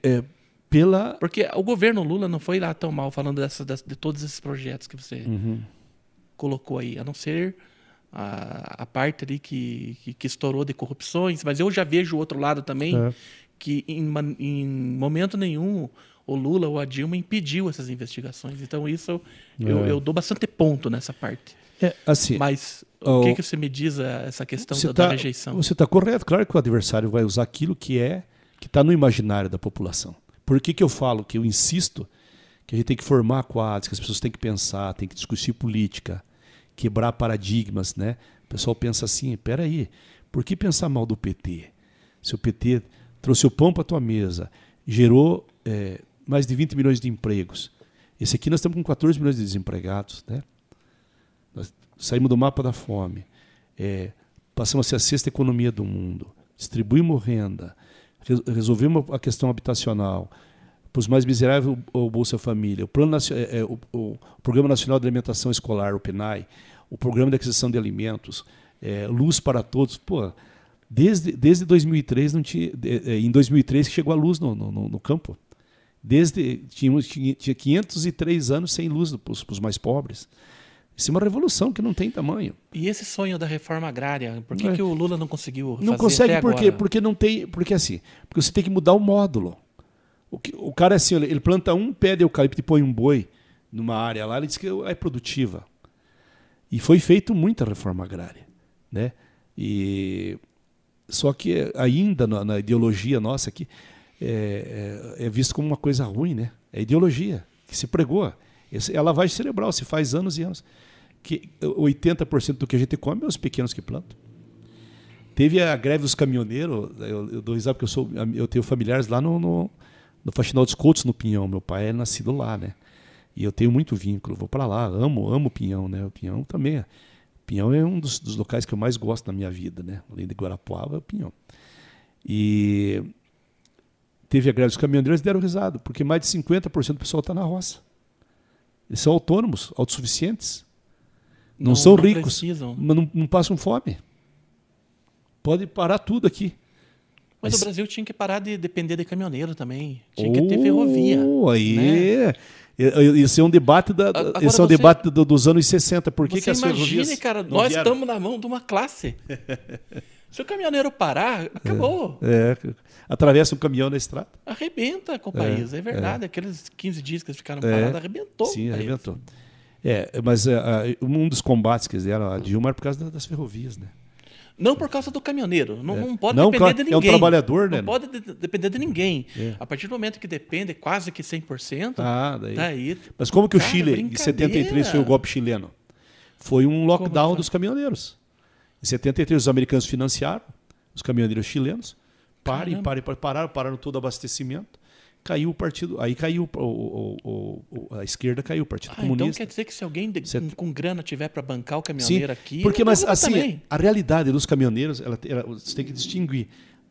o governo Lula não foi lá tão mal falando de todos esses projetos que você colocou aí, a não ser... A parte ali que estourou de corrupções, mas eu já vejo o outro lado também, que em momento nenhum o Lula ou a Dilma impediu essas investigações. Então isso eu dou bastante ponto nessa parte. Assim, mas o que você me diz essa questão da rejeição? Você está correto. Claro que o adversário vai usar aquilo que está no imaginário da população. Por que eu falo, que eu insisto que a gente tem que formar quadros, que as pessoas têm que pensar, têm que discutir política, quebrar paradigmas, né? O pessoal pensa assim, peraí, por que pensar mal do PT? Se o PT trouxe o pão para a tua mesa, gerou mais de 20 milhões de empregos. Esse aqui nós estamos com 14 milhões de desempregados, né? Nós saímos do mapa da fome, passamos a ser a sexta economia do mundo, distribuímos renda, resolvemos a questão habitacional, para os mais miseráveis o Bolsa Família, o Programa Nacional de Alimentação Escolar, o PNAE, o Programa de Aquisição de Alimentos, Luz para Todos. Pô, desde 2003, não tinha, em 2003 que chegou a luz no campo. Tinha 503 anos sem luz para os mais pobres. Isso é uma revolução que não tem tamanho. E esse sonho da reforma agrária, por que o Lula não conseguiu fazer Não consegue até por quê? agora? Porque não tem, porque você tem que mudar o módulo. O cara assim, ele planta um pé de eucalipto e põe um boi numa área lá, ele diz que é produtiva. E foi feito muita reforma agrária, né? Só que ainda na ideologia nossa aqui é visto como uma coisa ruim, né? É ideologia que se pregou. É lavagem cerebral, se faz anos e anos. Que 80% do que a gente come é os pequenos que plantam. Teve a greve dos caminhoneiros, eu dou risada porque eu tenho familiares lá no Faxinal dos Coutos, no Pinhão. Meu pai é nascido lá, né? E eu tenho muito vínculo, vou para lá, amo o Pinhão, né? O Pinhão também Pinhão é um dos locais que eu mais gosto na minha vida, né? Além de Guarapuava, é o Pinhão. E teve a greve dos caminhoneiros e deram risada, porque mais de 50% do pessoal está na roça. Eles são autônomos, autossuficientes. Não são ricos, mas não passam fome. Pode parar tudo aqui. Mas o Brasil tinha que parar de depender de caminhoneiro também. Tinha que ter ferrovia. Aí, né? Esse é um debate, debate dos anos 60. Por que as ferrovias... Imagine, cara, nós estamos na mão de uma classe. Se o caminhoneiro parar, acabou. Atravessa um caminhão na estrada. Arrebenta com o país, é verdade. Aqueles 15 dias que eles ficaram parados, arrebentou. Sim, arrebentou. Mas um dos combates que eles deram a Dilma era por causa das ferrovias, né? Não por causa do caminhoneiro. Não pode depender de ninguém. É um trabalhador, né? Não pode depender de ninguém. A partir do momento que depende quase que 100%, daí... Mas como que o Chile, em 73, foi o golpe chileno? Foi um lockdown dos caminhoneiros. Em 73, os americanos financiaram os caminhoneiros chilenos. Pararam todo o abastecimento. Caiu o partido. Aí caiu a esquerda, caiu o Partido Comunista. Então quer dizer que se alguém com grana tiver para bancar o caminhoneiro aqui... Porque, mas assim, a realidade dos caminhoneiros, você tem que distinguir.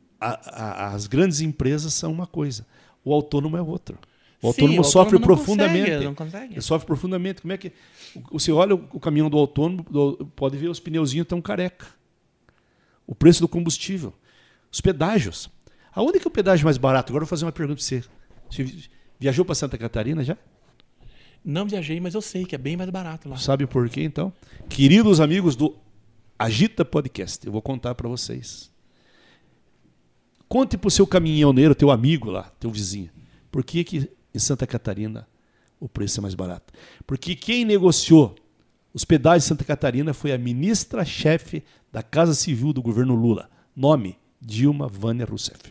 As grandes empresas são uma coisa, o autônomo é outra. O autônomo sofre profundamente. Não consegue. Ele sofre profundamente. Como é que você olha o caminhão do autônomo, pode ver os pneuzinhos estão careca. O preço do combustível, os pedágios. Aonde que é o pedágio mais barato? Agora eu vou fazer uma pergunta para você. Você viajou para Santa Catarina já? Não viajei, mas eu sei que é bem mais barato lá. Sabe por quê, então? Queridos amigos do Agita Podcast, eu vou contar para vocês. Conte para o seu caminhoneiro, teu amigo lá, teu vizinho, por que em Santa Catarina o preço é mais barato? Porque quem negociou os pedágios de Santa Catarina foi a ministra-chefe da Casa Civil do governo Lula. Nome, Dilma Vânia Rousseff.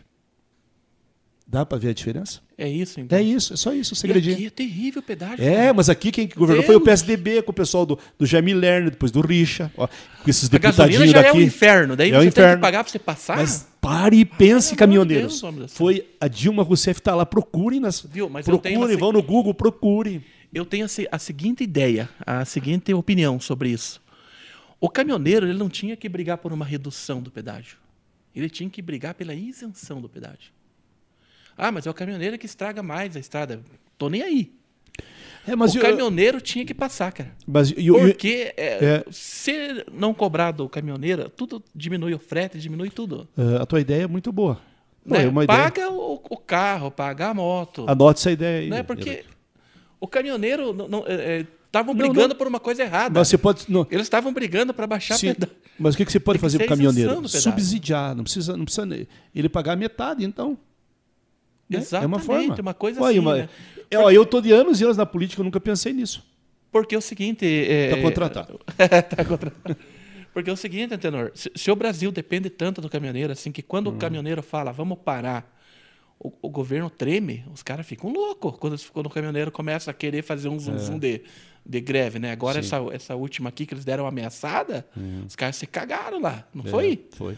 Dá para ver a diferença? É isso, então? É isso, é só isso o segredinho. E aqui é terrível o pedágio. Mas aqui quem governou foi o PSDB, com o pessoal do Jaime Lerner, depois do Richa, com esses deputadinhos daqui. A gasolina já é um inferno, daí você tem que pagar para você passar? Mas pare e pense, caminhoneiros. Foi a Dilma Rousseff está lá, procurem, vão no Google, procurem. Eu tenho a seguinte ideia, a seguinte opinião sobre isso. O caminhoneiro ele não tinha que brigar por uma redução do pedágio. Ele tinha que brigar pela isenção do pedágio. Mas é o caminhoneiro que estraga mais a estrada. Tô nem aí. O caminhoneiro tinha que passar, cara. Porque se não cobrar do caminhoneiro, tudo diminui o frete, diminui tudo. A tua ideia é muito boa. Paga o carro, paga a moto. Anote essa ideia aí. Não é porque o caminhoneiro estavam brigando por uma coisa errada. Mas você pode, eles estavam brigando para baixar pedágio. Mas o que você pode fazer para o caminhoneiro? Subsidiar. Não precisa ele pagar metade, então. Exatamente, é uma forma. Uma coisa assim. Né? Eu estou de anos e anos na política, eu nunca pensei nisso. Porque é o seguinte... Está contratado. Está contratado. Porque é o seguinte, Antenor, se o Brasil depende tanto do caminhoneiro, assim, que quando o caminhoneiro fala, vamos parar, o governo treme, os caras ficam loucos quando o caminhoneiro começa a querer fazer um zum de greve, né? Agora essa última aqui que eles deram uma ameaçada, os caras se cagaram lá, não foi? Foi.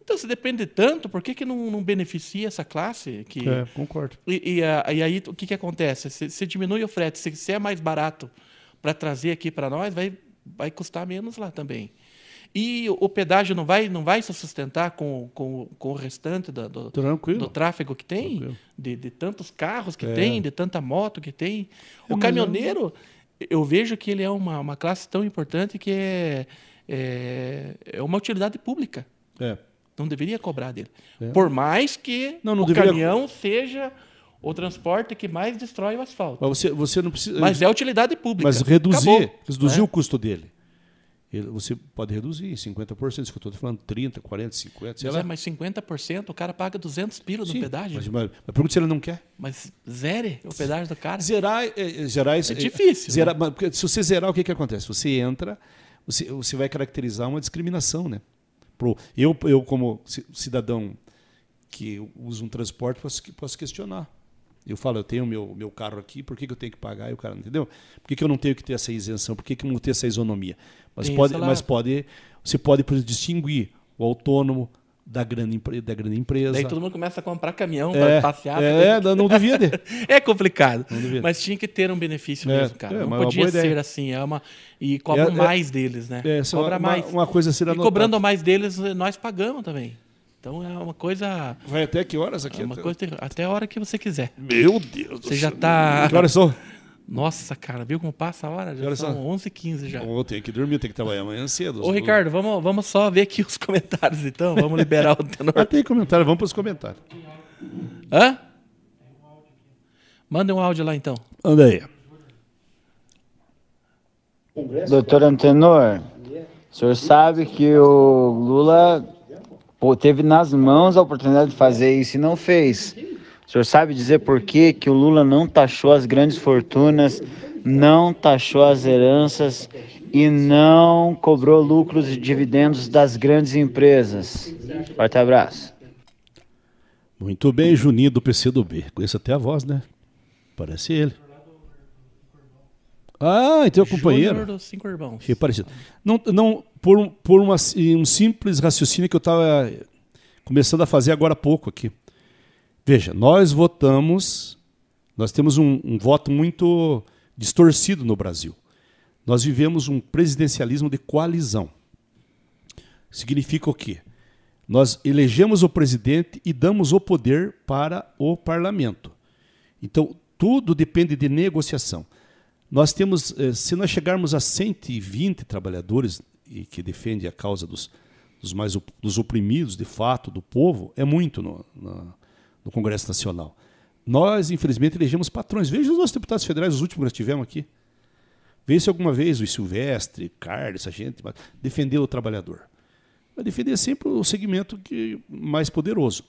Então, se depende tanto, por que não beneficia essa classe? Concordo. E aí, o que acontece? Se diminui o frete, se é mais barato para trazer aqui para nós, vai custar menos lá também. E o pedágio não vai se sustentar com o restante do tráfego que tem, de tantos carros que tem, de tanta moto que tem. O caminhoneiro, eu vejo que ele é uma classe tão importante que é uma utilidade pública. Não deveria cobrar dele. Por mais que o caminhão seja o transporte que mais destrói o asfalto. Mas você não precisa. Mas é utilidade pública. Mas reduzir o custo dele. Você pode reduzir em 50%, isso que eu estou falando, 30%, 40%, 50%, sei lá. Mas 50% o cara paga 200 pila no pedágio. Mas pergunta se ele não quer. Mas zere o pedágio do cara. Zerar isso é difícil. Porque se você zerar, o que acontece? Você entra, você vai caracterizar uma discriminação, né? Eu como cidadão que usa um transporte, posso questionar. Eu falo, eu tenho meu carro aqui, por que eu tenho que pagar? E o cara não entendeu? Por que eu não tenho que ter essa isenção? Por que eu não tenho essa isonomia? Você pode distinguir o autônomo da grande empresa. Daí todo mundo começa a comprar caminhão para passear. Não duvida. É complicado. Mas tinha que ter um benefício mesmo, cara. Não podia ser assim. E cobram mais deles, né? Cobra mais. Uma coisa a ser anotada. E cobrando mais deles, nós pagamos também. Então é uma coisa... Vai até que horas aqui? Até a hora que você quiser. Meu Deus do céu. Você já está... Que horas são? Nossa, cara, viu como passa a hora? Já são 11h15 já. Tenho que dormir, tenho que trabalhar amanhã cedo. Ô, Ricardo, vamos só ver aqui os comentários, então. Vamos liberar o tenor. Tem comentário, vamos para os comentários. Hã? Manda um áudio lá, então. Anda aí. Doutor Antenor, o senhor sabe que o Lula teve nas mãos a oportunidade de fazer isso e não fez. O senhor sabe dizer por que o Lula não taxou as grandes fortunas, não taxou as heranças e não cobrou lucros e dividendos das grandes empresas? Forte abraço. Muito bem, Juninho do PCdoB. Conheço até a voz, né? Parece ele. Então é o companheiro. Júnior dos Cinco Irmãos. Achei parecido. Não, por um simples raciocínio que eu estava começando a fazer agora há pouco aqui. Veja, nós temos um voto muito distorcido no Brasil. Nós vivemos um presidencialismo de coalizão. Significa o quê? Nós elegemos o presidente e damos o poder para o parlamento. Então, tudo depende de negociação. Nós temos, se nós chegarmos a 120 trabalhadores e que defendem a causa dos oprimidos, de fato, do povo, é muito no Congresso Nacional. Nós, infelizmente, elegemos patrões. Veja os nossos deputados federais, os últimos que nós tivemos aqui. Veja se alguma vez o Silvestre, Carlos, essa gente, defendeu o trabalhador. Vai defender sempre o segmento mais poderoso.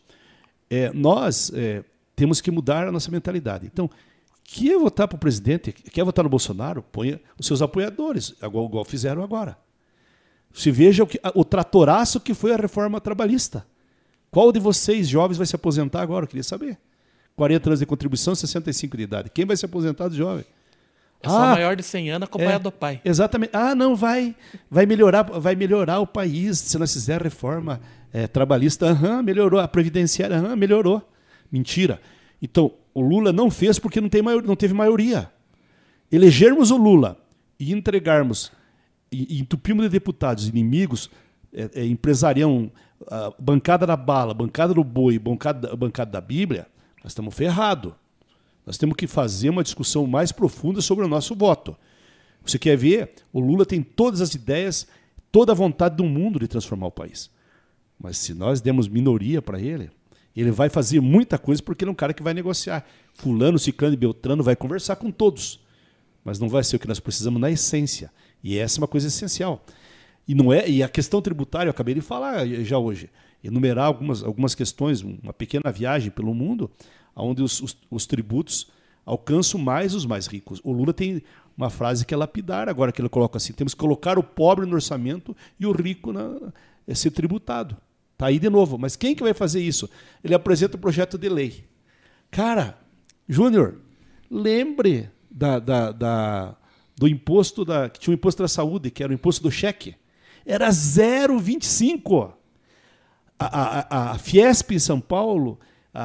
Nós temos que mudar a nossa mentalidade. Então, quer votar para o presidente, quer votar no Bolsonaro, ponha os seus apoiadores, igual fizeram agora. Se veja o tratoraço que foi a reforma trabalhista. Qual de vocês, jovens, vai se aposentar agora? Eu queria saber. 40 anos de contribuição, 65 de idade. Quem vai se aposentar de jovem? É só maior de 100 anos acompanhado do pai. Exatamente. Não, vai melhorar o país se nós fizermos reforma trabalhista. Melhorou. A previdenciária, melhorou. Mentira. Então, o Lula não fez porque não teve maioria. Elegermos o Lula e entregarmos, e entupirmos de deputados inimigos, empresarião, bancada da bala, bancada do boi, bancada da Bíblia, nós estamos ferrados. Nós temos que fazer uma discussão mais profunda sobre o nosso voto. Você quer ver? O Lula tem todas as ideias, toda a vontade do mundo de transformar o país. Mas se nós demos minoria para ele vai fazer muita coisa porque ele é um cara que vai negociar. Fulano, Ciclano e Beltrano vai conversar com todos. Mas não vai ser o que nós precisamos na essência. E essa é uma coisa essencial. E a questão tributária, eu acabei de falar já hoje, enumerar algumas questões, uma pequena viagem pelo mundo, onde os tributos alcançam mais os mais ricos. O Lula tem uma frase que é lapidar agora, que ele coloca assim, temos que colocar o pobre no orçamento e o rico ser tributado. Está aí de novo. Mas quem que vai fazer isso? Ele apresenta o projeto de lei. Cara, Júnior, lembre do imposto, que tinha o imposto da saúde, que era o imposto do cheque. Era 0,25. a Fiesp em São Paulo,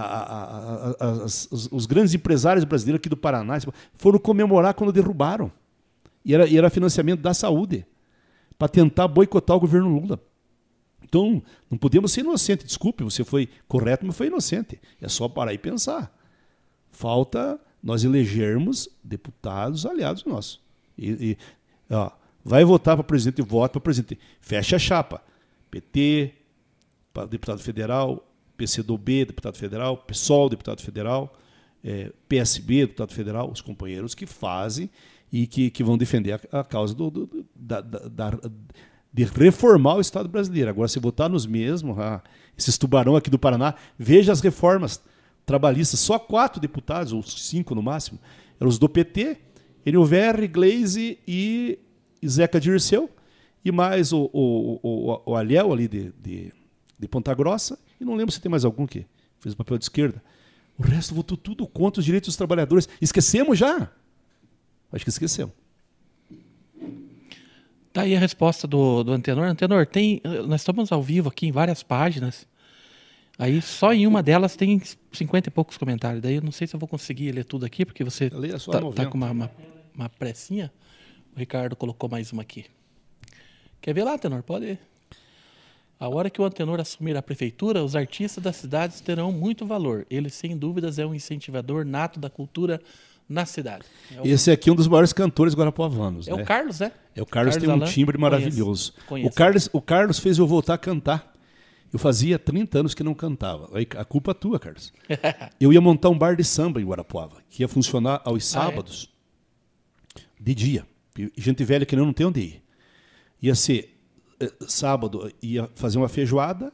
os grandes empresários brasileiros aqui do Paraná foram comemorar quando derrubaram. E era financiamento da saúde, para tentar boicotar o governo Lula. Então, não podemos ser inocentes. Desculpe, você foi correto, mas foi inocente. É só parar e pensar. Falta nós elegermos deputados aliados nossos. Vai votar para presidente, vota para presidente. Fecha a chapa. PT, deputado federal, PCdoB, deputado federal, PSOL, deputado federal, PSB, deputado federal, os companheiros que fazem e que vão defender a causa de reformar o Estado brasileiro. Agora, se votar nos mesmos, esses tubarão aqui do Paraná, veja as reformas trabalhistas, só 4 deputados, ou 5 no máximo, eram os do PT, Enilver, Gleisi e Zeca Dirceu, e mais o Aliel ali de Ponta Grossa, e não lembro se tem mais algum que fez o papel de esquerda. O resto votou tudo contra os direitos dos trabalhadores. Esquecemos já? Acho que esquecemos. Tá aí a resposta do Antenor. Antenor, nós estamos ao vivo aqui em várias páginas. Aí só em uma delas tem 50 e poucos comentários. Daí eu não sei se eu vou conseguir ler tudo aqui, porque você tá com uma pressinha. O Ricardo colocou mais uma aqui. Quer ver lá, Antenor? Pode ir. A hora que o Antenor assumir a prefeitura, os artistas das cidades terão muito valor. Ele, sem dúvidas, é um incentivador nato da cultura na cidade. Esse aqui é um dos maiores cantores guarapuavanos. É o Carlos, né? O Carlos tem um timbre maravilhoso. Conheço. O Carlos fez eu voltar a cantar. Eu fazia 30 anos que não cantava. A culpa é tua, Carlos. Eu ia montar um bar de samba em Guarapuava, que ia funcionar aos sábados, de dia. E gente velha que não tem onde ir. Ia ser sábado, ia fazer uma feijoada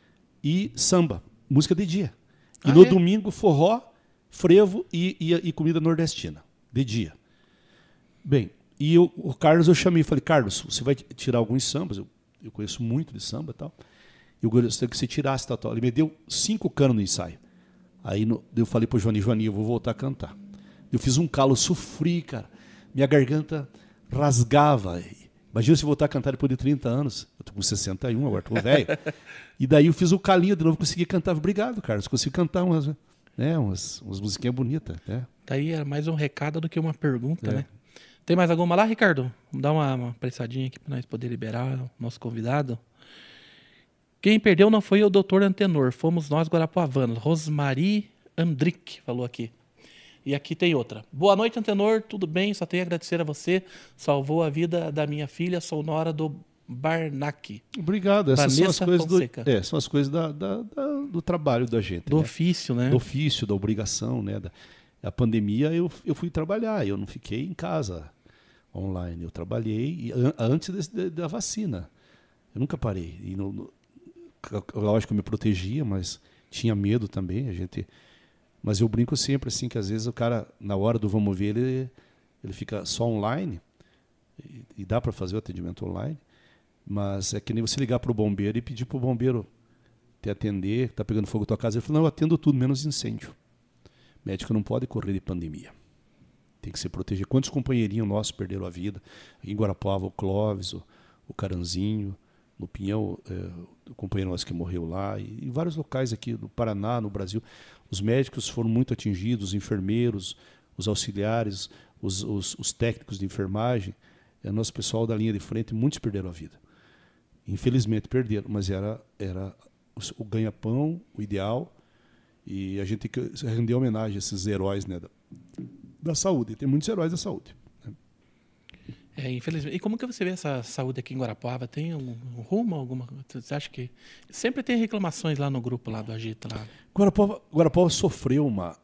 e samba, música de dia. E no domingo, forró, frevo e comida nordestina, de dia. Bem, e o Carlos eu chamei e falei, Carlos, você vai tirar alguns sambas, eu conheço muito de samba e tal, eu gostaria que você tirasse tal. Ele me deu 5 canos no ensaio. Aí eu falei pro Joaninho, eu vou voltar a cantar. Eu fiz um calo, sofri, cara. Minha garganta rasgava. Imagina se voltar a cantar depois de 30 anos. Eu tô com 61, agora tô velho. E daí eu fiz o calinho de novo, consegui cantar. Obrigado, Carlos. Consegui cantar umas musiquinhas bonitas. Né? Daí era mais um recado do que uma pergunta, né? Tem mais alguma lá, Ricardo? Vamos dar uma apressadinha aqui para nós poder liberar o nosso convidado. Quem perdeu não foi o doutor Antenor, fomos nós guarapuavanos. Rosmari Andrick falou aqui. E aqui tem outra. Boa noite, Antenor. Tudo bem? Só tenho a agradecer a você. Salvou a vida da minha filha, sou nora do Barnac. Obrigado. Essas são as coisas são as coisas do trabalho da gente. Do ofício, né? Do ofício, da obrigação, né? A pandemia eu fui trabalhar, eu não fiquei em casa online. Eu trabalhei antes da vacina. Eu nunca parei. E lógico que eu me protegia, mas tinha medo também. Mas eu brinco sempre assim, que às vezes o cara, na hora do vamos ver, ele fica só online, e dá para fazer o atendimento online, mas é que nem você ligar para o bombeiro e pedir para o bombeiro te atender, está pegando fogo na tua casa. Ele falou, não, eu atendo tudo, menos incêndio. Médico não pode correr de pandemia. Tem que se proteger. Quantos companheirinhos nossos perderam a vida? Em Guarapuava, o Clóvis, o Caranzinho, no Pinhão, o companheiro nosso que morreu lá, e em vários locais aqui no Paraná, no Brasil. Os médicos foram muito atingidos, os enfermeiros, os auxiliares, os técnicos de enfermagem, nosso pessoal da linha de frente, muitos perderam a vida. Infelizmente perderam, mas era o ganha-pão, o ideal, e a gente tem que render homenagem a esses heróis, né, da saúde. Tem muitos heróis da saúde. Infelizmente. E como que você vê essa saúde aqui em Guarapuava? Tem um rumo, alguma? Você acha que sempre tem reclamações lá no grupo lá do Agita lá? Guarapuava sofreu uma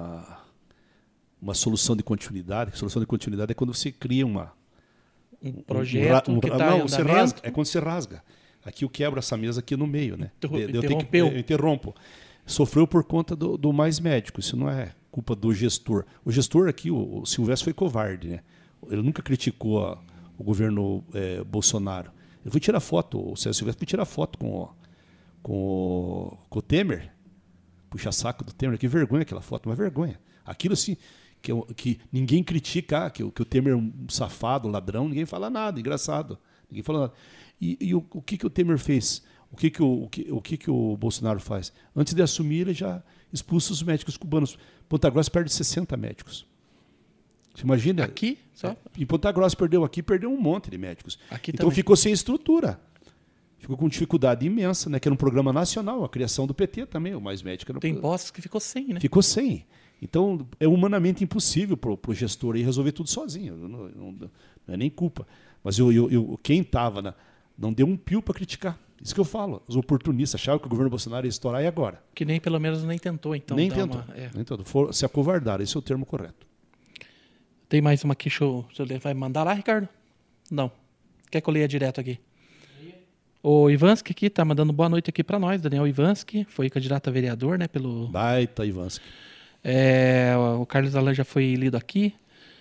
solução de continuidade. A solução de continuidade é quando você cria um projeto que está em você rasga. É quando você rasga. Aqui eu quebro essa mesa aqui no meio, né? Eu interrompo. Sofreu por conta do mais médico. Isso não é culpa do gestor. O gestor aqui, o Silvestre, foi covarde, né? Ele nunca criticou o governo Bolsonaro. Ele foi tirar foto, o César Silvestre foi tirar foto com o Temer. Puxa saco do Temer. Que vergonha aquela foto, uma vergonha. Aquilo assim, que ninguém critica, que o Temer é um safado, ladrão, ninguém fala nada, engraçado. Ninguém fala nada. E o que o Temer fez? O que o Bolsonaro faz? Antes de assumir, ele já expulsa os médicos cubanos. Ponta Grossa perde 60 médicos. Você imagina? Aqui? Só? E Ponta Grossa perdeu um monte de médicos. Aqui então também. ficou sem estrutura. Ficou com dificuldade imensa, né? Que era um programa nacional, a criação do PT também, o Mais Médico. Tem postos que ficou sem, né? Ficou sem. Então, é humanamente impossível para o gestor aí resolver tudo sozinho. Não é nem culpa. Mas quem estava não deu um pio para criticar. Isso que eu falo. Os oportunistas achavam que o governo Bolsonaro ia estourar, e agora? Que nem, pelo menos, nem tentou, então. Nem tentou. Nem tentou. Se acovardaram, esse é o termo correto. Tem mais uma aqui, você vai mandar lá, Ricardo? Não. Quer que eu leia direto aqui? O Ivansky aqui tá mandando boa noite aqui para nós. Daniel Ivansky, foi candidato a vereador, né? Pelo... Baita Ivansky. O Carlos Alan já foi lido aqui.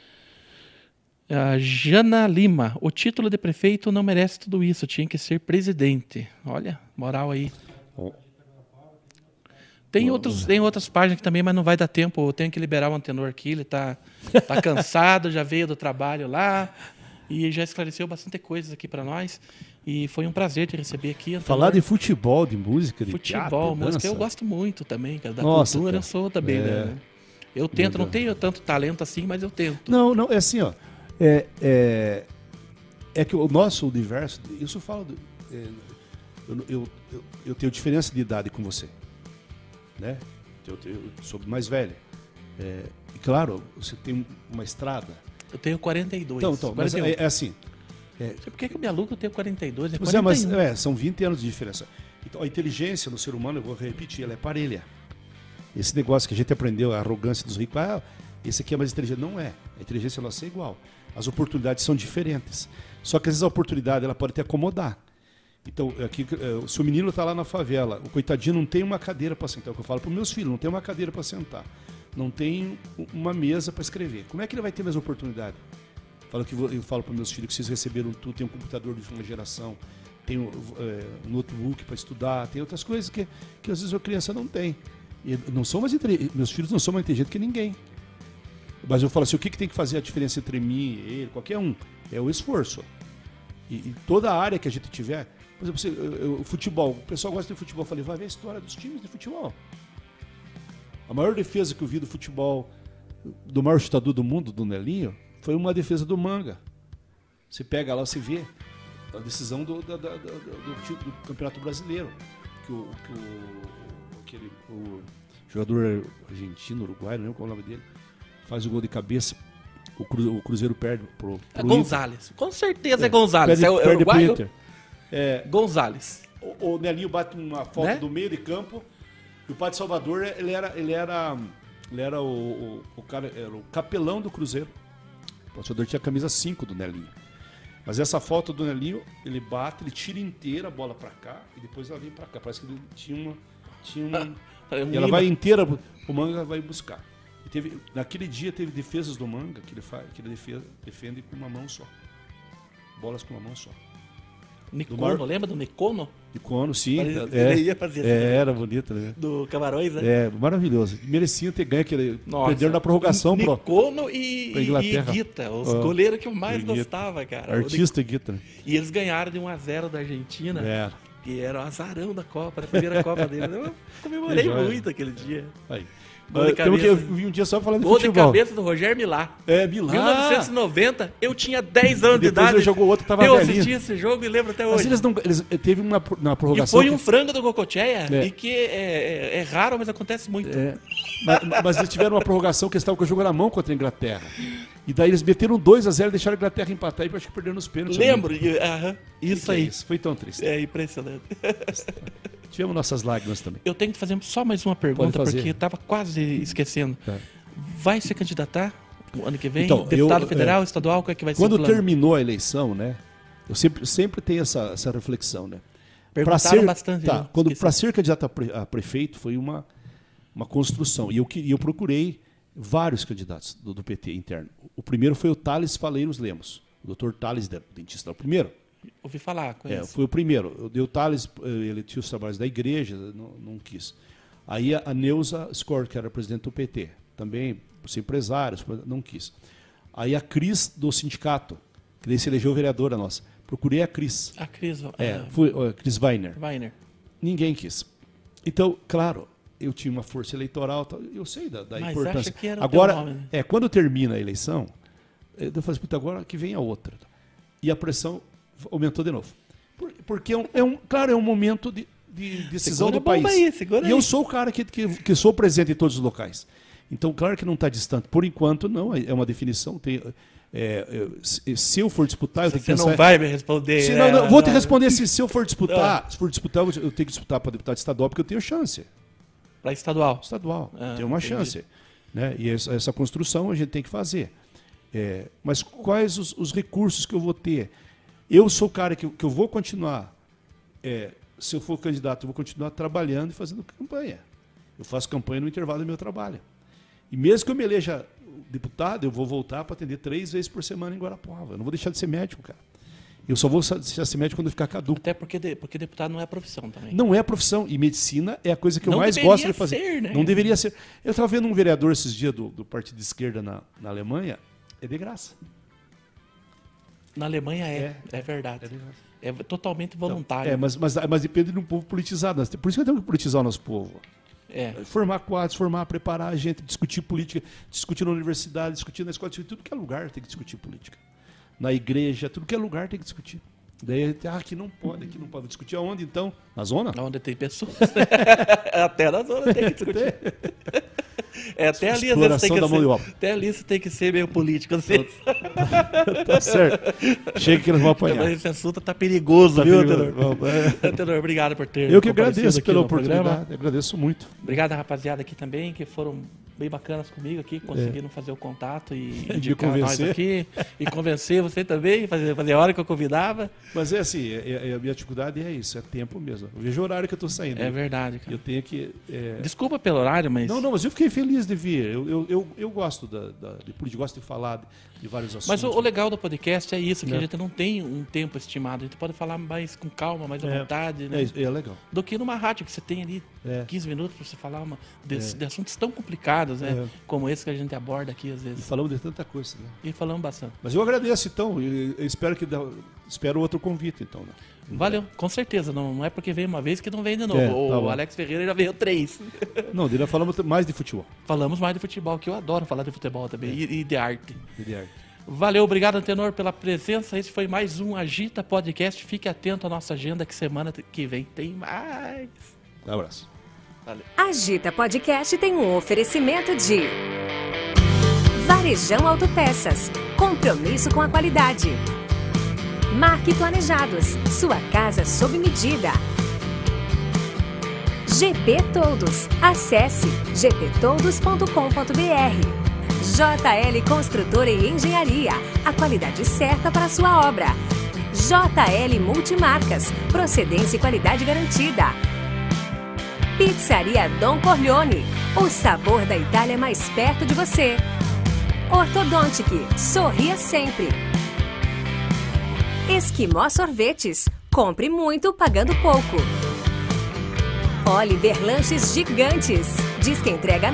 Jana Lima, o título de prefeito não merece tudo isso, tinha que ser presidente. Olha, moral aí. Tem outras páginas aqui também, mas não vai dar tempo. Eu tenho que liberar o Antenor aqui, ele tá cansado, já veio do trabalho lá e já esclareceu bastante coisas aqui para nós. E foi um prazer te receber aqui, Antenor. Falar de futebol, de música, de futebol, teatro, música, dança. Eu gosto muito também, cara. Da Nossa, cultura cara. eu sou também, né? Eu tento, não tenho tanto talento assim, mas eu tento. Não, é assim, ó. É que o nosso universo, isso eu falo, eu tenho diferença de idade com você, né? Eu sou mais velho. E claro, você tem uma estrada. Eu tenho 42. Então, mas é assim. Por que eu me alugo? Eu tenho 42. São 20 anos de diferença. Então, a inteligência no ser humano, eu vou repetir, ela é parelha. Esse negócio que a gente aprendeu, a arrogância dos ricos, esse aqui é mais inteligente. Não é. A inteligência nossa é igual. As oportunidades são diferentes. Só que às vezes a oportunidade ela pode te acomodar. Então, aqui, se o menino está lá na favela, o coitadinho não tem uma cadeira para sentar. É o que eu falo para os meus filhos, não tem uma cadeira para sentar. Não tem uma mesa para escrever. Como é que ele vai ter mais oportunidade? Eu falo para meus filhos que vocês receberam tudo, tem um computador de uma geração, tem um notebook para estudar, tem outras coisas que às vezes a criança não tem. E não são mais meus filhos não são mais inteligentes que ninguém. Mas eu falo assim, o que tem que fazer a diferença entre mim e ele, qualquer um? É o esforço. E toda a área que a gente tiver, por exemplo, o futebol, o pessoal gosta de futebol, eu falei, vai ver a história dos times de futebol. A maior defesa que eu vi do futebol, do maior chutador do mundo, do Nelinho, foi uma defesa do Manga. Você pega lá, você vê a decisão do Campeonato Brasileiro, que o jogador argentino, uruguaio, não lembro qual é o nome dele, faz o gol de cabeça, o Cruzeiro perde pro Gonzalez. Com certeza é Gonzalez. Perde uruguaio? Inter. Gonzalez. O Nelinho bate uma falta, né? Do meio de campo. E o Padre Salvador, ele era o cara, era o capelão do Cruzeiro. O Padre Salvador tinha a camisa 5 do Nelinho. Mas essa falta do Nelinho, ele bate, ele tira inteira a bola pra cá e depois ela vem pra cá. Parece que ele tinha uma e ela vai inteira, o Manga vai buscar. Naquele dia teve defesas do Manga que ele defende com uma mão só. Bolas com uma mão só. Nicono, lembra do Nicono? Nicono, sim. Ele ia fazer era bonito, né? Do Camarões, né? Maravilhoso. Mereciam ter ganho aquele. Perderam na prorrogação pro Nicono e Guita, os goleiros que eu mais gostava, cara. Artista e Guita. E eles ganharam de 1-0 da Argentina. Que era o azarão da Copa, da primeira Copa deles. Eu comemorei muito aquele dia. Aí. Eu vi um dia só falando de futebol. Gol de cabeça do Rogério Milá. Milá. 1990, eu tinha 10 anos de idade. Depois ele jogou outro, tava eu velhinho. assisti esse jogo e lembro até hoje. Mas eles teve na prorrogação. E foi um frango do Gococheia, e que é raro, mas acontece muito. Mas eles tiveram uma prorrogação que eles estavam com o jogo na mão contra a Inglaterra. E daí eles meteram 2-0 e deixaram a Inglaterra empatar e acho que perderam nos pênaltis. Lembro, isso aí. Isso foi tão triste. É impressionante. Tivemos nossas lágrimas também. Eu tenho que fazer só mais uma pergunta, porque estava quase esquecendo. Vai se candidatar o ano que vem? Então, deputado federal, estadual, qual é que vai ser o plano? plano? Terminou a eleição, né? Eu sempre tenho essa reflexão, né? Perguntaram bastante. Para ser candidato a prefeito foi uma construção. E eu procurei vários candidatos do PT interno. O primeiro foi o Thales Faleiros Lemos, o doutor Thales, dentista, o primeiro. Ouvi falar, conheço. Foi o primeiro. O Thales, ele tinha os trabalhos da igreja, não quis. Aí a Neuza Skor, que era presidente do PT, também, ser empresária, não quis. Aí a Cris do sindicato, que daí se elegeu vereadora nossa, Procurei a Cris. A Cris. Foi a Cris Weiner. Ninguém quis. Então, claro, eu tinha uma força eleitoral, eu sei da importância. Acha que era agora, o teu nome, né? quando termina a eleição, eu falei assim, puta, agora que vem a outra. E a pressão aumentou de novo. Porque claro, é um momento de decisão do país. E eu sou o cara que sou presente em todos os locais. Então, claro que não está distante. Por enquanto, não. É uma definição. Se eu for disputar, eu tenho que pensar... Você não vai me responder. Não, vou te responder se eu for disputar. Se for disputar, eu tenho que disputar para deputado estadual, porque eu tenho chance. Para estadual? Estadual. Tenho uma chance. Né? E essa construção a gente tem que fazer. Mas quais os recursos que eu vou ter? Eu sou o cara que eu vou continuar... se eu for candidato, eu vou continuar trabalhando e fazendo campanha. Eu faço campanha no intervalo do meu trabalho. E mesmo que eu me eleja deputado, eu vou voltar para atender 3 vezes por semana em Guarapuava. Eu não vou deixar de ser médico, cara. Eu só vou deixar de ser médico quando eu ficar caduco. Até porque deputado não é profissão também. Não é profissão. E medicina é a coisa que eu mais gosto de fazer. Né? Não deveria ser. Eu estava vendo um vereador esses dias do partido de esquerda na Alemanha. É de graça. Na Alemanha é verdade. É de graça. É totalmente voluntário. Mas depende de um povo politizado. Por isso que temos que politizar o nosso povo. Formar quadros, preparar a gente, discutir política, discutir na universidade, discutir na escola, tudo que é lugar tem que discutir política. Na igreja, tudo que é lugar tem que discutir. Daí, aqui não pode. Discutir aonde, então? Na zona? Onde tem pessoas. Até na zona tem que discutir. Até ali às vezes tem que ser. Até ali você tem que ser meio político. Assim. Tá certo. Chega que nós vamos apanhar. Esse assunto tá perigoso, viu, Antenor? Antenor, obrigado por ter. Eu que agradeço pela oportunidade. Agradeço muito. Obrigado, rapaziada, aqui também, que foram bem bacanas comigo aqui, conseguiram fazer o contato e indicar nós aqui. E convencer você também, fazer a hora que eu convidava. Mas é assim, a minha dificuldade é isso, é tempo mesmo. Eu vejo o horário que eu tô saindo. É verdade, cara. Eu tenho que... Desculpa pelo horário, mas... Não, mas eu fiquei feliz de vir. Eu gosto de política, gosto de falar de vários assuntos. Mas o legal do podcast é isso, que a gente não tem um tempo estimado. A gente pode falar mais com calma, mais à vontade, né? É legal. Do que numa rádio, que você tem ali 15 minutos para você falar de assuntos tão complicados, né? Como esse que a gente aborda aqui, às vezes. E falamos de tanta coisa, né? E falamos bastante. Mas eu agradeço, então. Eu espero outro convite, então. Né? Valeu, com certeza. Não é porque veio uma vez que não vem de novo. O Alex Ferreira já veio 3. Não, ainda falamos mais de futebol. Falamos mais de futebol, que eu adoro falar de futebol também. E de arte. E de arte. Valeu, obrigado, Antenor, pela presença. Esse foi mais um Agita Podcast. Fique atento à nossa agenda, que semana que vem tem mais. Um abraço. Valeu. Agita Podcast tem um oferecimento de Varejão Autopeças. Compromisso com a qualidade. Marque Planejados. Sua casa sob medida. GP Todos. Acesse gptodos.com.br. JL Construtora e Engenharia, a qualidade certa para a sua obra. JL Multimarcas, procedência e qualidade garantida. Pizzaria Don Corleone, o sabor da Itália mais perto de você. Ortodontic, sorria sempre. Esquimó Sorvetes, compre muito pagando pouco. Oliver Lanches Gigantes. Disque entrega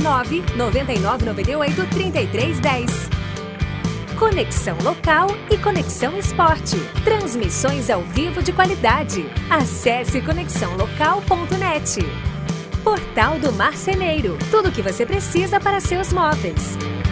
9-9998-3310. Conexão Local e Conexão Esporte. Transmissões ao vivo de qualidade. Acesse conexãolocal.net. Portal do Marceneiro. Tudo o que você precisa para seus móveis.